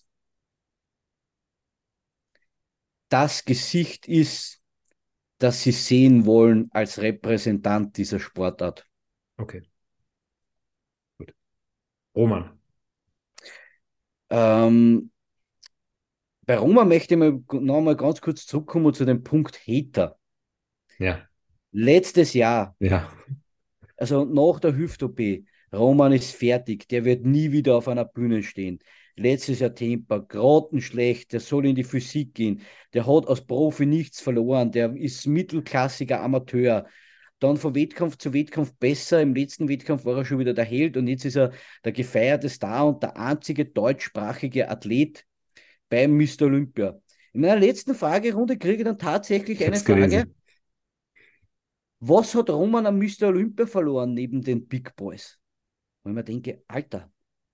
das Gesicht ist, das sie sehen wollen als Repräsentant dieser Sportart. Okay, gut. Roman. Ähm, bei Roma möchte ich mal noch mal ganz kurz zurückkommen zu dem Punkt Hater. Ja, Letztes Jahr, ja. also nach der Hüft-O P, Roman ist fertig, der wird nie wieder auf einer Bühne stehen. Letztes Jahr Temper, grottenschlecht, der soll in die Physik gehen. Der hat als Profi nichts verloren, der ist mittelklassiger Amateur. Dann von Wettkampf zu Wettkampf besser. Im letzten Wettkampf war er schon wieder der Held und jetzt ist er der gefeierte Star und der einzige deutschsprachige Athlet beim Mister Olympia. In meiner letzten Fragerunde kriege ich dann tatsächlich Ich habe eine es Frage: gelesen. Was hat Roman am Mister Olympia verloren neben den Big Boys? Wo ich mir denke, Alter,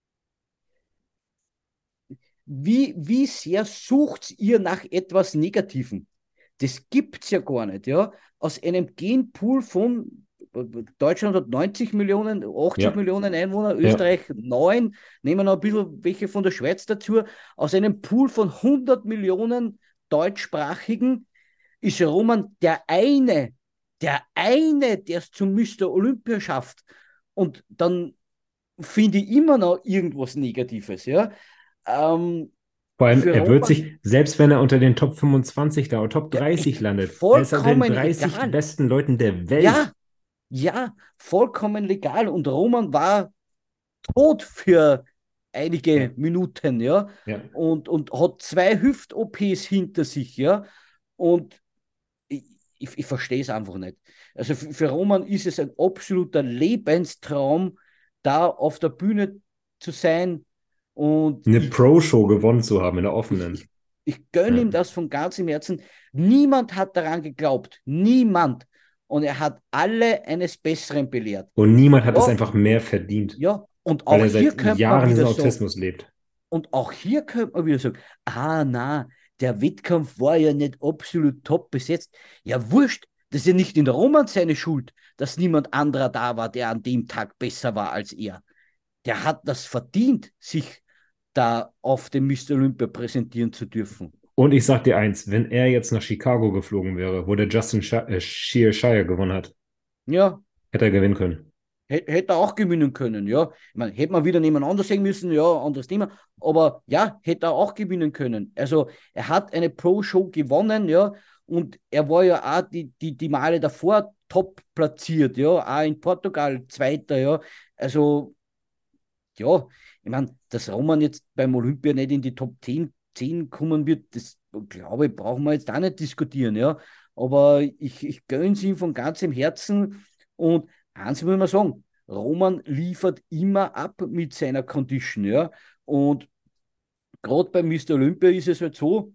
wie, wie sehr sucht ihr nach etwas Negativem? Das gibt's ja gar nicht, ja. aus einem Genpool von Deutschland hat neunzig Millionen, achtzig Ja, Millionen Einwohner, ja. Österreich neun, nehmen wir noch ein bisschen welche von der Schweiz dazu. Aus einem Pool von hundert Millionen deutschsprachigen ist Roman der eine, der eine, der es zum Mister Olympia schafft. Und dann finde ich immer noch irgendwas Negatives. Ja? Ähm, Vor allem, für er wird Roman sich, selbst wenn er unter den Top fünfundzwanzig da oder Top ja, dreißig e- landet, er ist unter den vollkommen dreißig egal. besten Leuten der Welt. Ja, ja, vollkommen legal. Und Roman war tot für Ja, einige Minuten, ja, ja. und, und hat zwei Hüft-O Ps hinter sich, ja. Und ich, ich, ich verstehe es einfach nicht. Also für, für Roman ist es ein absoluter Lebenstraum, da auf der Bühne zu sein. Und Eine ich, Pro-Show gewonnen zu haben in der ich, offenen. ich, ich gönne Ja. ihm das von ganzem Herzen. Niemand hat daran geglaubt. Niemand. Und er hat alle eines Besseren belehrt. Und niemand hat es Ja, einfach mehr verdient, ja. Und weil auch er hier seit könnte man Jahren diesen wieder sagen, Autismus lebt. und auch hier könnte man wieder sagen, ah, na, der Wettkampf war ja nicht absolut top besetzt. Ja, wurscht, das ist ja nicht in der Roman seine Schuld, dass niemand anderer da war, der an dem Tag besser war als er. Der hat das verdient, sich da auf dem Mister Olympia präsentieren zu dürfen. Und ich sag dir eins, wenn er jetzt nach Chicago geflogen wäre, wo der Justin Sh äh, Shear Shire gewonnen hat, Ja, hätte er gewinnen können. hätte er auch gewinnen können, ja. Ich meine, hätte man wieder nebeneinander sehen müssen, ja, anderes Thema. Aber ja, hätte er auch gewinnen können. Also er hat eine Pro-Show gewonnen, ja, und er war ja auch die, die, die Male davor top platziert, ja, auch in Portugal Zweiter, ja. Also, ja, ich meine, dass Roman jetzt beim Olympia nicht in die Top zehn, zehn kommen wird, das glaube ich, brauchen wir jetzt auch nicht diskutieren, ja. Aber ich, ich gönne es ihm von ganzem Herzen und eins muss man sagen, Roman liefert immer ab mit seiner Condition, ja. Und gerade bei Mister Olympia ist es halt so,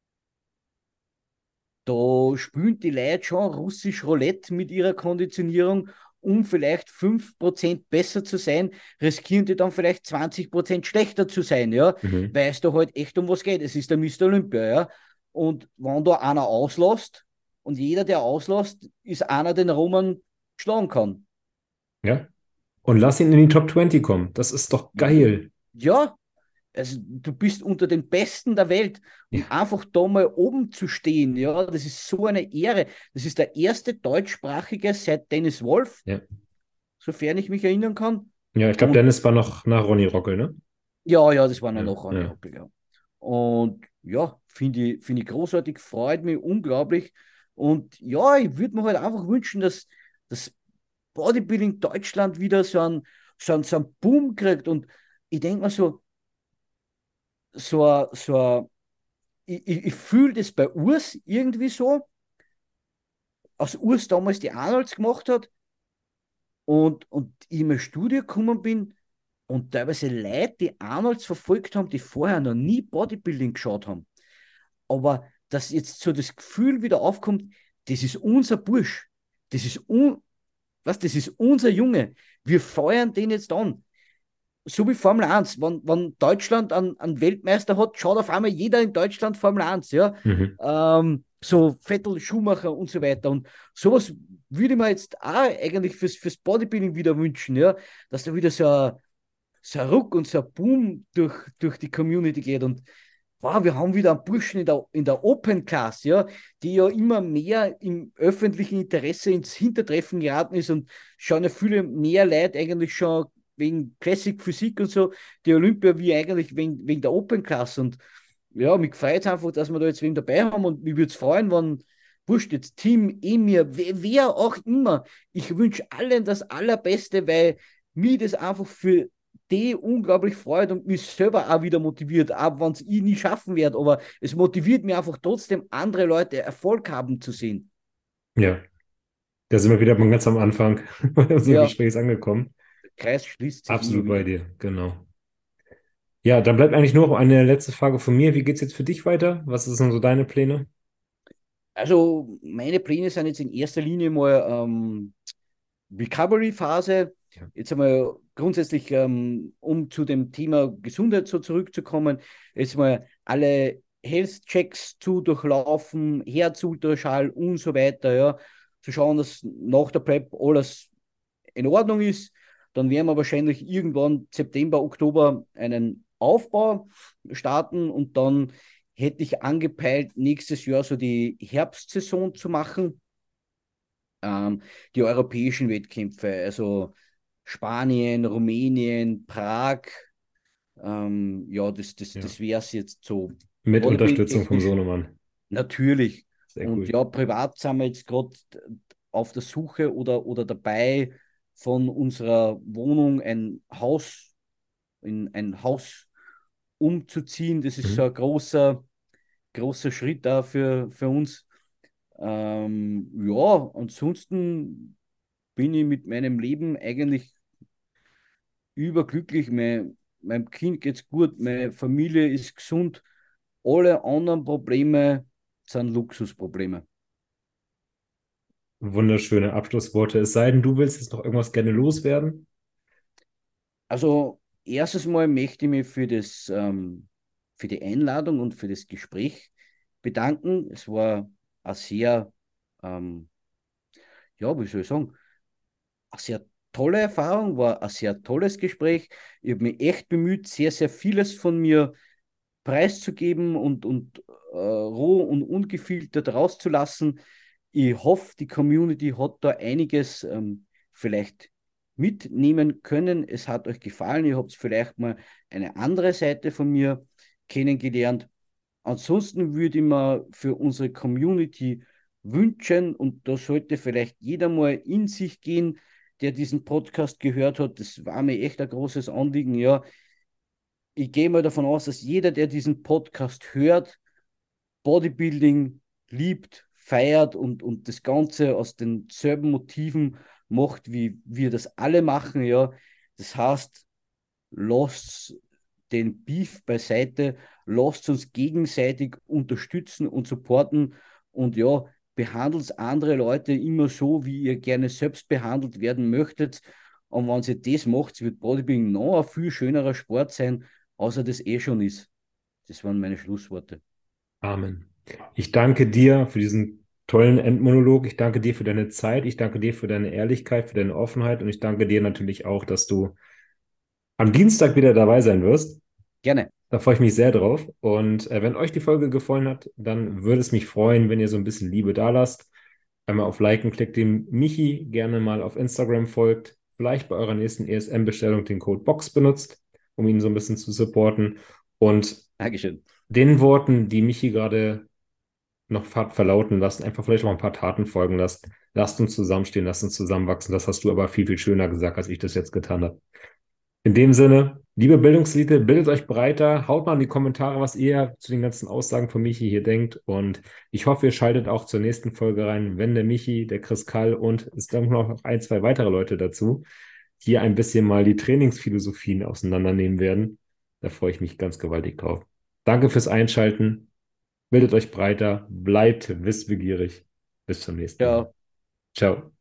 da spielen die Leute schon russisch Roulette mit ihrer Konditionierung, um vielleicht fünf Prozent besser zu sein, riskieren die dann vielleicht zwanzig Prozent schlechter zu sein, ja, Mhm. weil es da halt echt um was geht. Es ist der Mister Olympia, ja. Und wenn da einer auslässt und jeder, der auslässt, ist einer, den Roman schlagen kann. Ja. Und lass ihn in die Top zwanzig kommen. Das ist doch geil. Ja, also du bist unter den Besten der Welt und Ja. einfach da mal oben zu stehen, ja, das ist so eine Ehre. Das ist der erste deutschsprachige seit Dennis Wolf, Ja. sofern ich mich erinnern kann. Ja, ich glaube, Und Dennis war noch nach Ronny Rockel, ne? ja, ja, das war noch Ja, nachher eine ja. Rockel, ja. Und ja, finde ich, finde ich großartig, freut mich unglaublich. Und ja, ich würde mir halt einfach wünschen, dass das Bodybuilding Deutschland wieder so einen, so einen, so einen Boom kriegt. Und ich denke mal so, so, ein- so ein ich, ich, ich fühle das bei Urs irgendwie so, als Urs damals die Arnolds gemacht hat und, und ich in ein Studio gekommen bin und teilweise Leute, die Arnolds verfolgt haben, die vorher noch nie Bodybuilding geschaut haben. Aber dass jetzt so das Gefühl wieder aufkommt, das ist unser Bursch, das ist, un, was, das ist unser Junge, wir feuern den jetzt an. So wie Formel eins. Wenn, wenn Deutschland einen, einen Weltmeister hat, schaut auf einmal jeder in Deutschland Formel eins, ja. Mhm. Ähm, so Vettel, Schumacher und so weiter. Und sowas würde ich mir jetzt auch eigentlich fürs, fürs Bodybuilding wieder wünschen, ja, dass da wieder so ein, so ein Ruck und so ein Boom durch, durch die Community geht. Und wow, wir haben wieder einen Burschen in der, in der Open Class, ja, die ja immer mehr im öffentlichen Interesse ins Hintertreffen geraten ist und schauen ja viele mehr Leute eigentlich schon wegen Classic Physik und so, die Olympia wie eigentlich wegen, wegen der Open Class. Und ja, mich freut es einfach, dass wir da jetzt wen dabei haben und mich würde es freuen, wenn, wurscht, jetzt Team, Emir, wer, wer auch immer, ich wünsche allen das Allerbeste, weil mir das einfach für die unglaublich freut und mich selber auch wieder motiviert, auch wenn es ich nie schaffen werde, aber es motiviert mich einfach trotzdem, andere Leute Erfolg haben zu sehen. Ja, da sind wir wieder mal ganz am Anfang unseres Ja, Gesprächs angekommen. der Kreis schließt sich immer Absolut bei wieder. dir, genau. Ja, dann bleibt eigentlich nur noch eine letzte Frage von mir. Wie geht's jetzt für dich weiter? Was sind so deine Pläne? Also meine Pläne sind jetzt in erster Linie mal ähm, Recovery-Phase. Ja. Jetzt einmal grundsätzlich, ähm, um zu dem Thema Gesundheit so zurückzukommen, jetzt mal alle Health-Checks zu durchlaufen, Herzultraschall und so weiter, ja. zu schauen, dass nach der Prep alles in Ordnung ist. Dann werden wir wahrscheinlich irgendwann September, Oktober einen Aufbau starten und dann hätte ich angepeilt, nächstes Jahr so die Herbstsaison zu machen. Ähm, die europäischen Wettkämpfe, also Spanien, Rumänien, Prag, ähm, ja, das, das, Ja. das wäre es jetzt so Mit Unterstützung vom Bodybuilding-technisch. Sohnemann. Natürlich. Sehr Und cool. ja, privat sind wir jetzt gerade auf der Suche oder, oder dabei, von unserer Wohnung ein Haus in ein Haus umzuziehen. Das ist so Mhm. ein großer, großer Schritt da für, für uns. Ähm, ja, ansonsten bin ich mit meinem Leben eigentlich überglücklich. Mein, meinem Kind geht's gut, meine Familie ist gesund. Alle anderen Probleme sind Luxusprobleme. Wunderschöne Abschlussworte. Es sei denn, du willst jetzt noch irgendwas gerne loswerden. Also, erstes Mal möchte ich mich für das, ähm, für die Einladung und für das Gespräch bedanken. Es war ein sehr, ähm, ja, wie soll ich sagen, eine sehr tolle Erfahrung, war ein sehr tolles Gespräch. Ich habe mich echt bemüht, sehr, sehr vieles von mir preiszugeben und, und äh, roh und ungefiltert rauszulassen. Ich hoffe, die Community hat da einiges ähm, vielleicht mitnehmen können. Es hat euch gefallen. Ihr habt vielleicht mal eine andere Seite von mir kennengelernt. Ansonsten würde ich mir für unsere Community wünschen, und da sollte vielleicht jeder mal in sich gehen, der diesen Podcast gehört hat. Das war mir echt ein großes Anliegen. Ja, ich gehe mal davon aus, dass jeder, der diesen Podcast hört, Bodybuilding liebt, feiert und, und das Ganze aus denselben Motiven macht, wie wir das alle machen. Ja, das heißt, lasst den Beef beiseite, lasst uns gegenseitig unterstützen und supporten und ja, behandelt andere Leute immer so, wie ihr gerne selbst behandelt werden möchtet. Und wenn ihr das macht, wird Bodybuilding noch ein viel schönerer Sport sein, außer das eh schon ist. Das waren meine Schlussworte. Amen. Ich danke dir für diesen tollen Endmonolog. Ich danke dir für deine Zeit. Ich danke dir für deine Ehrlichkeit, für deine Offenheit. Und ich danke dir natürlich auch, dass du am Dienstag wieder dabei sein wirst. Gerne. Da freue ich mich sehr drauf. Und äh, wenn euch die Folge gefallen hat, dann würde es mich freuen, wenn ihr so ein bisschen Liebe da lasst. Einmal auf Liken klickt, dem Michi gerne mal auf Instagram folgt, vielleicht bei eurer nächsten E S M-Bestellung den Code BOX benutzt, um ihn so ein bisschen zu supporten. Und Dankeschön. den Worten, die Michi gerade noch hat verlauten lassen, einfach vielleicht auch ein paar Taten folgen lasst. Lasst uns zusammenstehen, lasst uns zusammenwachsen. Das hast du aber viel, viel schöner gesagt, als ich das jetzt getan habe. In dem Sinne, liebe Bildungselite, bildet euch breiter, haut mal in die Kommentare, was ihr zu den ganzen Aussagen von Michi hier denkt. Und ich hoffe, ihr schaltet auch zur nächsten Folge rein, wenn der Michi, der Chris Kall und es kommen noch ein, zwei weitere Leute dazu, hier ein bisschen mal die Trainingsphilosophien auseinandernehmen werden. Da freue ich mich ganz gewaltig drauf. Danke fürs Einschalten. Bildet euch breiter, bleibt wissbegierig. Bis zum nächsten Mal. Ja. Ciao.